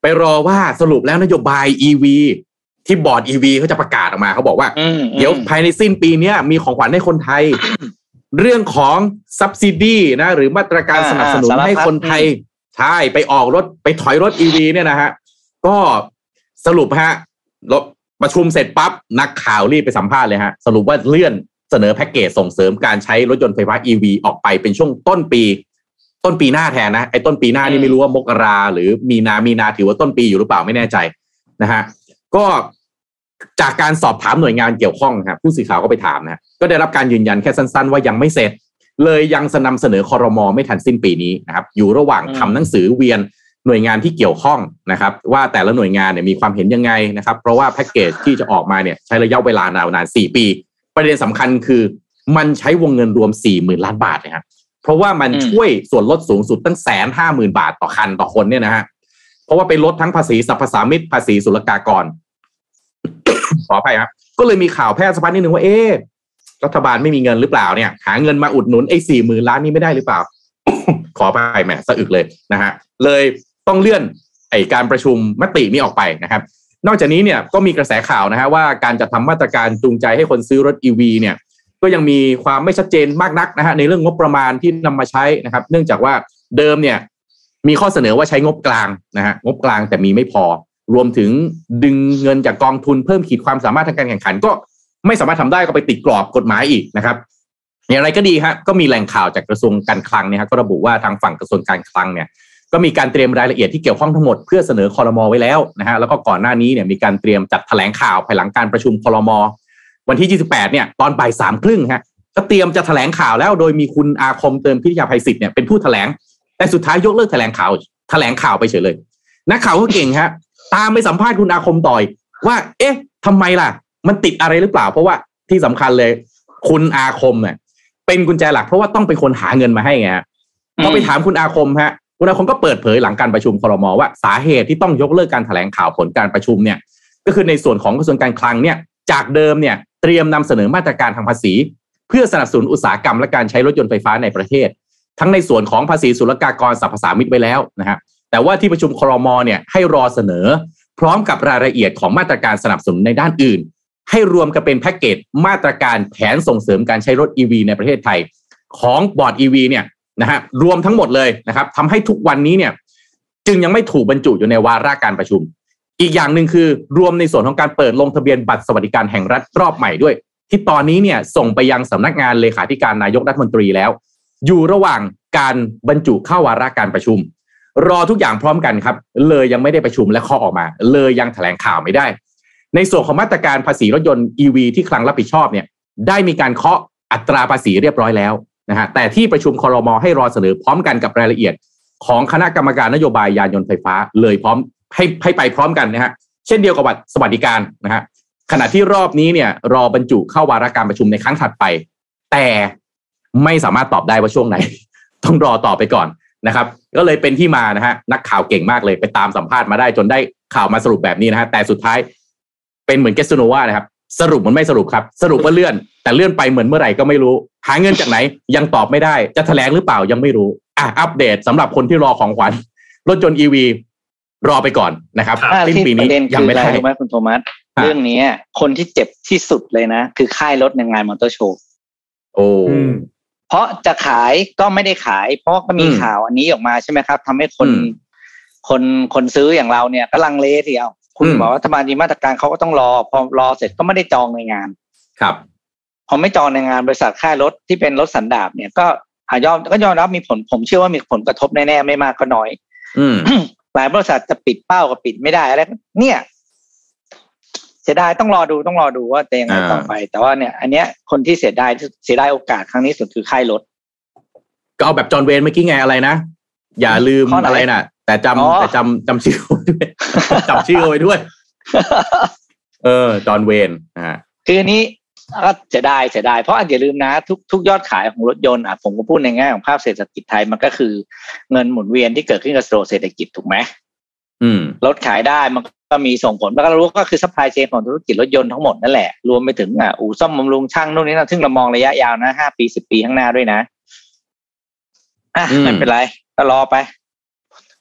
ไปรอว่าสรุปแล้วนโยบาย อี วี ที่บอร์ด อี วี เขาจะประกาศออกมาเขาบอกว่าเดี๋ยวภายในสิ้นปีนี้มีของขวัญให้คนไทย เรื่องของ subsidy นะหรือมาตรการสนับสนุนให้คนไทยใช่ไปออกรถไปถอยรถ อี วี เนี่ยนะฮะก็สรุปฮะประชุมเสร็จปั๊บนักข่าวรีบไปสัมภาษณ์เลยฮะสรุปว่าเลื่อนเสนอแพ็กเกจส่งเสริมการใช้รถยนต์ไฟฟ้า อี วี ออกไปเป็นช่วงต้นปีต้นปีหน้าแทนนะไอ้ต้นปีหน้านี่ไม่รู้ว่ามกราหรือมีนามีนาถือว่าต้นปีอยู่หรือเปล่าไม่แน่ใจนะฮะก็จากการสอบถามหน่วยงานเกี่ยวข้องครับผู้สื่อข่าวก็ไปถามนะก็ได้รับการยืนยันแค่สั้นๆว่ายังไม่เสร็จเลยยังนำเสนอครม.ไม่ทันสิ้นปีนี้นะครับอยู่ระหว่างทำหนังสือเวียนหน่วยงานที่เกี่ยวข้องนะครับว่าแต่ละหน่วยงานเนี่ยมีความเห็นยังไงนะครับเพราะว่าแพ็กเกจที่จะออกมาเนี่ยใช้ระยะเวลานานนานสี่ปีประเด็นสำคัญคือมันใช้วงเงินรวม สี่หมื่น ล้านบาทนะครับเพราะว่ามันช่วยส่วนลดสูงสุดตั้ง หนึ่งแสนห้าหมื่น บาทต่อคันต่อคนเนี่ยนะฮะเพราะว่าไปลดทั้งภาษีสรรพสามิตภาษีศุลกากร ขออภัยครับก็เลยมีข่าวแพร่สะพัดนิดนึงว่าเอ๊ะรัฐบาลไม่มีเงินหรือเปล่าเนี่ยหาเงินมาอุดหนุนไอ้ สี่หมื่น ล้านนี้ไม่ได้หรือเปล่า ขออภัยแหมสะอึกเลยนะฮะเลยต้องเลื่อนไอ้การประชุมมตินี้ออกไปนะครับนอกจากนี้เนี่ยก็มีกระแสข่าวนะฮะว่าการจะทำมาตรการจูงใจให้คนซื้อรถ อี วี เนี่ยก็ยังมีความไม่ชัดเจนมากนักนะฮะในเรื่องงบประมาณที่นำมาใช้นะครับเนื่องจากว่าเดิมเนี่ยมีข้อเสนอว่าใช้งบกลางนะฮะงบกลางแต่มีไม่พอรวมถึงดึงเงินจากกองทุนเพิ่มขีดความสามารถทางการแข่งขันก็ไม่สามารถทำได้ก็ไปติดกรอบกฎหมายอีกนะครับอย่างไรก็ดีฮะก็มีแหล่งข่าวจากกระทรวงการคลังเนี่ยครับก็ระบุว่าทางฝั่งกระทรวงการคลังเนี่ยก็มีการเตรียมรายละเอียดที่เกี่ยวข้องทั้งหมดเพื่อเสนอครม.ไว้แล้วนะฮะแล้วก็ก่อนหน้านี้เนี่ยมีการเตรียมจัดแถลงข่าวภายหลังการประชุมครม.วันที่ยี่สิบแปดเนี่ยตอนบ่ายสามครึ่งฮะก็เตรียมจะแถลงข่าวแล้วโดยมีคุณอาคมเติมพิทยาภัยศิษย์เนี่ยเป็นผู้แถลงแต่สุดท้ายยกเลิกแถลงข่าวแถลงข่าวไปเฉยเลยนักข่าวก็เก่งฮะตามไปสัมภาษณ์คุณอาคมต่อยว่าเอ๊ะทำไมล่ะมันติดอะไรหรือเปล่าเพราะว่าที่สำคัญเลยคุณอาคมเนี่ยเป็นกุญแจหลักเพราะว่าต้องเป็นคนหาเงินมาให้ไงฮะพอไปถามคุณอาคมฮะคุณอาคมก็เปิดเผยหลังการประชุมครม.ว่าสาเหตุที่ต้องยกเลิกการแถลงข่าวผลการประชุมเนี่ยก็คือในส่วนของกระทรวงการคลังเนี่ยจากเดิมเนี่ยเตรียมนำเสนอมาตรการทางภาษีเพื่อสนับสนุนอุตสาหกรรมและการใช้รถยนต์ไฟฟ้าในประเทศทั้งในส่วนของภาษีศุลกากรสรรพสามิตไว้แล้วนะฮะแต่ว่าที่ประชุมครม.เนี่ยให้รอเสนอพร้อมกับรายละเอียดของมาตรการสนับสนุนในด้านอื่นให้รวมกันเป็นแพ็กเกจมาตรการแผนส่งเสริมการใช้รถ อี วี ในประเทศไทยของบอร์ด อี วี เนี่ยนะฮะรวมทั้งหมดเลยนะครับทำให้ทุกวันนี้เนี่ยจึงยังไม่ถูกบรรจุอยู่ในวาระการประชุมอีกอย่างหนึ่งคือรวมในส่วนของการเปิดลงทะเบียนบัตรสวัสดิการแห่งรัฐรอบใหม่ด้วยที่ตอนนี้เนี่ยส่งไปยังสำนักงานเลขาธิการนายกรัฐมนตรีแล้วอยู่ระหว่างการบรรจุเข้าวาระการประชุมรอทุกอย่างพร้อมกันครับเลยยังไม่ได้ประชุมและข้อออกมาเลยยังแถลงข่าวไม่ได้ในส่วนของมาตรการภาษีรถยนต์ อี วี ที่คลังรับผิดชอบเนี่ยได้มีการเคาะอัตราภาษีเรียบร้อยแล้วนะฮะแต่ที่ประชุมครม.ให้รอเสนอพร้อมกันกับรายละเอียดของคณะกรรมการนโยบายยานยนต์ไฟฟ้าเลยพร้อมให้ให้ไปพร้อมกันนะฮะเช่นเดียวกับบัตรสวัสดิการนะฮะขณะที่รอบนี้เนี่ยรอบรรจุเข้าวาระการประชุมในครั้งถัดไปแต่ไม่สามารถตอบได้ว่าช่วงไหนต้องรอต่อไปก่อนนะครับก็เลยเป็นที่มานะฮะนักข่าวเก่งมากเลยไปตามสัมภาษณ์มาได้จนได้ข่าวมาสรุปแบบนี้นะฮะแต่สุดท้ายเป็นเหมือนเกสโนวานะครับสรุปมันไม่สรุปครับสรุปว่าเลื่อนแต่เลื่อนไปเหมือนเมื่อไหร่ก็ไม่รู้หาเงินจากไหนยังตอบไม่ได้จะแถลงหรือเปล่ายังไม่รู้อ่ะอัปเดตสำหรับคนที่รอของขวัญรถยนต์ อี วี รอไปก่อนนะครับสิ้นปีนี้ยังไม่ได้รู้ไหมคุณโทมัสเรื่องนี้คนที่เจ็บที่สุดเลยนะคือค่ายรถในงานมอเตอร์โชว์โอ้เพราะจะขายก็ไม่ได้ขายเพราะก็มีข่าวอันนี้ออกมาใช่ไหมครับทำให้คนคนคนซื้ออย่างเราเนี่ยก็ลังเลทีเดียวคุณบอกว่ารัฐบาลมีมาตรการเขาก็ต้องรอพอรอเสร็จก็ไม่ได้จองในงานครับพอไม่จองในงานบริษัทค่ายรถที่เป็นรถสันดาปเนี่ยก็ยอมก็ยอมรับมีผลผมเชื่อว่ามีผลกระทบแน่ๆไม่มากก็น้อยหลายบริษัทจะปิดเป้าก็ปิดไม่ได้อะไรเนี่ยเสียดายต้องรอดูต้องรอดูว่าจะยังไงต่อไปแต่ว่าเนี่ยอันเนี้ยคนที่เสียดายเสียดายโอกาสครั้งนี้สุดคือค่ายรถก็เอาแบบจอห์นเวย์นเมื่อกี้ไงอะไรนะอย่าลืมอะไรน่ะแต่จำแต่จำจำชื่อด้วยจำชื่อไว้ด้วยเออจอห์นเวย์นอ่าคืออันนี้ก็เสียดายเสียดายเพราะอย่าลืมนะทุกทุกยอดขายของรถยนต์อ่ะผมก็พูดในแง่ของภาพเศรษฐกิจไทยมันก็คือเงินหมุนเวียนที่เกิดขึ้นกับเศรษฐกิจถูกไหมอืมรถขายได้มันก็มีส่งผลแล้วก็รู้ก็คือซัพพลายเชนของธุรกิจรถยนต์ทั้งหมดนั่นแหละรวมไปถึงอ่ะอู่ซ่อมบำรุงช่างนู่นนี่นั่นซึ่งเรามองระยะยาวนะห้าปีสิบปีข้างหน้าด้วยนะอ่ะไม่เป็นไรก็รอไป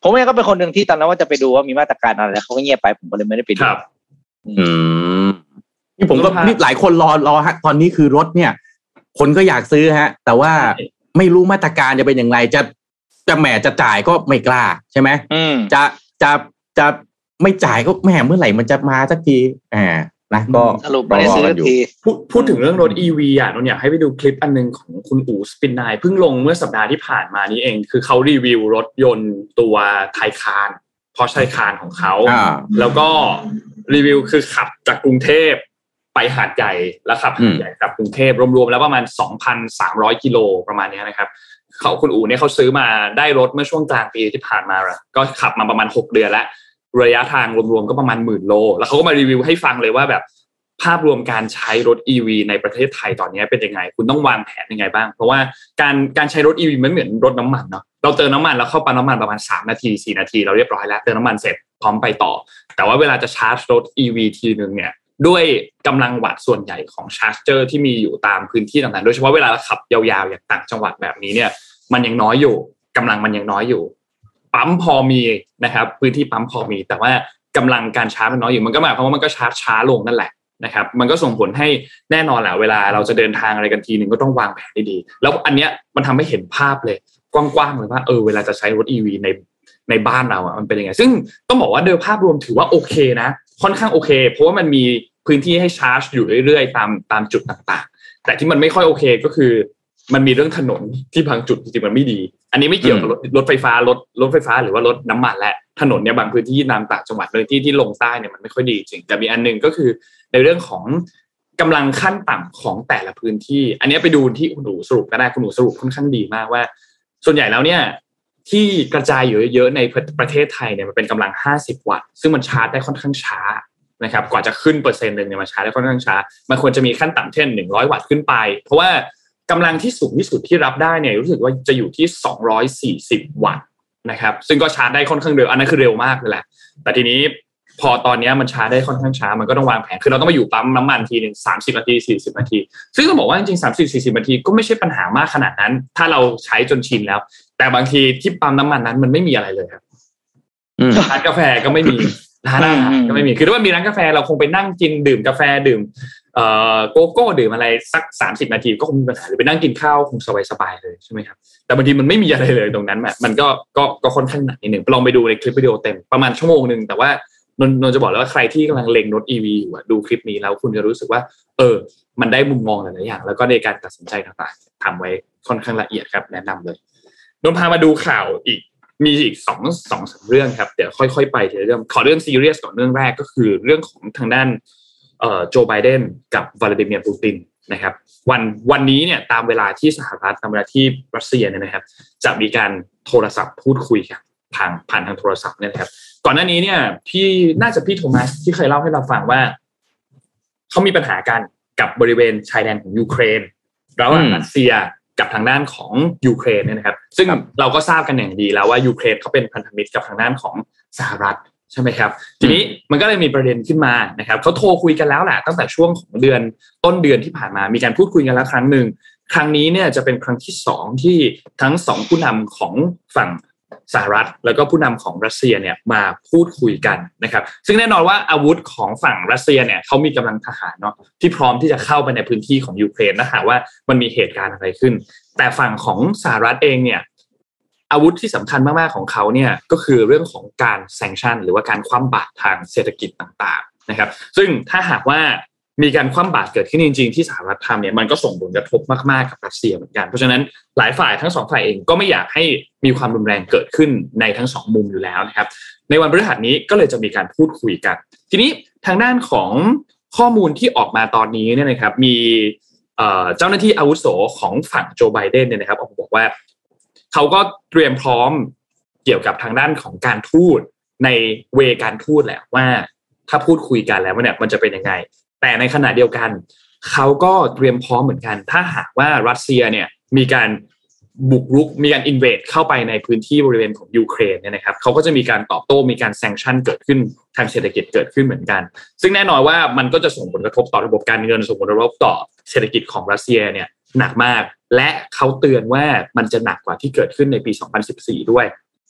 ผมเองก็เป็นคนหนึ่งที่ตอนนั้นว่าจะไปดูว่ามีมาตรการอะไรแล้วเขาก็เงียบไปผมก็เลยไม่ได้ไปดูอืมนี่ผมก็นี่หลายคนรอรอฮะตอนนี้คือรถเนี่ยคนก็อยากซื้อฮะแต่ว่าไม่รู้มาตรการจะเป็นอย่างไรจะจะแหมจะจ่ายก็ไม่กล้าใช่ไหมจะจะจะไม่จ่ายก็แหมเมื่อไหร่มันจะมาสักทีอ่านะก็สรุปไม่ได้ซื้อสักทีพูดพูดถึงเรื่องรถ อี วี อ่ะนนอยากให้ไปดูคลิปอันนึงของคุณอู๋สปินไนเพิ่งลงเมื่อสัปดาห์ที่ผ่านมานี้เองคือเขารีวิวรถยนต์ตัวไทคานพอใช้คานของเขาแล้วก็รีวิวคือขับจากกรุงเทพไปหาดใหญ่แล้วขับหาดใหญ่กลับกรุงเทพรวมๆแล้วประมาณ สองพันสามร้อย กิโลประมาณนี้นะครับเขาคุณอู๋เนี่ยเขาซื้อมาได้รถเมื่อช่วงกลางปีที่ผ่านมาก็ขับมาประมาณหกเดือนแล้วระยะทางรวมๆก็ประมาณหมื่นโลแล้วเขาก็มารีวิวให้ฟังเลยว่าแบบภาพรวมการใช้รถ อี วี ในประเทศไทยตอนนี้เป็นยังไงคุณต้องวางแผนยังไงบ้างเพราะว่าการการใช้รถ อี วี มันเหมือนรถน้ำมันเนาะเราเติมน้ำมันแล้วเข้าปั๊มน้ำมันประมาณสามนาทีสี่นาทีเราเรียบร้อยแล้วเติมน้ำมันเสร็จพร้อมไปต่อแต่ว่าเวลาจะชาร์จรถ อี วี ทีนึงเนี่ยด้วยกำลังวัตต์ส่วนใหญ่ของชาร์จเจอร์ที่มีอยู่ตามพื้นที่ต่างๆโดยเฉพาะเวลาขับยาวๆอย่างต่างจังหวัดแบบนี้เนี่ยมันยังน้อยอยู่กำลังมันยังน้อยอยู่ปั๊มพอมีนะครับพื้นที่ปั๊มพอมีแต่ว่ากำลังการชาร์จมันน้อยอยู่มันก็หมายความว่ามันก็ชาร์จช้าลงนั่นแหละนะครับมันก็ส่งผลให้แน่นอนแหละเวลาเราจะเดินทางอะไรกันทีนึงก็ต้องวางแผนดีๆแล้วอันเนี้ยมันทำให้เห็นภาพเลยกว้างๆเลยว่าเออเวลาจะใช้รถ อี วี ในในบ้านเราอ่ะมันเป็นยังไงซึ่งต้องบอกว่าโดยภาพรวมถือว่าโอเคนะค่อนข้างโอเคเพราะว่ามันมีพื้นที่ให้ชาร์จอยู่เรื่อยๆตามตามจุดต่างๆแต่ที่มันไม่ค่อยโอเคก็คือมันมีเรื่องถนนที่บางจุดจริงๆมันไม่ดีอันนี้ไม่เกี่ยวกับรถรถไฟฟ้ารถรถไฟฟ้าหรือว่ารถน้ำมันและถนนเนี่ยบางพื้นที่ตามต่างจังหวัดเลยที่ที่ลงใต้เนี่ยมันไม่ค่อยดีจริงแต่มีอันนึงก็คือในเรื่องของกำลังขั้นต่ำของแต่ละพื้นที่อันนี้ไปดูที่คุณหนูสรุปก็ได้คุณหนูสรุปค่อนข้างดีมากว่าส่วนใหญ่แล้วเนี่ยที่กระจายอยู่เยอะๆในประเทศไทยเนี่ยมันเป็นกำลังห้าสิบวัตต์ซึ่งมันชาร์จได้ค่อนข้างช้านะครับกว่าจะขึ้นเปอร์เซ็นต์นึงเนี่ยมันชาร์จได้ค่อนข้างช้ามันควรจะมีขั้นต่ำเช่นหนึ่งร้อยวัตต์ขึ้นไปเพราะว่ากำลังที่สูงที่สุดที่รับได้เนี่ยรู้สึกว่าจะอยู่ที่สองร้อยสี่สิบวัตต์นะครับซึ่งก็ชาร์จได้ค่อนข้างเร็วอันนั้นคือเร็วมากเลยแหละแต่ทีนี้พอตอนนี้มันชาร์จได้ค่อนข้างช้ามันก็ต้องวางแผนคือเราต้องไปอยู่ปั๊มน้ำมันทีนึงสามสิบนาทีสี่สิบนาทีซึ่งต้องบอกว่าจริงๆสามสิบ สี่สิบนาทีก็ไม่ใช่ปัญหามากขนาดนั้นถ้าเราใช้จนชินแล้วแต่บางทีที่ปั๊มน้ำมันนั้นมันไม่มีอะไรเลยครับร้านกาแฟก็ไม่มีร้านอาหารก็ไม่มีคือถ้าว่ามีร้านกาแฟเราคงไปนั่งกินดื่มกาแฟดื่มเอ่อโกโก้ดื่มอะไรสักสามสิบนาทีก็คงมีปัญหาหรือไปนั่งกินข้าวคงสบายๆเลยใช่ไหมครับแต่บางทีมันไม่มีอะไรเลยตรงนั้นมันก็ก็ก็ค่อนข้างหนักนิดนึงลองไปดูในคลิปวิดีโอเต็มประมาณชั่วโมงนึงแต่ว่านนนจะบอกแล้วว่าใครที่กำลังเล็งรถ อี วี อยู่ดูคลิปนี้แล้วคุณจะรู้สึกว่าเออมันได้มุมมองหลายๆอย่างแล้วก็ในการตัดสินใจต่างๆทำไว้ค่อนข้างละเอียดครับแนะนำเลยนนพามาดูข่าวอีกมีอีกสอง สอง สามเรื่องครับเดี๋ยวค่อยๆไปทีละเรื่องขอเรื่องซีเรียสก่อนเรื่องแรกก็คือเรื่องของทางด้านเอ่อโจไบเดนกับวลาดิเมียร์ปูตินนะครับวันวันนี้เนี่ยตามเวลาที่สหรัฐตามเวลาที่รัสเซียเนี่ยนะครับจะมีการโทรศัพท์พูดคุยกันทางผ่านทางโทรศัพท์เนี่ยนะครับก่อนหน้านี้เนี่ยพี่น่าจะพี่โทมัสที่เคยเล่าให้เราฟังว่าเขามีปัญหากันกับบริเวณชายแดนของยูเครนระหว่างรัสเซียกับทางด้านของยูเครนเนี่ยนะครับซึ่งเราก็ทราบกันอย่างดีแล้วว่ายูเครนเขาเป็นพันธมิตรกับทางด้านของสหรัฐใช่ไหมครับทีนี้มันก็เลยมีประเด็นขึ้นมานะครับเขาโทรคุยกันแล้วแหละตั้งแต่ช่วงของเดือนต้นเดือนที่ผ่านมามีการพูดคุยกันแล้วครั้งหนึ่งครั้งนี้เนี่ยจะเป็นครั้งที่สองที่ทั้งสองผู้นำของฝั่งสหรัฐแล้วก็ผู้นำของรัสเซียเนี่ยมาพูดคุยกันนะครับซึ่งแน่นอนว่าอาวุธของฝั่งรัสเซียเนี่ยเขามีกำลังทหารเนาะที่พร้อมที่จะเข้าไปในพื้นที่ของยูเครนถ้าหากว่ามันมีเหตุการณ์อะไรขึ้นแต่ฝั่งของสหรัฐเองเนี่ยอาวุธที่สำคัญมากๆของเขาเนี่ยก็คือเรื่องของการแซงชั่นหรือว่าการคว่ำบาตรทางเศรษฐกิจต่างๆนะครับซึ่งถ้าหากว่ามีการคว่ำบาตรเกิดขึ้นจริงๆที่สหรัฐทำเนี่ยมันก็ส่งผลกระทบมากๆกับรัสเซียเหมือนกันเพราะฉะนั้นหลายฝ่ายทั้งสองฝ่ายเองก็ไม่อยากให้มีความรุนแรงเกิดขึ้นในทั้งสองมุมอยู่แล้วนะครับในวันพฤหัสนี้ก็เลยจะมีการพูดคุยกันทีนี้ทางด้านของข้อมูลที่ออกมาตอนนี้เนี่ยนะครับมีเจ้าหน้าที่อาวุโสของฝั่งโจไบเดนเนี่ยนะครับออกมาบอกว่าเขาก็เตรียมพร้อมเกี่ยวกับทางด้านของการทูตในเวการทูตแหละว่าถ้าพูดคุยกันแล้วเนี่ยมันจะเป็นยังไงแต่ในขณะเดียวกันเขาก็เตรียมพร้อมเหมือนกันถ้าหากว่ารัสเซียเนี่ยมีการบุกรุกมีการอินเวดเข้าไปในพื้นที่บริเวณของยูเครนเนี่ยนะครับเขาก็จะมีการตอบโต้มีการแซงชั่นเกิดขึ้นทางเศรษฐกิจเกิดขึ้นเหมือนกันซึ่งแน่นอนว่ามันก็จะส่งผลกระทบต่อระบบการเงินส่งผลกระทบต่อเศรษฐกิจของรัสเซียเนี่ยหนักมากและเขาเตือนว่ามันจะหนักกว่าที่เกิดขึ้นในปีสองพันสิบสี่ด้วย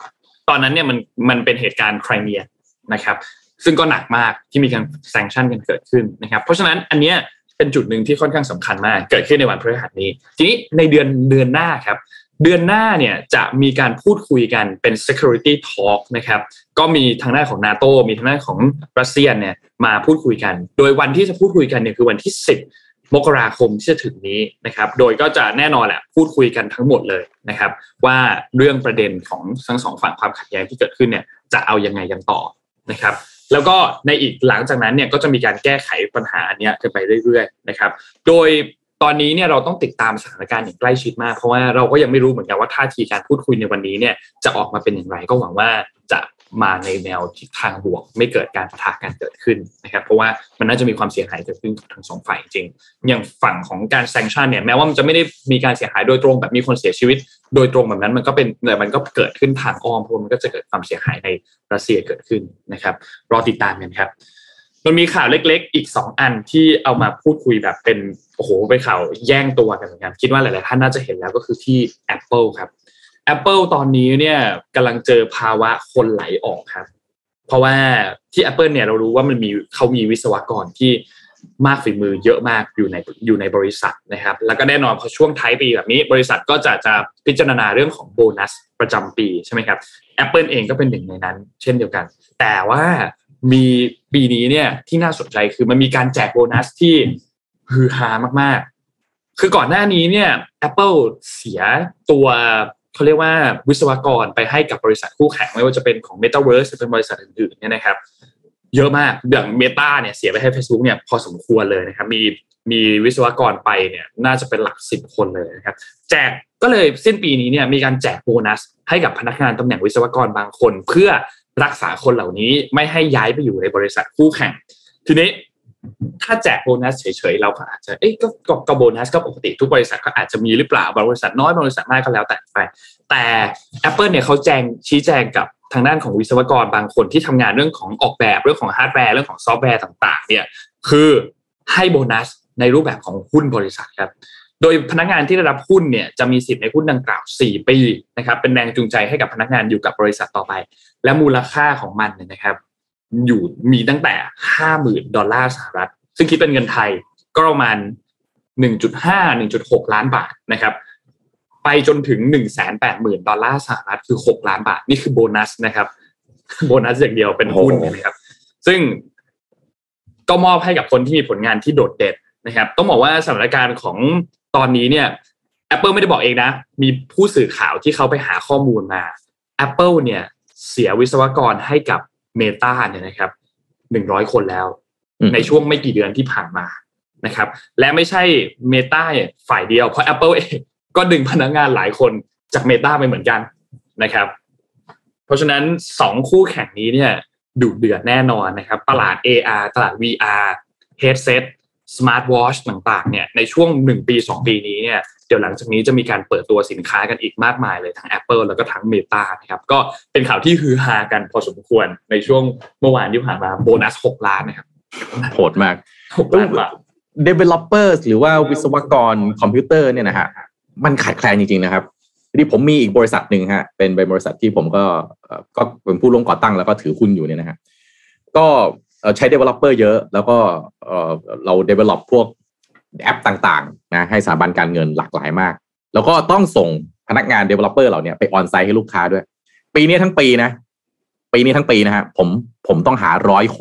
ตอนนั้นเนี่ยมันมันเป็นเหตุการณ์ไครเมียนะครับซึ่งก็หนักมากที่มีการแซงชั่นกันเกิดขึ้นนะครับเพราะฉะนั้นอันเนี้ยเป็นจุดหนึ่งที่ค่อนข้างสำคัญมากเกิดขึ้นในวันพฤหัสนี้ทีนี้ในเดือนเดือนหน้าครับเดือนหน้าเนี่ยจะมีการพูดคุยกันเป็น security talk นะครับก็มีทางด้านของ NATO มีทางด้านของรัสเซียเนี่ยมาพูดคุยกันโดยวันที่จะพูดคุยกันเนี่ยคือวันที่สิบมกราคมที่จะถึงนี้นะครับโดยก็จะแน่นอนแหละพูดคุยกันทั้งหมดเลยนะครับว่าเรื่องประเด็นของทั้งสองฝั่งความขัดแย้งที่เกิดขึ้นเนี่ยจะเอายังไงกันต่อนะครับแล้วก็ในอีกหลังจากนั้นเนี่ยก็จะมีการแก้ไขปัญหาอันนี้กันไปเรื่อยๆนะครับโดยตอนนี้เนี่ยเราต้องติดตามสถานการณ์อย่างใกล้ชิดมากเพราะว่าเราก็ยังไม่รู้เหมือนกันว่าท่าทีการพูดคุยในวันนี้เนี่ยจะออกมาเป็นอย่างไรก็หวังว่าจะมาในแนวทิศทางบวกไม่เกิดการปะทะกันเกิดขึ้นนะครับเพราะว่ามันน่าจะมีความเสียหายเกิดขึ้นทั้งสองฝ่ายจริงอย่างฝั่งของการแซงชั่นเนี่ยแม้ว่ามันจะไม่ได้มีการเสียหายโดยตรงแบบมีคนเสียชีวิตโดยตรงแบบนั้นมันก็เป็นแต่มันก็เกิดขึ้นทางอ้อมเพราะมันก็จะเกิดความเสียหายในรัสเซียเกิดขึ้นนะครับรอติดตามกันครับมันมีข่าวเล็กๆอีกสองอันที่เอามาพูดคุยแบบเป็นโอ้โหเป็นข่าวแย่งตัวกันเหมือนกันคิดว่าหลายๆท่านน่าจะเห็นแล้วก็คือที่ Apple ครับ Apple ตอนนี้เนี่ยกำลังเจอภาวะคนไหลออกครับเพราะว่าที่ Apple เนี่ยเรารู้ว่ามันมีเขามีวิศวกรที่มากฝีมือเยอะมากอยู่ในอยู่ในบริษัทนะครับแล้วก็แน่นอนพอช่วงท้ายปีแบบนี้บริษัทก็จะจะพิจารณาเรื่องของโบนัสประจำปีใช่ไหมครับ Apple เองก็เป็นหนึ่งในนั้นเช่นเดียวกันแต่ว่ามีปีนี้เนี่ยที่น่าสนใจคือมันมีการแจกโบนัสที่ฮือฮามากๆคือก่อนหน้านี้เนี่ย Apple เสียตัวเขาเรียกว่าวิศวกรไปให้กับบริษัทคู่แข่งไม่ว่าจะเป็นของ Metaverse หรือเป็นบริษัทอื่นๆเนี่ยนะครับเยอะมากอย่าง Meta เนี่ยเสียไปให้ Facebook เนี่ยพอสมควรเลยนะครับมีมีวิศวกรไปเนี่ยน่าจะเป็นหลักสิบคนเลยนะครับแจกก็เลยสิ้นปีนี้เนี่ยมีการแจกโบนัสให้กับพนักงานตำแหน่งวิศวกรบางคนเพื่อรักษาคนเหล่านี้ไม่ให้ย้ายไปอยู่ในบริษัทคู่แข่งทีนี้ถ้าแจกโบนัสเฉยๆเราก็อาจจะเอ๊ะก็ก็โบนัสก็ปกติทุกบริษัทก็อาจจะมีหรือเปล่าบริษัทน้อยบริษัทมากก็แล้วแต่ไปแต่ Apple เนี่ยเขาแจ้งชี้แจงกับทางด้านของวิศวกรบางคนที่ทำงานเรื่องของออกแบบเรื่องของฮาร์ดแวร์เรื่องของซอฟต์แวร์ต่างๆเนี่ยคือให้โบนัสในรูปแบบของหุ้นบริษัทครับโดยพนักงานที่ได้รับหุ้นเนี่ยจะมีสิทธิ์ในหุ้นดังกล่าวสี่ปีนะครับเป็นแรงจูงใจให้กับพนักงานอยู่กับบริษัทต่อไปและมูลค่าของมันเนี่ยนะครับอยู่มีตั้งแต่ ห้าหมื่น ดอลลาร์สหรัฐซึ่งคิดเป็นเงินไทยก็ประมาณ หนึ่งจุดห้า หนึ่งจุดหก ล้านบาทนะครับไปจนถึง หนึ่งแสนแปดหมื่น ดอลลาร์สหรัฐคือหกล้านบาทนี่คือโบนัสนะครับโบนัสอย่างเดียวเป็นหุ้นนะครับซึ่งก็มอบให้กับคนที่มีผลงานที่โดดเด่นนะครับต้องบอกว่าสถานการณ์ของตอนนี้เนี่ย Apple ไม่ได้บอกเองนะมีผู้สื่อข่าวที่เขาไปหาข้อมูลมา Apple เนี่ยเสียวิศวกรให้กับ Meta เนี่ยนะครับหนึ่งร้อยคนแล้วในช่วงไม่กี่เดือนที่ผ่านมานะครับและไม่ใช่ Meta ฝ่ายเดียวเพราะ Apple เองก็ดึงพนักงานหลายคนจาก Meta ไปเหมือนกันนะครับเพราะฉะนั้นสองคู่แข่งนี้เนี่ยดุเดือดแน่นอนนะครับตลาด เอ อาร์ ตลาด วี อาร์ headset smart watch ต่างๆเนี่ยในช่วงหนึ่งปีสองปีนี้เนี่ยเดี๋ยวหลังจากนี้จะมีการเปิดตัวสินค้ากันอีกมากมายเลยทั้ง Apple แล้วก็ทั้ง Meta นะครับก็เป็นข่าวที่ฮือฮากันพอสมควรในช่วงเมื่อวานที่ผ่านมาโบนัสหกล้านนะครับโหดมากหกล้านบาท developers หรือว่าวิศวกรคอมพิวเตอร์เนี่ยนะฮะมันขาดแคลนจริงๆนะครับทีนี้ผมมีอีกบริษัทนึงฮะเป็นบริษัทที่ผมก็ก็เป็นผู้ร่วมก่อตั้งแล้วก็ถือหุ้นอยู่เนี่ยนะฮะก็ใช้ developer เยอะแล้วก็เรา develop พวกแอปต่างๆนะให้สถาบันการเงินหลากหลายมากแล้วก็ต้องส่งพนักงาน developer เหล่านี้ไปออนไซต์ให้ลูกค้าด้วยปีนี้ทั้งปีนะปีนี้ทั้งปีนะฮะผมผมต้องหาร้อยคน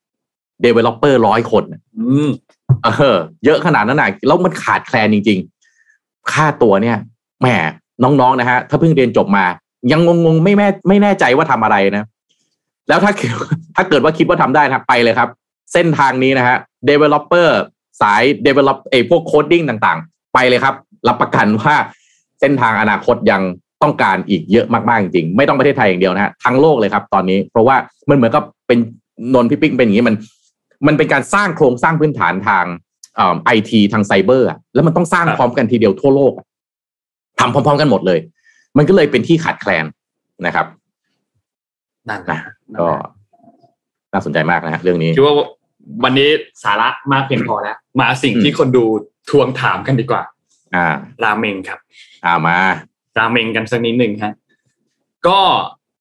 developer ร้อยคนอืมเออเยอะขนาดนั้นน่ะแล้วมันขาดแคลนจริงๆค่าตัวเนี่ยแหมน้องๆนะฮะถ้าเพิ่งเรียนจบมายังงงๆไม่แม่ไม่แน่ใจว่าทำอะไรนะแล้วถ้าถ้าเกิดว่าคิดว่าทำได้นะไปเลยครับเส้นทางนี้นะฮะ developer สาย develop ไอ้พวก coding ต่างๆไปเลยครับรับประกันว่าเส้นทางอนาคตยังต้องการอีกเยอะมากๆจริงๆไม่ต้องประเทศไทยอย่างเดียวนะฮะทั้งโลกเลยครับตอนนี้เพราะว่ามันเหมือนกับเป็นนนพี่ปิ๊กเป็นอย่างนี้มันมันเป็นการสร้างโครงสร้างพื้นฐานทางอ่า ไอ ที ทางไซเบอร์แล้วมันต้องสร้างพร้อมกันทีเดียวทั่วโลกทำพร้อมๆกันหมดเลยมันก็เลยเป็นที่ขาดแคลนนะครับนั่นนะก็น่าสนใจมากนะฮะเรื่องนี้คิดว่าวันนี้สาระมากเพียงพอแล้วมาสิ่งที่คนดูทวงถามกันดีกว่าอ่าราเมงครับอ่ามาราเมงกันสักนิดหนึ่งฮะก็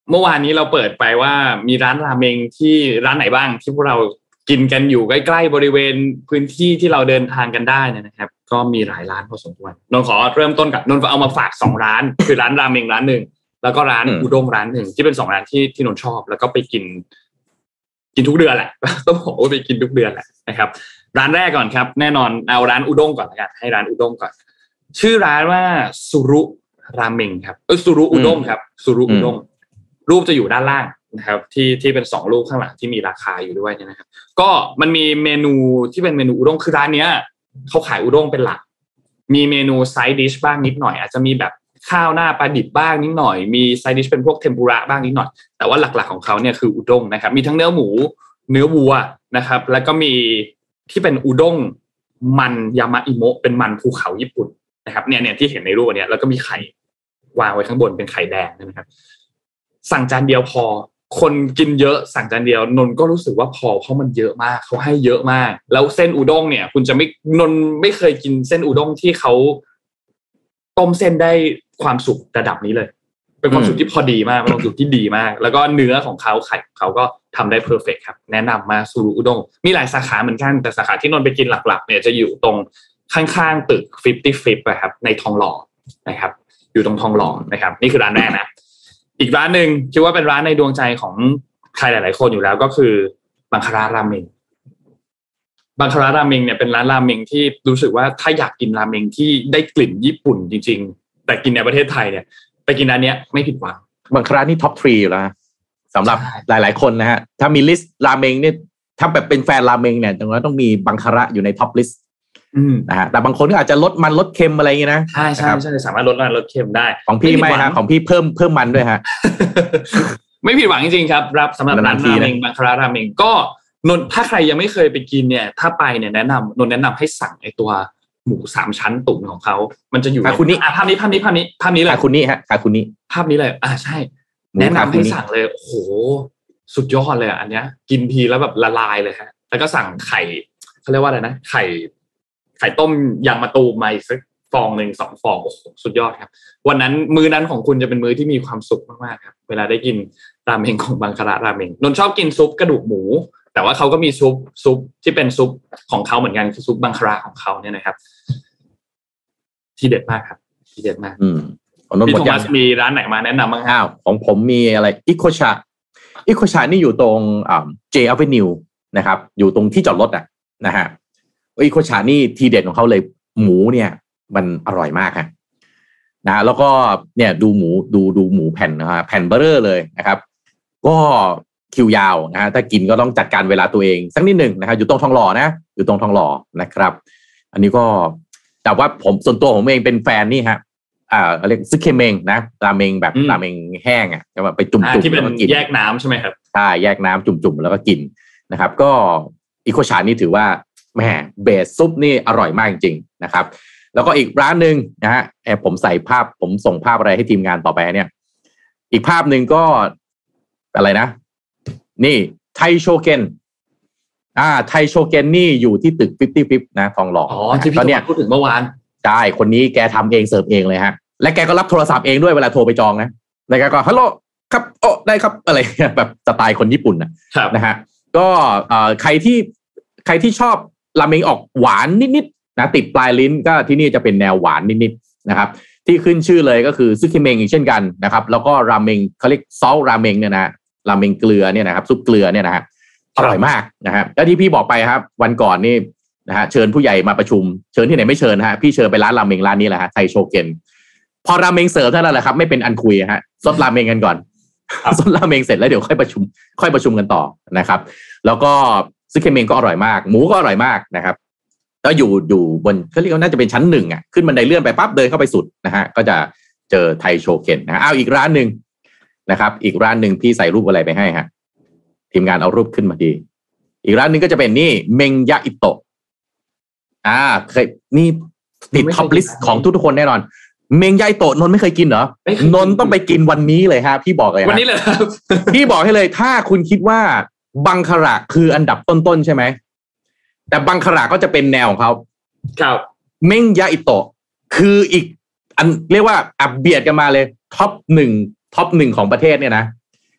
เมื่อวานนี้เราเปิดไปว่ามีร้านราเมงที่ร้านไหนบ้างที่พวกเรากินกันอยู่ใกล้ๆบริเวณพื้นที่ที่เราเดินทางกันได้นะครับก็มีหลายร้านพอสมควรนนขอเริ่มต้นกับนนเอามาฝากสองร้านคือร้านราเมงร้านนึงแล้วก็ร้านอุด้งร้านนึงที่เป็นสองร้านที่ที่นนชอบแล้วก็ไปกินกินทุกเดือนแหละต้องบอกว่าไปกินทุกเดือนแหละนะครับร้านแรกก่อนครับแน่นอนเอาร้านอุด้งก่อนละกันให้ร้านอุด้งก่อนชื่อร้านว่าสุรุราเมงครับเออสุรุอุด้งครับสุรุอุด้งรูปจะอยู่ด้านล่างนะครับที่ที่เป็นสองรูปข้างหลังที่มีราคาอยู่ด้วยเนี่ยนะครับก็มันมีเมนูที่เป็นเมนูอุด้งคือร้านเนี้ยเขาขายอุด้งเป็นหลักมีเมนูไซด์ดิชบ้างนิดหน่อยอาจจะมีแบบข้าวหน้าปลาดิบบ้างนิดหน่อยมีไซด์ดิชเป็นพวกเทมปุระบ้างนิดหน่อยแต่ว่าหลักๆของเขาเนี่ยคืออุด้งนะครับมีทั้งเนื้อหมูเนื้อวัวนะครับแล้วก็มีที่เป็นอุด้งมันยามาอิโมะเป็นมันภูเขาญี่ปุ่นนะครับเนี่ยเนี่ยที่เห็นในรูปเนี้ยแล้วก็มีไข่วางไว้ข้างบนเป็นไข่แดงนะครับสั่งจานเดียวพอคนกินเยอะสั่งจานเดียวนนก็รู้สึกว่าพอเพราะมันเยอะมากเขาให้เยอะมากแล้วเส้นอุด้งเนี่ยคุณจะไม่นนไม่เคยกินเส้นอุด้งที่เขาต้มเส้นได้ความสุกระดับนี้เลยเป็นความสุกที่พอดีมากเป็นความสุกที่ดีมากแล้วก็เนื้อของเขาไข่ของเขาก็ทำได้เพอร์เฟคครับแนะนำมาสุรุอุด้งมีหลายสาขาเหมือนกันแต่สาขาที่นนไปกินหลักๆเนี่ยจะอยู่ตรงข้างๆตึกห้าสิบฟิฟนะครับในทองหล่อนะครับอยู่ตรงทองหล่อนะครับนี่คือร้านแรกนะอีกร้านหนึ่งคิดว่าเป็นร้านในดวงใจของใครหลายๆคนอยู่แล้วก็คือบังคาราราเมงบังคาราราเมงเนี่ยเป็นร้านราเมงที่รู้สึกว่าถ้าอยากกินราเมงที่ได้กลิ่นญี่ปุ่นจริงๆแต่กินในประเทศไทยเนี่ยไปกินร้านนี้ไม่ผิดหวังบังคารานี่ท็อปสามอยู่แล้วสำหรับหลายๆคนนะฮะถ้ามีลิสต์ราเมงเนี่ยถ้าแบบเป็นแฟนราเมงเนี่ยตรงนั้นต้องมีบังคาราอยู่ในท็อปลิสต์นะฮะแต่บางคนก็อาจจะลดมันลดเค็มอะไรอย่างเงี้ยนะใช่ใช่ใช่สามารถลดมันลดเค็มได้ของพี่ไม่ฮะของพี่เพิ่มเพิ่มมันด้วยฮะไม่ผิดหวังจริงๆครับรับสำหรับร้านราเมงบังคาราราเมงก็นนถ้าใครยังไม่เคยไปกินเนี่ยถ้าไปเนี่ยแนะนำนนแนะนำให้สั่งไอตัวหมูสามชั้นตุ๋นของเขามันจะอยู่คุณนี่ภาพนี้ภาพนี้ภาพนี้ภาพนี้เลยคุณนี่ฮะคุณนี่ภาพนี้เลยอ่าใช่แนะนำให้สั่งเลยโอ้โหสุดยอดเลยอ่ะอันเนี้ยกินทีแล้วแบบละลายเลยฮะแล้วก็สั่งไข่เขาเรียกว่าอะไรนะไข่ไข่ต้มยางมะตูมมาอีกสักฟองหนึ่งสองฟองโอ้โหสุดยอดครับวันนั้นมื้อนั้นของคุณจะเป็นมื้อที่มีความสุขมากๆครับเวลาได้กินราเมงของบังคาราราเมงนนชอบกินซุปกระดูกหมูแต่ว่าเขาก็มีซุปซุปที่เป็นซุปของเขาเหมือนกันคือซุปบังคาราของเขาเนี่ยนะครับที่เด็ดมากครับที่เด็ดมากอืมพี่โทมัสมีร้านไหนมาแนะนำบ้างอ้าวของผมมีอะไรอิโคชาอิโคชานี่อยู่ตรงอ่าเจอเวนิวนะครับอยู่ตรงที่จอดรถอ่ะนะฮะอิโคชานี่ทีเด็ดของเขาเลยหมูเนี่ยมันอร่อยมากฮะนะแล้วก็เนี่ยดูหมูดูดูหมูแผ่นนะฮะแผ่นเบอร์เรอร์เลยนะครับก็คิวยาวนะฮะถ้ากินก็ต้องจัดการเวลาตัวเองสักนิดหนึ่งนะครับอยู่ตรงทองหล่อนะอยู่ตรงทองหล่อนะครับอันนี้ก็แต่ว่าผมส่วนตัวผมเองเป็นแฟนนี่ฮะอ่าเรียกซึเคเมงนะราเมงแบบราเมงแห้งอ่ะจะมาไปจุ่มๆแล้วก็กินแยกน้ำใช่ไหมครับใช่แยกน้ำจุ่มๆแล้วก็กินนะครับก็อิโคชานี่ถือว่าแหมเบสซุปนี่อร่อยมากจริงๆนะครับแล้วก็อีกร้านหนึ่งนะฮะแอบผมใส่ภาพผมส่งภาพอะไรให้ทีมงานต่อไปเนี่ยอีกภาพหนึ่งก็อะไรนะนี่ไทโชเก้นอ่าไทโชเก้นนี่อยู่ที่ตึกห้าสิบ นะทองหล่ออ๋อที่พี่เนี่ยพูดถึงเมื่อวานใช่คนนี้แกทำเองเสิร์ฟเองเลยฮะและแกก็รับโทรศัพท์เองด้วยเวลาโทรไปจองนะแล้วแกก็ฮัลโหลครับโอ้ได้ครับอะไรแบบสไตล์คนญี่ปุ่นนะนะฮะก็เอ่อใครที่ใครที่ชอบราเมงออกหวานนิดๆนะติดปลายลิ้นก็ที่นี่จะเป็นแนวหวานนิดๆนะครับที่ขึ้นชื่อเลยก็คือซึคิเมงอีกเช่นกันนะครับแล้วก็ราเมงเขาเรียกซอลราเมงเนี่ยนะราเมงเกลือเนี่ยนะครับซุปเกลือเนี่ยนะฮะอร่อยมากนะฮะแล้วที่พี่บอกไปครับวันก่อนนี่นะฮะเชิญผู้ใหญ่มาประชุมเชิญที่ไหนไม่เชิญฮะพี่เชิญไปร้านราเมงร้านนี้แหละฮะไทโชเก้นพอราเมงเสิร์ฟเท่านั้นแหละครับไม่เป็นอันคุยฮะซดราเมงกันก่อนซดราเมงเสร็จแล้วเดี๋ยวค่อยประชุมค่อยประชุมกันต่อนะครับแล้วก็ซึเคเมงก็อร่อยมากหมูก็อร่อยมากนะครับแล้วอยู่อยู่บนเขาเรียกว่าน่าจะเป็นชั้นหนึ่งอ่ะขึ้นบันไดเลื่อนไปปั๊บเดินเข้าไปสุดนะฮะก็จะเจอไทโชเก้นนะเอาอีกร้านหนึ่งนะครับอีกร้านหนึ่งพี่ใส่รูปอะไรไปให้ฮะทีมงานเอารูปขึ้นมาดีอีกร้านนึงก็จะเป็นนี่เมงยาอิโตะอ่าเคยนี่ติดท็อปลิสต์ของทุกๆคนแน่นอนเมงยาอิโตะนนไม่เคยกินเหรอนนต้องไปกินวันนี้เลยฮะพี่บอกเลยวันนี้เลยครับพี่บอกให้เลยถ้าคุณคิดว่าบังคาระคืออันดับต้นๆใช่ไหมแต่บังคาระก็จะเป็นแนวของเขาครับเมงยาอิโตะคืออีกอันเรียกว่าอับเบียดกันมาเลยท็อปหนึ่งท็อปหนึ่งของประเทศเนี่ยนะ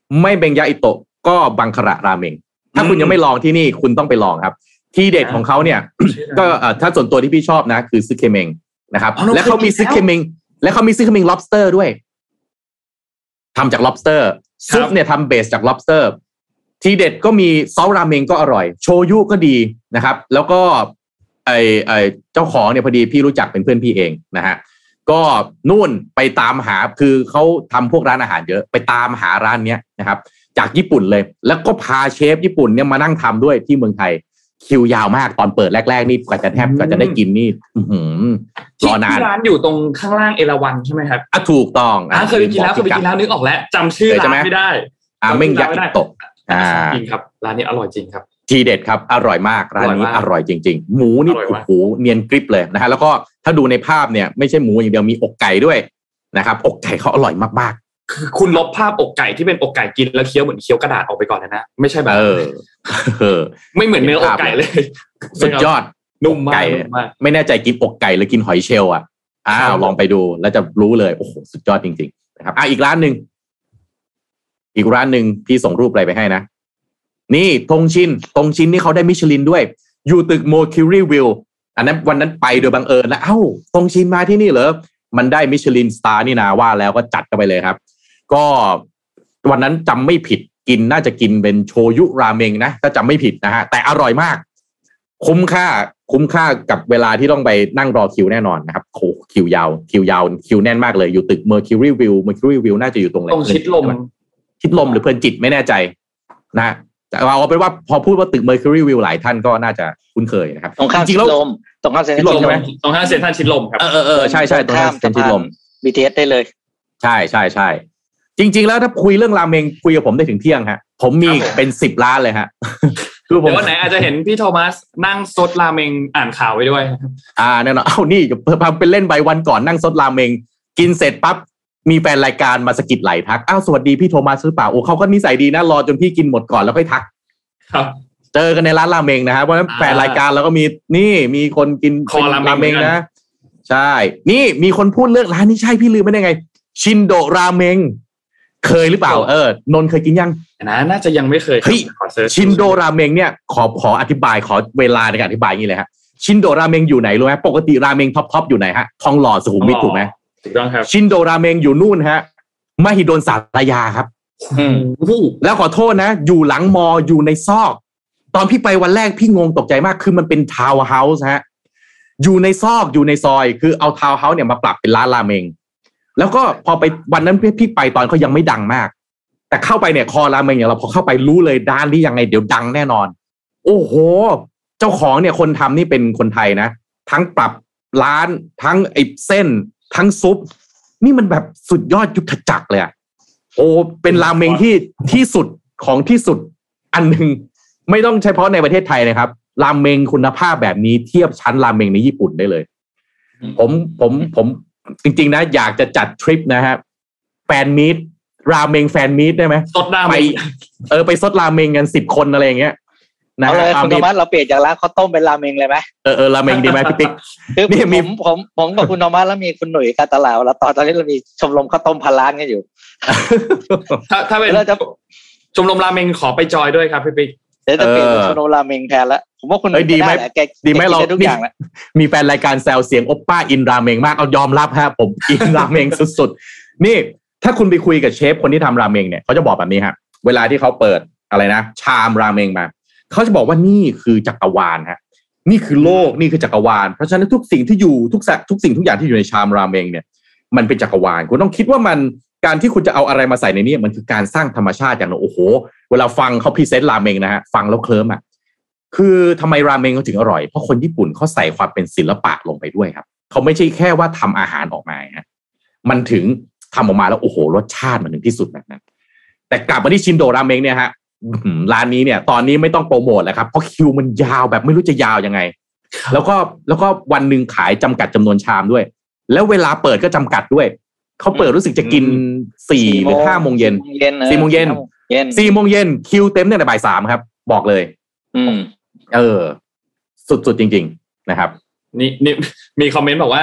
ไม่เบงยาอิโตะก็บังคาระราเมงถ้าคุณยังไม่ลองที่นี่คุณต้องไปลองครับที่เด็ดของเขาเนี่ย ก็ถ้าส่วนตัวที่พี่ชอบนะคือซึเคเมงนะครับและเขามีซึเคเมงและเขามีซึเคเมง lobster ด้วยทำจาก lobster ซุปเนี่ยทำเบสจาก lobster ทีเด็ดก็มีซอสราเมงก็อร่อยโชยุก็ดีนะครับแล้วก็ไอไอเจ้าของเนี่ยพอดีพี่รู้จักเป็นเพื่อนพี่เองนะฮะก็นู่นไปตามหาคือเขาทำพวกร้านอาหารเยอะไปตามหาร้านเนี้ยนะครับจากญี่ปุ่นเลยแล้วก็พาเชฟญี่ปุ่นเนี่ยมานั่งทำด้วยที่เมืองไทยคิวยาวมากตอนเปิดแรกๆนี่กว่าจะแทบกว่าจะได้กินนี่รอนานที่ร้านอยู่ตรงข้างล่างเอราวัณใช่ไหมครับอ่ะถูกต้องอ่ะเคยไปกินแล้วเคยไปกินแล้วนึกออกแล้วจำชื่อร้านไม่ได้อ่าเม่งยาอิโตะอ่าจริงครับร้านนี้อร่อยจริงครับทีเด็ดครับอร่อยมากร้านนี้อร่อยจริงๆหมูนี่โอ้โหเนียนกริบเลยนะฮะแล้วก็ถ้าดูในภาพเนี่ยไม่ใช่หมูอย่างเดียวมีอกไก่ด้วยนะครับอกไก่เขาอร่อยมากๆคือคุณลบภาพอกไก่ที่เป็นอกไก่กินแล้วเคี้ยวเหมือนเคี้ยวกระดาษออกไปก่อนนะไม่ใช่แบบเออไม่เหมือนเนื้ออกไก่เลยสุดยอดนุ่มมากไม่แน่ใจกินอกไก่หรือกินหอยเชลล์อ่ะอ้าวลองไปดูแล้วจะรู้เลยโอ้โหสุดยอดจริงๆนะครับอ่ะอีกร้านนึงอีกร้านนึงพี่ส่งรูปอะไรไปให้นะนี่ทงชินทงชินนี่เขาได้มิชลินด้วยอยู่ตึก Mercury View อันนั้นวันนั้นไปโดยบังเอิญนะเอ้าทงชินมาที่นี่เหรอมันได้มิชลินสตาร์นี่นาว่าแล้วก็จัดกันไปเลยครับก็วันนั้นจำไม่ผิดกินน่าจะกินเป็นโชยุราเมงนะถ้าจำไม่ผิดนะฮะแต่อร่อยมากคุ้มค่าคุ้มค่ากับเวลาที่ต้องไปนั่งรอคิวแน่นอนนะครับโหคิวยาวคิวยาวคิวแน่นมากเลยอยู่ตึก Mercury View Mercury View น่าจะอยู่ตรงไหนตรงชิดลมชิดลมหรือเพลินจิตไม่แน่ใจนะเราเอาเป็นว่าพอพูดว่าตึก Mercury View หลายท่านก็น่าจะคุ้นเคยนะครับตรงข้ามชิดลมตรงข้ามเซ็นทรัลชิดลมตรงข้ามเซ็นทรัลชิดลมครับเออเออใช่ใช่ตรงข้ามเซ็นทรัลชิดลมบี ที เอส ได้เลยใช่ใช่ใช่จริงๆแล้วถ้าคุยเรื่องราเมงคุยกับผมได้ถึงเที่ยงฮะผมมีเป็นสิบร้านเลยฮะคือผมวันไหนอาจจะเห็นพี่โทมัสนั่งซดราเมงอ่านข่าวไว้ด้วยอ่าแน่นอนเอ้านี่พาเป็นเล่นใบวันก่อนนั่งซดราเมงกินเสร็จปั๊บมีแฟนรายการมาสะกิดไหลทักอ้าวสวัสดีพี่โทมัสหรือเปล่าโอ้เขาก็นิสัยดีนะรอจนพี่กินหมดก่อนแล้วค่อยทักครับเจอกันในร้านราเมงนะฮะเพราะฉะนั้นแฟนรายการเราก็มีนี่มีคนกินราเมงนะใช่นี่มีคนพูดเรื่องร้านนี้ใช่พี่ลืมไม่ได้ไงชินโดราเมงเคยหรือเปล่าเออนนเคยกินยังนะน่าจะยังไม่เคยเฮ้ยชินโดราเมงเนี่ยขอขออธิบายขอเวลาในการอธิบายอย่างนี้เลยฮะชินโดราเมงอยู่ไหนรู้ไหมปกติราเมงท็อปท็อปอยู่ไหนฮะทองหล่อสุขุมวิทถูกไหมถูกต้องครับชินโดราเมงอยู่นู่นฮะมหิดลสารยาครับแล้วขอโทษนะอยู่หลังมออยู่ในซอกตอนพี่ไปวันแรกพี่งงตกใจมากคือมันเป็นทาวน์เฮาส์ฮะอยู่ในซอกอยู่ในซอยคือเอาทาวน์เฮาส์เนี่ยมาปรับเป็นร้านราเมงแล้วก็พอไปวันนั้นพี่ไปตอนเขายังไม่ดังมากแต่เข้าไปเนี่ยคอราเมงอย่างเราพอเข้าไปรู้เลยด้านนี้ยังไงเดี๋ยวดังแน่นอนโอ้โหเจ้าของเนี่ยคนทำนี่เป็นคนไทยนะทั้งปรับร้านทั้งไอ้เส้นทั้งซุปนี่มันแบบสุดยอดยุทธจักรเลยอะโอ้เป็นราเมงที่ที่สุดของที่สุดอันนึงไม่ต้องเฉพาะในประเทศไทยนะครับราเมงคุณภาพแบบนี้เทียบชั้นราเมงในญี่ปุ่นได้เลยผมผมผมจริงๆนะอยากจะจัดทริปนะฮะแฟนมีตราเมงแฟนมีตได้ไหมซดราเมงเออไปซดราเมงกันสิบคนอะไรอย่างเงี้ยนะเอาเลยคุณธรรมะเราเปลี่ยนจากร้านข้าวต้มเป็นราเมงเลยไหมเออเออราเมงดีไหมพี่ปิ๊กนี่มีผมผมกับคุณธรรมะแล้วมีคุณหนุ่ยการตลาดแล้วตอนตอนนี้เรามีชมรมข้าวต้มพันล้านกันอยู่ถ้าถ้าเป็นชมรมราเมงขอไปจอยด้วยครับพี่ปิ๊กเดี๋ยวจะเปลี่ยนเป็นชมรมราเมงแทนละผมว่าคุณดีไหมดีไหมเรามีแฟนรายการแซวเสียงโอปป้าอินราเมงมากเอายอมรับฮะผมอินราเมงสุดๆนี่ถ้าคุณไปคุยกับเชฟคนที่ทำราเมงเนี่ยเขาจะบอกแบบนี้ฮะเวลาที่เขาเปิดอะไรนะชามราเมงมาเขาจะบอกว่านี่คือจักรวาลฮะนี่คือโลกนี่คือจักรวาลเพราะฉะนั้นทุกสิ่งที่อยู่ทุกสัทุกสิ่งทุกอย่างที่อยู่ในชามราเมงเนี่ยมันเป็นจักรวาลคุณต้องคิดว่ามันการที่คุณจะเอาอะไรมาใส่ในนี้มันคือการสร้างธรรมชาติอย่างโอ้โหเวลาฟังเขาพรีเซนต์ราเมงนะฮะฟังแล้วเคลิ้มอ่ะคือทำไมราเมงเขาถึงอร่อยเพราะคนญี่ปุ่นเขาใส่ความเป็นศิลปะลงไปด้วยครับเขาไม่ใช่แค่ว่าทำอาหารออกมาฮะมันถึงทำออกมาแล้วโอ้โหรสชาติมันถึงที่สุดแบบนั้นแต่กลับมาที่ชินโดราเมงเนี่ยฮะร้านนี้เนี่ยตอนนี้ไม่ต้องโปรโมทแล้วครับเพราะคิวมันยาวแบบไม่รู้จะยาวยังไงแล้วก็แล้วก็วันหนึ่งขายจำกัดจำนวนชามด้วยแล้วเวลาเปิดก็จำกัดด้วยเขาเปิดรู้สึกจะกินสี่หรือห้าโมงเย็นสี่โมงเย็นสี่โมงเย็นคิวเต็มเนี่ยในบ่ายสามครับบอกเลยอืมเออสุดๆจริงๆนะครับนี่นี่มีคอมเมนต์บอกว่า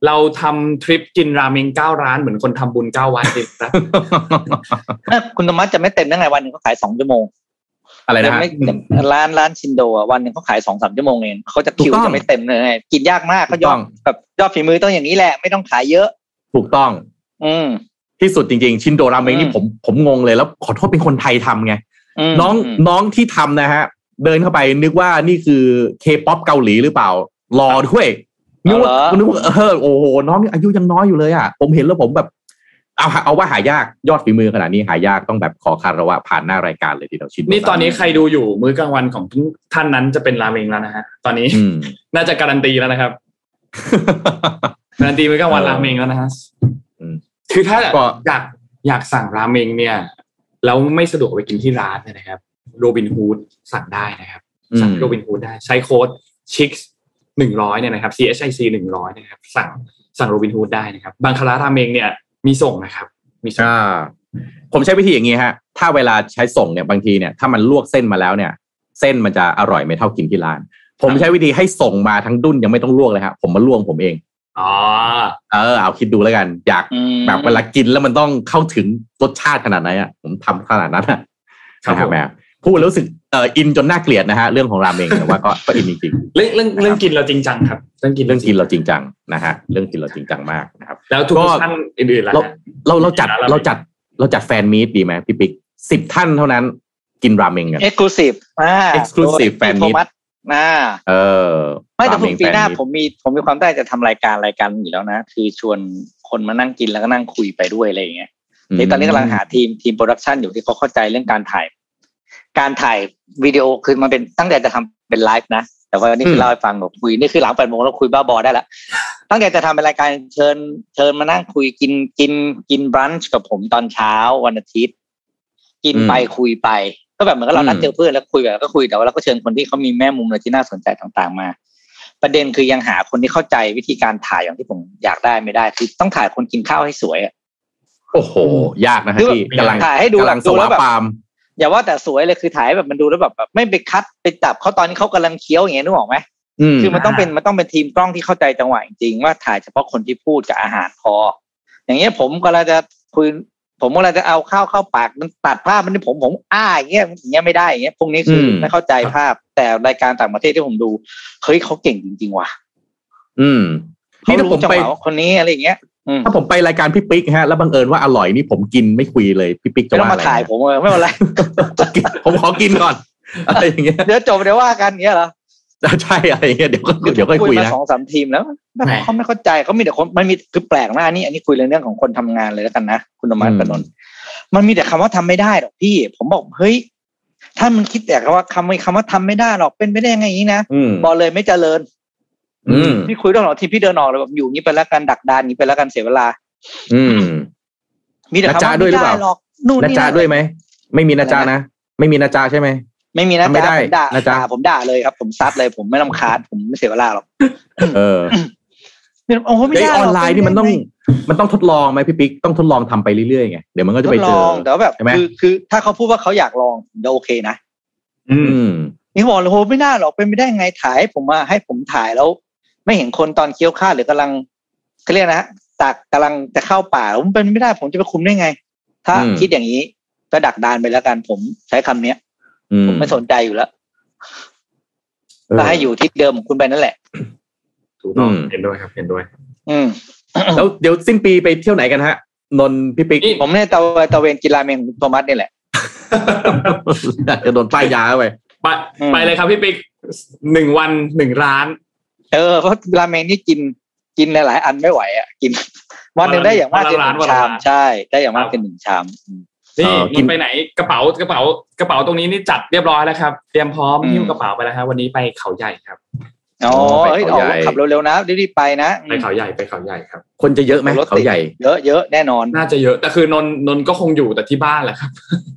เราทำทริปกินราเมงเก้าร้านเหมือนคนทำบุญเก้าวัดเลยครับคุณธรรมะจะไม่เต็มได้ไงวันนึงเขาขายสองชั่วโมงอะไรนะฮะร้านร้านชินโดอ่ะวันนึงเขาขาย สองถึงสาม ชั่วโมงเองเขาจะคิวจะไม่เต็มเลยกินยากมากเขายอดแบบยอดฝีมือต้องอย่างนี้แหละไม่ต้องขายเยอะถูกต้องอืมที่สุดจริงๆชินโดราเมงนี่ผมผมงงเลยแล้วขอโทษเป็นคนไทยทำไงน้องน้องที่ทำนะฮะเดินเข้าไปนึกว่านี่คือเคป๊อปเกาหลีหรือเปล่ารอด้วยนึกว่านึกว่าเออโอ้โหน้องอายุยังน้อยอยู่เลยอ่ะผมเห็นแล้วผมแบบเอาเอาว่าหายากยอดฝีมือขนาดนี้หายากต้องแบบขอคารวะผ่านหน้ารายการเลยทีเดียวชินนี่ตอนนี้ใครดูอยู่มื้อกลางวันของท่านนั้นจะเป็นราเมงแล้วนะฮะตอนนี้น่าจะการันตีแล้วนะครับการันตีมื้อกลางวันราเมงแล้วนะฮะคือถ้าอยากอยากสั่งราเมงเนี่ยแล้วไม่สะดวกไปกินที่ร้านนะครับโรบินฮูดสั่งได้นะครับสั่งโรบินฮูดได้ใช้โค้ดชิคหนึ่งร้อยเนี่ยนะครับ ซี เอช ไอ ซี หนึ่งร้อยนะครับสั่งสั่งโรบินฮูดได้นะครับบางคาราราเมงเนี่ยมีส่งนะครับมีส่งผมใช้วิธีอย่างนี้ฮะถ้าเวลาใช้ส่งเนี่ยบางทีเนี่ยถ้ามันลวกเส้นมาแล้วเนี่ยเส้นมันจะอร่อยไม่เท่ากินที่ร้านผมใช้วิธีให้ส่งมาทั้งดุ้นยังไม่ต้องลวกเลยครับผมมาลวกผมเองอ๋อเออเอาคิดดูแล้วกันอยากแบบเวลากินแล้วมันต้องเข้าถึงรสชาติขนาดไหนอ่ะผมทำขนาดนั้นอ่ะนะครับแม่พูดแล้วรู้สึกเอ่ออินจนน่าเกลียดนะฮะเรื่องของราเมงแต่ว่าก็ก็อินจริงๆเรื่องเรื่องเรื่องกินเราจริงจังครับเรื่องกินเรื่องกินเราจริงจังนะฮะเรื่องกินเราจริงจังมากนะครับแล้วทุกท่านอื่นๆล่ะเราเราจัดเราจัดเราจัดแฟนมีตดีไหมพี่ปิ๊กสิบท่านเท่านั้นกินราเมงกัน Exclusive อ่า Exclusive แฟนมีตอ่าเออไม่แต่ปีหน้าผมมีผมมีความตั้งใจจะทำรายการรายการอยู่แล้วนะคือชวนคนมานั่งกินแล้วก็นั่งคุยไปด้วยอะไรอย่างเงี้ยนี่ตอนนี้กำลังหาทีมทีมโปรดักชันอยู่ที่เขาเข้าใจเรื่องการถ่ายการถ่ายวิดีโอคือมันเป็นตั้งใจจะทำเป็นไลฟ์นะแต่ว่านี่คือเล่าให้ฟังบอกคุยนี่คือหลังแปดโมงแล้วคุยบ้าบอได้แล้วตั้งใจจะทำเป็นรายการเชิญเชิญมานั่งคุยกินกินกินบรันช์กับผมตอนเช้าวันอาทิตย์กินไปคุยไปก็แบบเหมือนกับเรานัดเจอเพื่อนแล้วคุยแบบก็คุยแต่ว่าเราก็เชิญคนที่เขามีแม่มุมอะไรที่น่าสนใจต่างๆมาประเด็นคือยังหาคนที่เข้าใจวิธีการถ่ายอย่างที่ผมอยากได้ไม่ได้คือต้องถ่ายคนกินข้าวให้สวยอ่ะโอ้โหยากนะฮะที่กำลังถ่ายให้ดูกำลังสวาปามอย่าว่าแต่สวยเลยคือถ่ายแบบมันดูแล้วแบบแบบไม่ไปคัดไปจับเขาตอนนี้เขากำลังเคี้ยวอย่างเงี้ยนึกออกไหมคือมันต้องเป็นมันต้องเป็นทีมกล้องที่เข้าใจจังหวะจริงๆว่าถ่ายเฉพาะคนที่พูดกับอาหารพออย่างเงี้ยผมก็เลยจะคุยผมก็เลยจะเอาข้าวเข้าปากมันตัดภาพมันผมผมอ้าอย่างเงี้ยอย่างเงี้ยไม่ได้อย่างเงี้ยพวกนี้คือไม่เข้าใจภาพแต่รายการต่างประเทศที่ผมดูเฮ้ยเขาเก่งจริงๆว่ะอืมนี่ถ้าผมไปคนนี้อะไรอย่างเงี้ยถ้าผมไปรายการพี่ปิ๊กฮะแล้วบังเอิญว่าอร่อยนี่ผมกินไม่คุยเลยพี่ปิ๊กจะว่าอะไรมาถ่ายผมไม่เป็นไรผมขอกินก่อนอะไรอย่างเงี้ยเดี๋ยวจบเดี๋ยวว่ากันเงี้ยเหรอใช่อะไรอย่างเงี้ยเดี๋ยวก็เดี๋ยวก็คุยนะสองสามทีมแล้วเขาไม่เข้าใจเขามีแต่คนมันมีคือแปลกมากนี่อันนี้คุยเรื่องของคนทำงานเลยแล้วกันนะคุณธรรมะปนนท์มันมีแต่คำว่าทำไม่ได้หรอกพี่ผมบอกเฮ้ยถ้ามันคิดแต่ว่าคำไม่คำว่าทำไม่ได้หรอกเป็นไม่ได้ยังไงอย่างนี้นะบอกเลยไม่เจริญพี่คุยเรื่องของทีมพี่เดินออกเลยแบบอยู่นี้ไปแล้วกันดักดานนี้ไปแล้วกันเสียเวลาอืมมีแต่คำว่าไม่ได้หรอกนู่นนี่นะจ๊ะด้วยไหมไม่มีนะจ๊ะนะไม่มีนะจ๊ะใช่ไหมไม่มีนะจ๊ะผมด่านะจ๊ะผมด่าเลยครับผมซัดเลยผมไม่รำคาญผมไม่เสียเวลาหรอกเออโอ้ไม่ได้ออนไลน์นี่มันต้องมันต้องทดลองไหมพี่ปิ๊กต้องทดลองทำไปเรื่อยๆไงเดี๋ยวมันก็จะไปเจอแต่แบบคือคือถ้าเขาพูดว่าเขาอยากลองเดี๋ยวโอเคนะอืมนี่บอกเลยโหไม่น่าหรอกเป็นไม่ได้ไงถ่ายให้ผมมาให้ผมถ่ายแล้วไม่เห็นคนตอนเคี้ยวข้าวหรือกำลังเขาเรียกนะตักกำลังจะเข้าป่าผมเป็นไม่ได้ผมจะไปคุมได้ไงถ้าคิดอย่างนี้ก็ดักดานไปแล้วกันผมใช้คำเนี้ยผมไม่สนใจอยู่แล้วก็ให้อยู่ที่เดิมคุณไปนั่นแหละถูกต้องเห็นด้วยครับเห็นด้วยอืมแล้วเดี๋ยวสิ้นปีไปเที่ยวไหนกันฮะนนพี่ปิ๊กผมเนี่ยตะตะเวนกีฬาเมงโทมัสนี่แหละจะโดนป้ายยาไปไปไปเลยครับพี่ปิ๊กหนึ่งวันหนึ่งร้านเออเพราะราเมงนี่กินกินหลายๆอันไม่ไหวอ่ะกินวันหนึ่งได้อย่างมากเป็นหนึ่งชามใช่ได้อย่างมากเป็นหนึ่งชามนี่กินไปไหนกระเป๋ากระเป๋ากระเป๋าตรงนี้นี่จัดเรียบร้อยแล้วครับเตรียมพร้อมหิ้วกระเป๋าไปแล้วครับวันนี้ไปเขาใหญ่ครับอ๋อเฮ้ยออกขับเร็วๆนะรีบๆไปนะไปเขาใหญ่ไปเขาใหญ่ครับคนจะเยอะไหมเขาใหญ่เยอะเยอะแน่นอนน่าจะเยอะแต่คือนนนนก็คงอยู่แต่ที่บ้านแหละครับ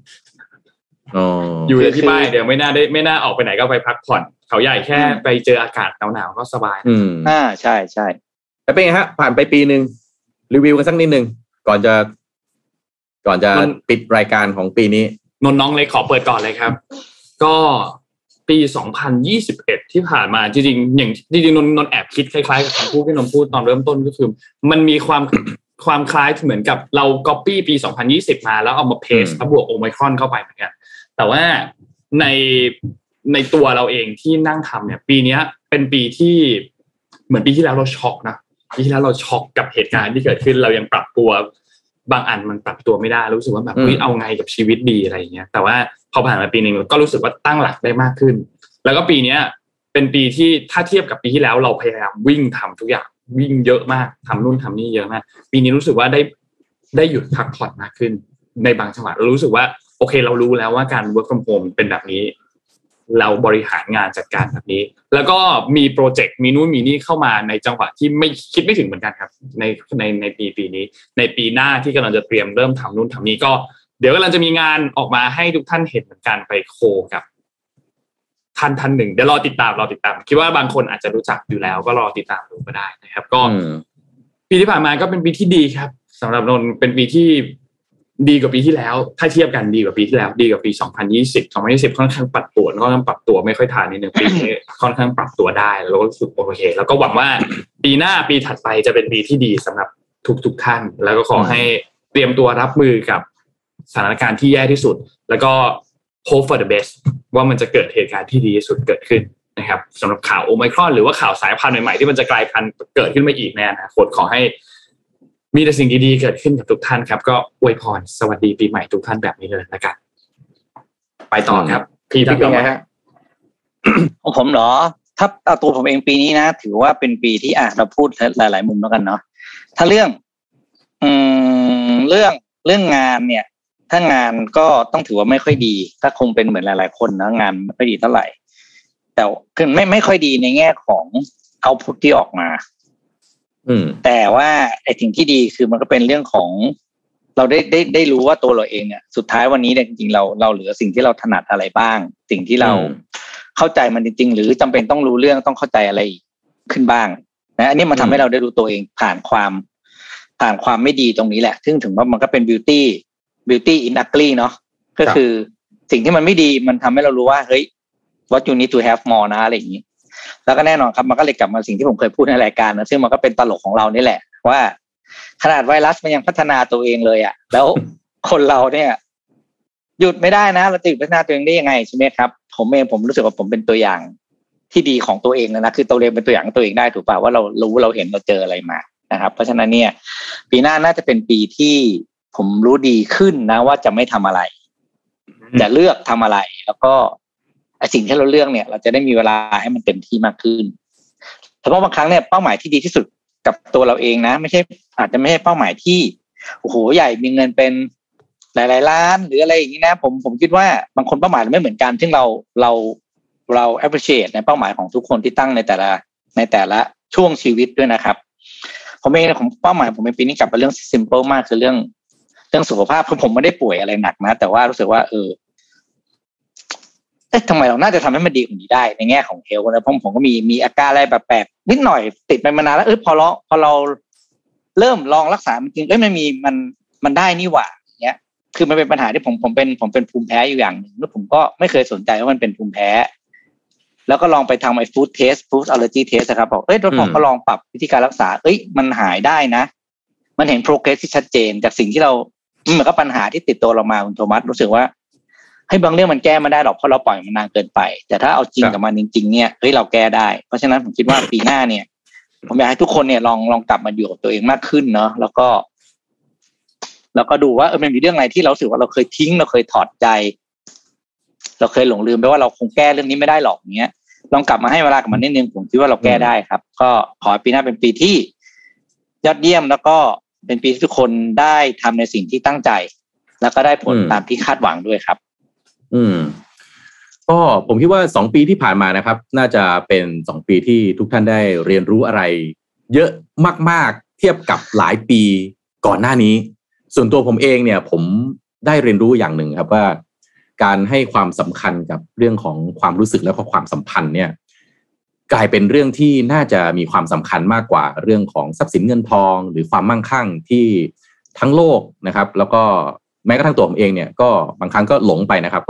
อยู่ที่บ้านเดี๋ยวไม่น่าได้ไม่น่าออกไปไหนก็ไปพักผ่อนเขาใหญ่แค่ไปเจออากาศหนาวๆก็สบายอ่าใช่ใช่แต่เป็นไงฮะผ่านไปปีนึงรีวิวกันสักนิดนึงก่อนจะก่อนจะปิดรายการของปีนี้นนน้องเล็กขอเปิดก่อนเลยครับก็ปีสองพันยี่สิบเอ็ดที่ผ่านมาจริงๆอย่างจริงๆนนนนแอบคิดคล้ายๆกับคำพูดที่นนพูดตอนเริ่มต้นก็คือมันมีความความคล้ายเหมือนกับเราก๊อปปี้ปีสองพันยี่สิบมาแล้วเอามาเพสแล้วบวกโอไมครอนเข้าไปเหมือนกันแต่ว่าในในตัวเราเองที่นั่งทำเนี่ยปีนี้เป็นปีที่เหมือนปีที่แล้วเราช็อกนะปีที่แล้วเราช็อกกับเหตุการณ์ที่เกิดขึ้นเรายังปรับตัวบางอันมันปรับตัวไม่ได้รู้สึกว่าแบบเฮ้ยเอาไงกับชีวิตดีอะไรอย่างเงี้ยแต่ว่าพอผ่านมาปีนึงก็รู้สึกว่าตั้งหลักได้มากขึ้นแล้วก็ปีนี้เป็นปีที่ถ้าเทียบกับปีที่แล้วเราพยายามวิ่งทำทุกอย่างวิ่งเยอะมากทำนู่นทำนี่เยอะมากปีนี้รู้สึกว่าได้ได้หยุดพักผ่อนมากขึ้นในบางจังหวะเรารู้สึกว่าโอเคเรารู้แล้วว่าการ work from home เป็นแบบนี้เราบริหารงานจัดการแบบนี้แล้วก็มีโปรเจกต์มีนู่นมีนี่เข้ามาในจังหวะที่ไม่คิดไม่ถึงเหมือนกันครับในในในปีปีนี้ในปีหน้าที่กำลังจะเตรียมเริ่มทำนู่นทำนี่ก็เดี๋ยวกำลังจะมีงานออกมาให้ทุกท่านเห็นเหมือนกันไปโคกับท่านท่านหนึ่งเดี๋ยวรอติดตามรอติดตามคิดว่าบางคนอาจจะรู้จักอยู่แล้วก็รอติดตามดูก็ได้นะครับก็ปีที่ผ่านมาก็เป็นปีที่ดีครับสำหรับนนท์เป็นปีที่ดีกว่าปีที่แล้วถ้าเทียบกันดีกว่าปีที่แล้วดีกว่าปีสองพันยี่สิบ สองพันยี่สิบค่อนข้างปรับตัวค่อนข้างปรับตัวไม่ค่อยทันนิดนึงปีนี้ค่อนข้างปรับตัวได้แล้วก็รู้สึกโอเคแล้วก็หวังว่าปีหน้าปีถัดไปจะเป็นปีที่ดีสำหรับทุกๆท่านแล้วก็ขอให้เตรียมตัวรับมือกับสถานการณ์ที่แย่ที่สุดแล้วก็ hope for the best ว่ามันจะเกิดเหตุการณ์ที่ดีที่สุดเกิดขึ้นนะครับสำหรับข่าวโอไมครอนหรือว่าข่าวสายพันธุ์ใหม่ๆที่มันจะกลายพันธุ์เกิดขึ้นมาอีกในอนาคตขอให้มีแต่สิ่งดีๆเกิดขึ้นกับทุกท่านครับก็อวยพรสวัสดีปีใหม่ทุกท่านแบบนี้เลยละกันไปต่อครับพี่พี่เป็นไงฮะของผมเหรอถ้าเอาตัวผมเองปีนี้นะถือว่าเป็นปีที่อ่ะเราพูดหลายๆมุมแล้วกันเนาะถ้าเรื่องอืมเรื่องเรื่องงานเนี่ยถ้างานก็ต้องถือว่าไม่ค่อยดีถ้าคงเป็นเหมือนหลายๆคนนะงานไม่ค่อยดีเท่าไหร่แต่คือไม่ไม่ค่อยดีในแง่ของเอาท์พุตที่ออกมาแต่ว่าไอ้สิ่งที่ดีคือมันก็เป็นเรื่องของเราได้ได้ได้รู้ว่าตัวเราเองเนี่ยสุดท้ายวันนี้เนี่ยจริงๆเราเราเหลือสิ่งที่เราถนัดอะไรบ้างสิ่งที่เราเข้าใจมันจริงๆหรือจำเป็นต้องรู้เรื่องต้องเข้าใจอะไรขึ้นบ้างนะอันนี้มันทำให้เราได้รู้ตัวเองผ่านความผ่านความไม่ดีตรงนี้แหละซึ่งถึงว่ามันก็เป็น beauty beauty in ugly เนาะก็คือสิ่งที่มันไม่ดีมันทำให้เรารู้ว่าเฮ้ย what you need to have more นะอะไรอย่างนี้แล้วก็แน่นอนครับมันก็เลยกลับมาสิ่งที่ผมเคยพูดในรายการนะซึ่งมันก็เป็นตลกของเรานี่แหละว่าขนาดไวรัสมันยังพัฒนาตัวเองเลยอ่ะแล้วคนเราเนี่ยหยุดไม่ได้นะเราจะหยุดพัฒนาตัวเองได้ยังไงใช่ไหมครับผมเองผมรู้สึกว่าผมเป็นตัวอย่างที่ดีของตัวเองนะคือตัวเองเป็นตัวอย่างตัวเองได้ถูกป่ะว่าเรารู้เราเห็นเราเจออะไรมานะครับเพราะฉะนั้นเนี่ยปีหน้าน่าจะเป็นปีที่ผมรู้ดีขึ้นนะว่าจะไม่ทำอะไรจะเลือกทำอะไรแล้วก็ไอ้สิ่งที่เราเลือกเนี่ยเราจะได้มีเวลาให้มันเต็มที่มากขึ้นแต่เพราะบางครั้งเนี่ยเป้าหมายที่ดีที่สุดกับตัวเราเองนะไม่ใช่อาจจะไม่ใช่เป้าหมายที่โอ้โหใหญ่มีเงินเป็นหลายๆล้านหรืออะไรอย่างนี้นะผมผมคิดว่าบางคนเป้าหมายไม่เหมือนกันซึ่งเราเราเรา appreciate ในเป้าหมายของทุกคนที่ตั้งในแต่ละในแต่ละช่วงชีวิตด้วยนะครับผมเองผมเป้าหมายผมในปีนี้กลับมาเรื่อง simple มากคือเรื่องเรื่องสุขภาพคือผมไม่ได้ป่วยอะไรหนักนะแต่ว่ารู้สึกว่าเออเอ๊ะทำไมเราน่าจะทำให้มันดีกว่านี้ได้ในแง่ของเฮลท์นะเพราะผมก็มีมีอาการอะไรแบบแปลกนิดหน่อยติดไปมานานแล้วเออพอเราพอเราเริ่มลองรักษามันจริงเอ้ยมันมีมันมันได้นี่หว่าเนี้ยคือมันเป็นปัญหาที่ผมผมเป็นผมเป็นภูมิแพ้อยู่อย่างหนึ่งแล้วผมก็ไม่เคยสนใจว่ามันเป็นภูมิแพ้แล้วก็ลองไปทำไอ้ฟู้ดเทสฟู้ดอัลเลอร์จีเทสครับบอกเอ้ยพอเขาลองปรับวิธีการรักษาเอ้ยมันหายได้นะมันเห็นโปรเกรสที่ชัดเจนจากสิ่งที่เราเหมือนกับปัญหาที่ติดตัวเรามาคุณโทมัสรู้สึกว่าให้บางเรื่องมันแก้ไม่ได้หรอกเพราะเราปล่อยมันนานเกินไปแต่ถ้าเอาจริงกับมันจริงๆเนี่ยเฮ้ยเราแก้ได้เพราะฉะนั้นผมคิดว่าปีหน้าเนี่ยผมอยากให้ทุกคนเนี่ยลองลองกลับมาอยู่กับตัวเองมากขึ้นเนาะแล้วก็แล้วก็ดูว่าเออมันมีเรื่องอะไรที่เราสึกว่าเราเคยทิ้งเราเคยถอดใจเราเคยหลงลืมไปว่าเราคงแก้เรื่องนี้ไม่ได้หรอกเงี้ยลองกลับมาให้เวลากับมันนิดนึงผมคิดว่าเราแก้ได้ครับก็ขอให้ปีหน้าเป็นปีที่ยอดเยี่ยมแล้วก็เป็นปีที่ทุกคนได้ทำในสิ่งที่ตั้งใจแล้วก็ได้ผลตามที่คาดหวังด้วยครับอืมก็ผมคิดว่าสองปีที่ผ่านมานะครับน่าจะเป็นสองปีที่ทุกท่านได้เรียนรู้อะไรเยอะมากๆเทียบกับหลายปีก่อนหน้านี้ส่วนตัวผมเองเนี่ยผมได้เรียนรู้อย่างหนึ่งครับว่าการให้ความสำคัญกับเรื่องของความรู้สึกและความสัมพันธ์เนี่ยกลายเป็นเรื่องที่น่าจะมีความสำคัญมากกว่าเรื่องของทรัพย์สินเงินทองหรือความมั่งคั่งที่ทั้งโลกนะครับแล้วก็แม้กระทั่งตัวผมเองเนี่ยก็บางครั้งก็หลงไปนะครับว่า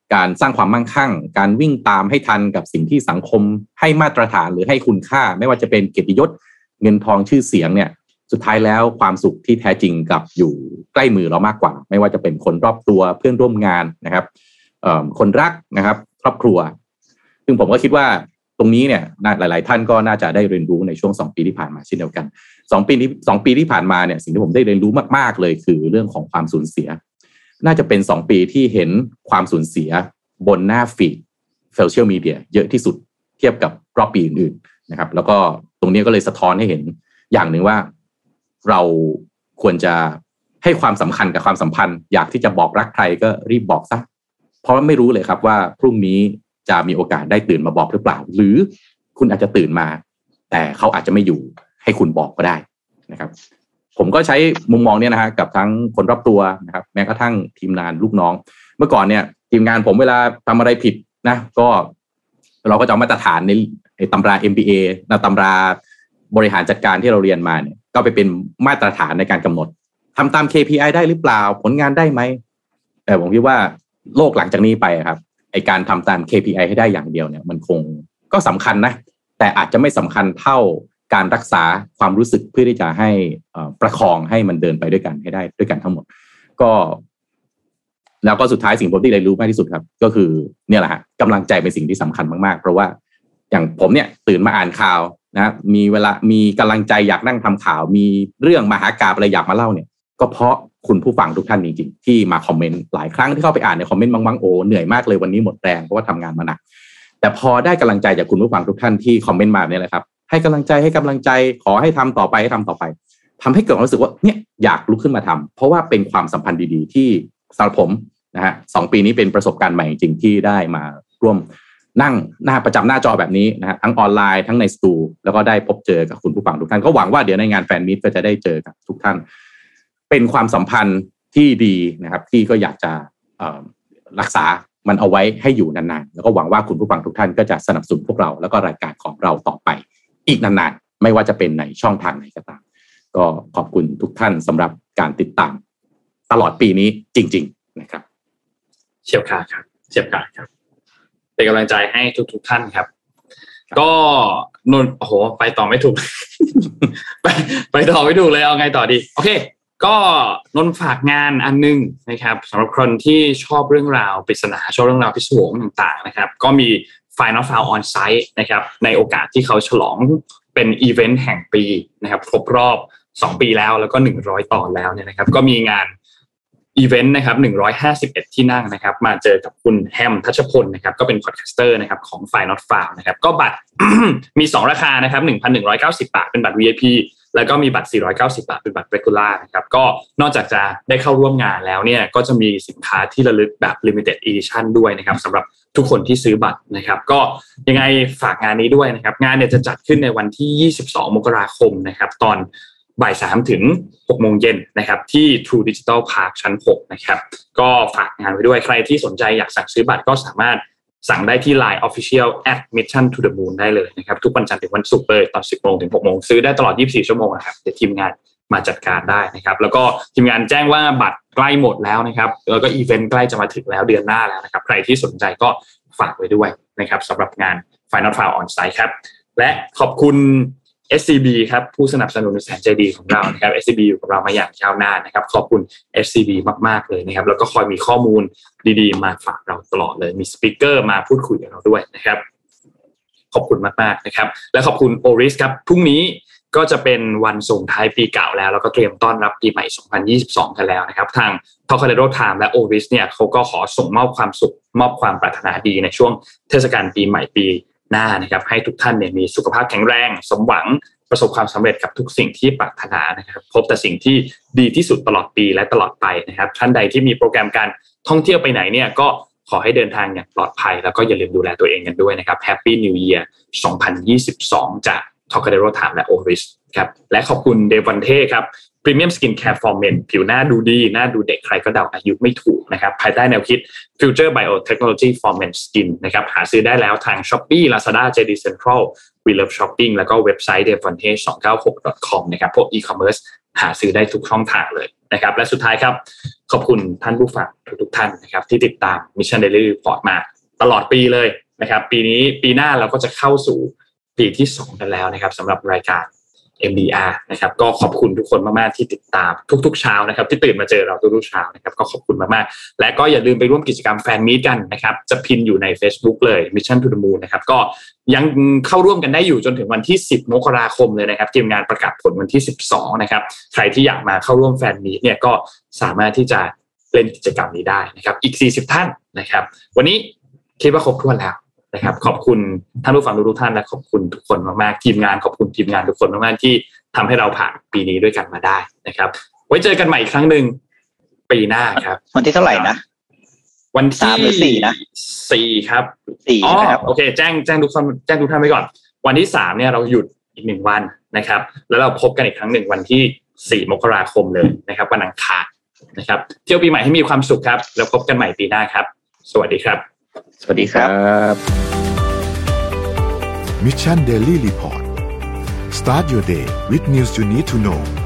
การสร้างความมั่งคั่งการวิ่งตามให้ทันกับสิ่งที่สังคมให้มาตรฐานหรือให้คุณค่าไม่ว่าจะเป็นเกียรติยศเงินทองชื่อเสียงเนี่ยสุดท้ายแล้วความสุขที่แท้จริงกับอยู่ใกล้มือเรามากกว่าไม่ว่าจะเป็นคนรอบตัวเพื่อนร่วมงานนะครับคนรักนะครับครอบครัวซึ่งผมก็คิดว่าตรงนี้เนี่ยหลายๆท่านก็น่าจะได้เรียนรู้ในช่วงสองปีที่ผ่านมาเช่นเดียวกันสองปีที่สองปีที่ผ่านมาเนี่ยสิ่งที่ผมได้เรียนรู้มากๆเลยคือเรื่องของความสูญเสียน่าจะเป็นสองปีที่เห็นความสูญเสียบนหน้าฟีดโซเชียลมีเดียเยอะที่สุดเทียบกับรอบปีอื่นๆนะครับแล้วก็ตรงนี้ก็เลยสะท้อนให้เห็นอย่างหนึ่งว่าเราควรจะให้ความสำคัญกับความสัมพันธ์อยากที่จะบอกรักใครก็รีบบอกซะเพราะไม่รู้เลยครับว่าพรุ่งนี้จะมีโอกาสได้ตื่นมาบอกหรือเปล่าหรือคุณอาจจะตื่นมาแต่เขาอาจจะไม่อยู่ให้คุณบอกก็ได้นะครับผมก็ใช้มุมมองนี้นะฮะกับทั้งคนรอบตัวนะครับแม้กระทั่งทีมงานลูกน้องเมื่อก่อนเนี่ยทีมงานผมเวลาทำอะไรผิดนะก็เราก็จะเอามาตรฐานในในตำรา เอ็ม บี เอ นะตำราบริหารจัดการที่เราเรียนมาเนี่ยก็ไปเป็นมาตรฐานในการกำหนดทำตาม เค พี ไอ ได้หรือเปล่าผลงานได้ไหมแต่ผมคิดว่าโลกหลังจากนี้ไปครับไอการทำตาม เค พี ไอ ให้ได้อย่างเดียวเนี่ยมันคงก็สำคัญนะแต่อาจจะไม่สำคัญเท่าการรักษาความรู้สึกเพื่อที่จะให้ประคองให้มันเดินไปด้วยกันให้ได้ด้วยกันทั้งหมดก็แล้วก็สุดท้ายสิ่งผมที่ได้รู้มากที่สุดครับก็คือเนี่ยแหละฮะกำลังใจเป็นสิ่งที่สำคัญมากๆเพราะว่าอย่างผมเนี่ยตื่นมาอ่านข่าวนะมีเวลามีกำลังใจอยากนั่งทำข่าวมีเรื่องมหากาพย์อะไรอยากมาเล่าเนี่ยก็เพราะคุณผู้ฟังทุกท่านจริงๆที่มาคอมเมนต์หลายครั้งที่เข้าไปอ่านในคอมเมนต์บางๆโอ้เหนื่อยมากเลยวันนี้หมดแรงเพราะว่าทำงานมาหนักแต่พอได้กำลังใจจากคุณผู้ฟังทุกท่านที่คอมเมนต์มาเนี่ยแหละครับให้กำลังใจให้กำลังใจขอให้ทำต่อไปให้ทำต่อไปทำให้เกิดความรู้สึกว่าเนี่ยอยากลุกขึ้นมาทำเพราะว่าเป็นความสัมพันธ์ดีๆที่สำหรับผมนะฮะสองปีนี้เป็นประสบการณ์ใหม่จริงๆที่ได้มาร่วมนั่งหน้าประจำหน้าจอแบบนี้นะฮะทั้งออนไลน์ทั้งในสตูแล้วก็ได้พบเจอกับคุณผู้ฟังทุกท่านก็หวังว่าเดี๋ยวในงานแฟนมีตก็จะได้เจอกับทุกท่านเป็นความสัมพันธ์ที่ดีนะครับที่ก็อยากจะรักษามันเอาไว้ให้อยู่นานๆแล้วก็หวังว่าคุณผู้ฟังทุกท่านก็จะสนับสนุนพวกเราแล้วก็รายการของเราต่อไปอีกนานๆไม่ว่าจะเป็นในช่องทางไหนก็ตามก็ขอบคุณทุกท่านสำหรับการติดตามตลอดปีนี้จริงๆนะครับเฉียบขาดครับเฉียบขาดครับเป็นกำลังใจให้ทุกๆท่านครับก็นนโอ้โหไปต่อไม่ถูก ไปไปต่อไม่ถูกเลยเอาไงต่อดีโอเคก็นนฝากงานอันนึงนะครับสำหรับคนที่ชอบเรื่องราวปริศนาชอบเรื่องราวพิศวงต่างๆนะครับก็มี Final Foul on Site นะครับในโอกาสที่เขาฉลองเป็นอีเวนต์แห่งปีนะครับครบรอบสองปีแล้วแล้วก็หนึ่งร้อยตอนแล้วเนี่ยนะครับก็มีงานอีเวนต์นะครับหนึ่งร้อยห้าสิบเอ็ดที่นั่งนะครับมาเจอกับคุณแฮมทัชพลนะครับก็เป็นพอดแคสเตอร์นะครับของ Final Foul นะครับก็บัตร มีสองราคานะครับ หนึ่งพันหนึ่งร้อยเก้าสิบ บาทเป็นบัตร วี ไอ พี แล้วก็มีบัตรสี่ร้อยเก้าสิบบาทเป็นบัตร Regular นะครับก็นอกจากจะได้เข้าร่วมงานแล้วเนี่ยก็จะมีสินค้าที่ระลึกแบบ Limited Edition ด้วยนะครับสำหรับทุกคนที่ซื้อบัตรนะครับก็ยังไงฝากงานนี้ด้วยนะครับงานเนี่ยจะจัดขึ้นในวันที่ยี่สิบสองมกราคมนะครับตอนบ่ายสามถึงหกโมงเย็นนะครับที่ True Digital Park ชั้นหกนะครับก็ฝากงานไว้ด้วยใครที่สนใจอยากสั่งซื้อบัตรก็สามารถสั่งได้ที่ ไลน์ Official at Mission to the Moon ได้เลยนะครับทุกวันจันทร์ถึงวันศุกร์เลยตอน สิบโมงถึงหกโมงซื้อได้ตลอดยี่สิบสี่ชั่วโมงนะครับเดี๋ยวทีมงานมาจัดการได้นะครับแล้วก็ทีมงานแจ้งว่าบัตรใกล้หมดแล้วนะครับแล้วก็อีเวนต์ใกล้จะมาถึงแล้วเดือนหน้าแล้วนะครับใครที่สนใจก็ฝากไว้ด้วยนะครับสำหรับงาน Final Foul on Site ครับและขอบคุณ เอส ซี บี ครับผู้สนับสนุนแสนใจดีของเรานะครับ เอส ซี บี อยู่กับเรามาอย่างยาวนานนะครับขอบคุณ เอส ซี บี มากๆเลยนะครับแล้วก็คอยมีข้อมูลดีๆมาฝากเราตลอดเลยมีสปีกเกอร์มาพูดคุยกับเราด้วยนะครับขอบคุณมากๆนะครับและขอบคุณ Oris ครับพรุ่งนี้ก็จะเป็นวันส่งท้ายปีเก่าแล้วแล้วก็เตรียมต้อนรับปีใหม่สองพันยี่สิบสองกันแล้วนะครับทาง Tocadero Time และ Oris เนี่ยเขาก็ขอส่งมอบความสุขมอบความปรารถนาดีในช่วงเทศกาลปีใหม่ปีหน้านะครับให้ทุกท่านเนี่ยมีสุขภาพแข็งแรงสมหวังประสบความสำเร็จกับทุกสิ่งที่ปรารถนานะครับพบแต่สิ่งที่ดีที่สุดตลอดปีและตลอดไปนะครับท่านใดที่มีโปรแกรมการท่องเที่ยวไปไหนเนี่ยก็ขอให้เดินทางอย่างปลอดภัยแล้วก็อย่าลืมดูแลตัวเองกันด้วยนะครับ Happy New Year สองพันยี่สิบสองจาก Tocadero Time และ Oris ครับและขอบคุณ Devonte ครับ Premium Skin Care for Men ผิวหน้าดูดีหน้าดูเด็กใครก็เดาอายุไม่ถูกนะครับภายใต้แนวคิด Future Biotechnology for Men Skin นะครับหาซื้อได้แล้วทาง Shopee Lazada เจ ดี Central We Love Shopping แล้วก็เว็บไซต์ devonte สองเก้าหก ดอท คอม นะครับพวก e-commerce หาซื้อได้ทุกช่องทางเลยนะครับและสุดท้ายครับขอบคุณท่านผู้ฟังทุกท่านนะครับที่ติดตาม Mission Daily Report มาตลอดปีเลยนะครับปีนี้ปีหน้าเราก็จะเข้าสู่ปีที่สองกันแล้วนะครับสำหรับรายการ เอ็ม ดี อาร์ นะครับก็ขอบคุณทุกคนมากๆที่ติดตามทุกๆเช้านะครับที่ตื่นมาเจอเราทุกๆเช้านะครับก็ขอบคุณมากๆและก็อย่าลืมไปร่วมกิจกรรมแฟนมีตกันนะครับจะพินอยู่ใน Facebook เลย Mission to the Moon นะครับก็ยังเข้าร่วมกันได้อยู่จนถึงวันที่สิบมกราคมเลยนะครับทีมงานประกาศผลวันที่สิบสองนะครับใครที่อยากมาเข้าร่วมแฟนมีตเนี่ยก็สามารถที่จะเล่นกิจกรรมนี้ได้นะครับอีกสี่สิบท่านนะครับวันนี้คิดว่าครบถ้วนแล้วนะครับขอบคุณท่านผู้ฟังทุกท่านและขอบคุณทุกคนมากๆทีมงานขอบคุณทีมงานทุกคนมากๆที่ทำให้เราผ่านปีนี้ด้วยกันมาได้นะครับไว้เจอกันใหม่อีกครั้งหนึ่งปีหน้าครับวันที่เท่าไหร่นะวันที่สามหรือสี่นะสี่ครับสี่อ๋อครับโอเคแจ้งแจ้งทุกท่านแจ้งทุกท่านไว้ก่อนวันที่สามเนี่ยเราหยุดอีกหนึ่งวันนะครับแล้วเราพบกันอีกครั้งหนึ่งวันที่สี่มกราคมเลยนะครับวันอังคารนะครับเที่ยวปีใหม่ให้มีความสุขครับแล้วพบกันใหม่ปีหน้าครับสวัสดีครับสวัสดีครับ Mission Daily Report Start your day with news you need to know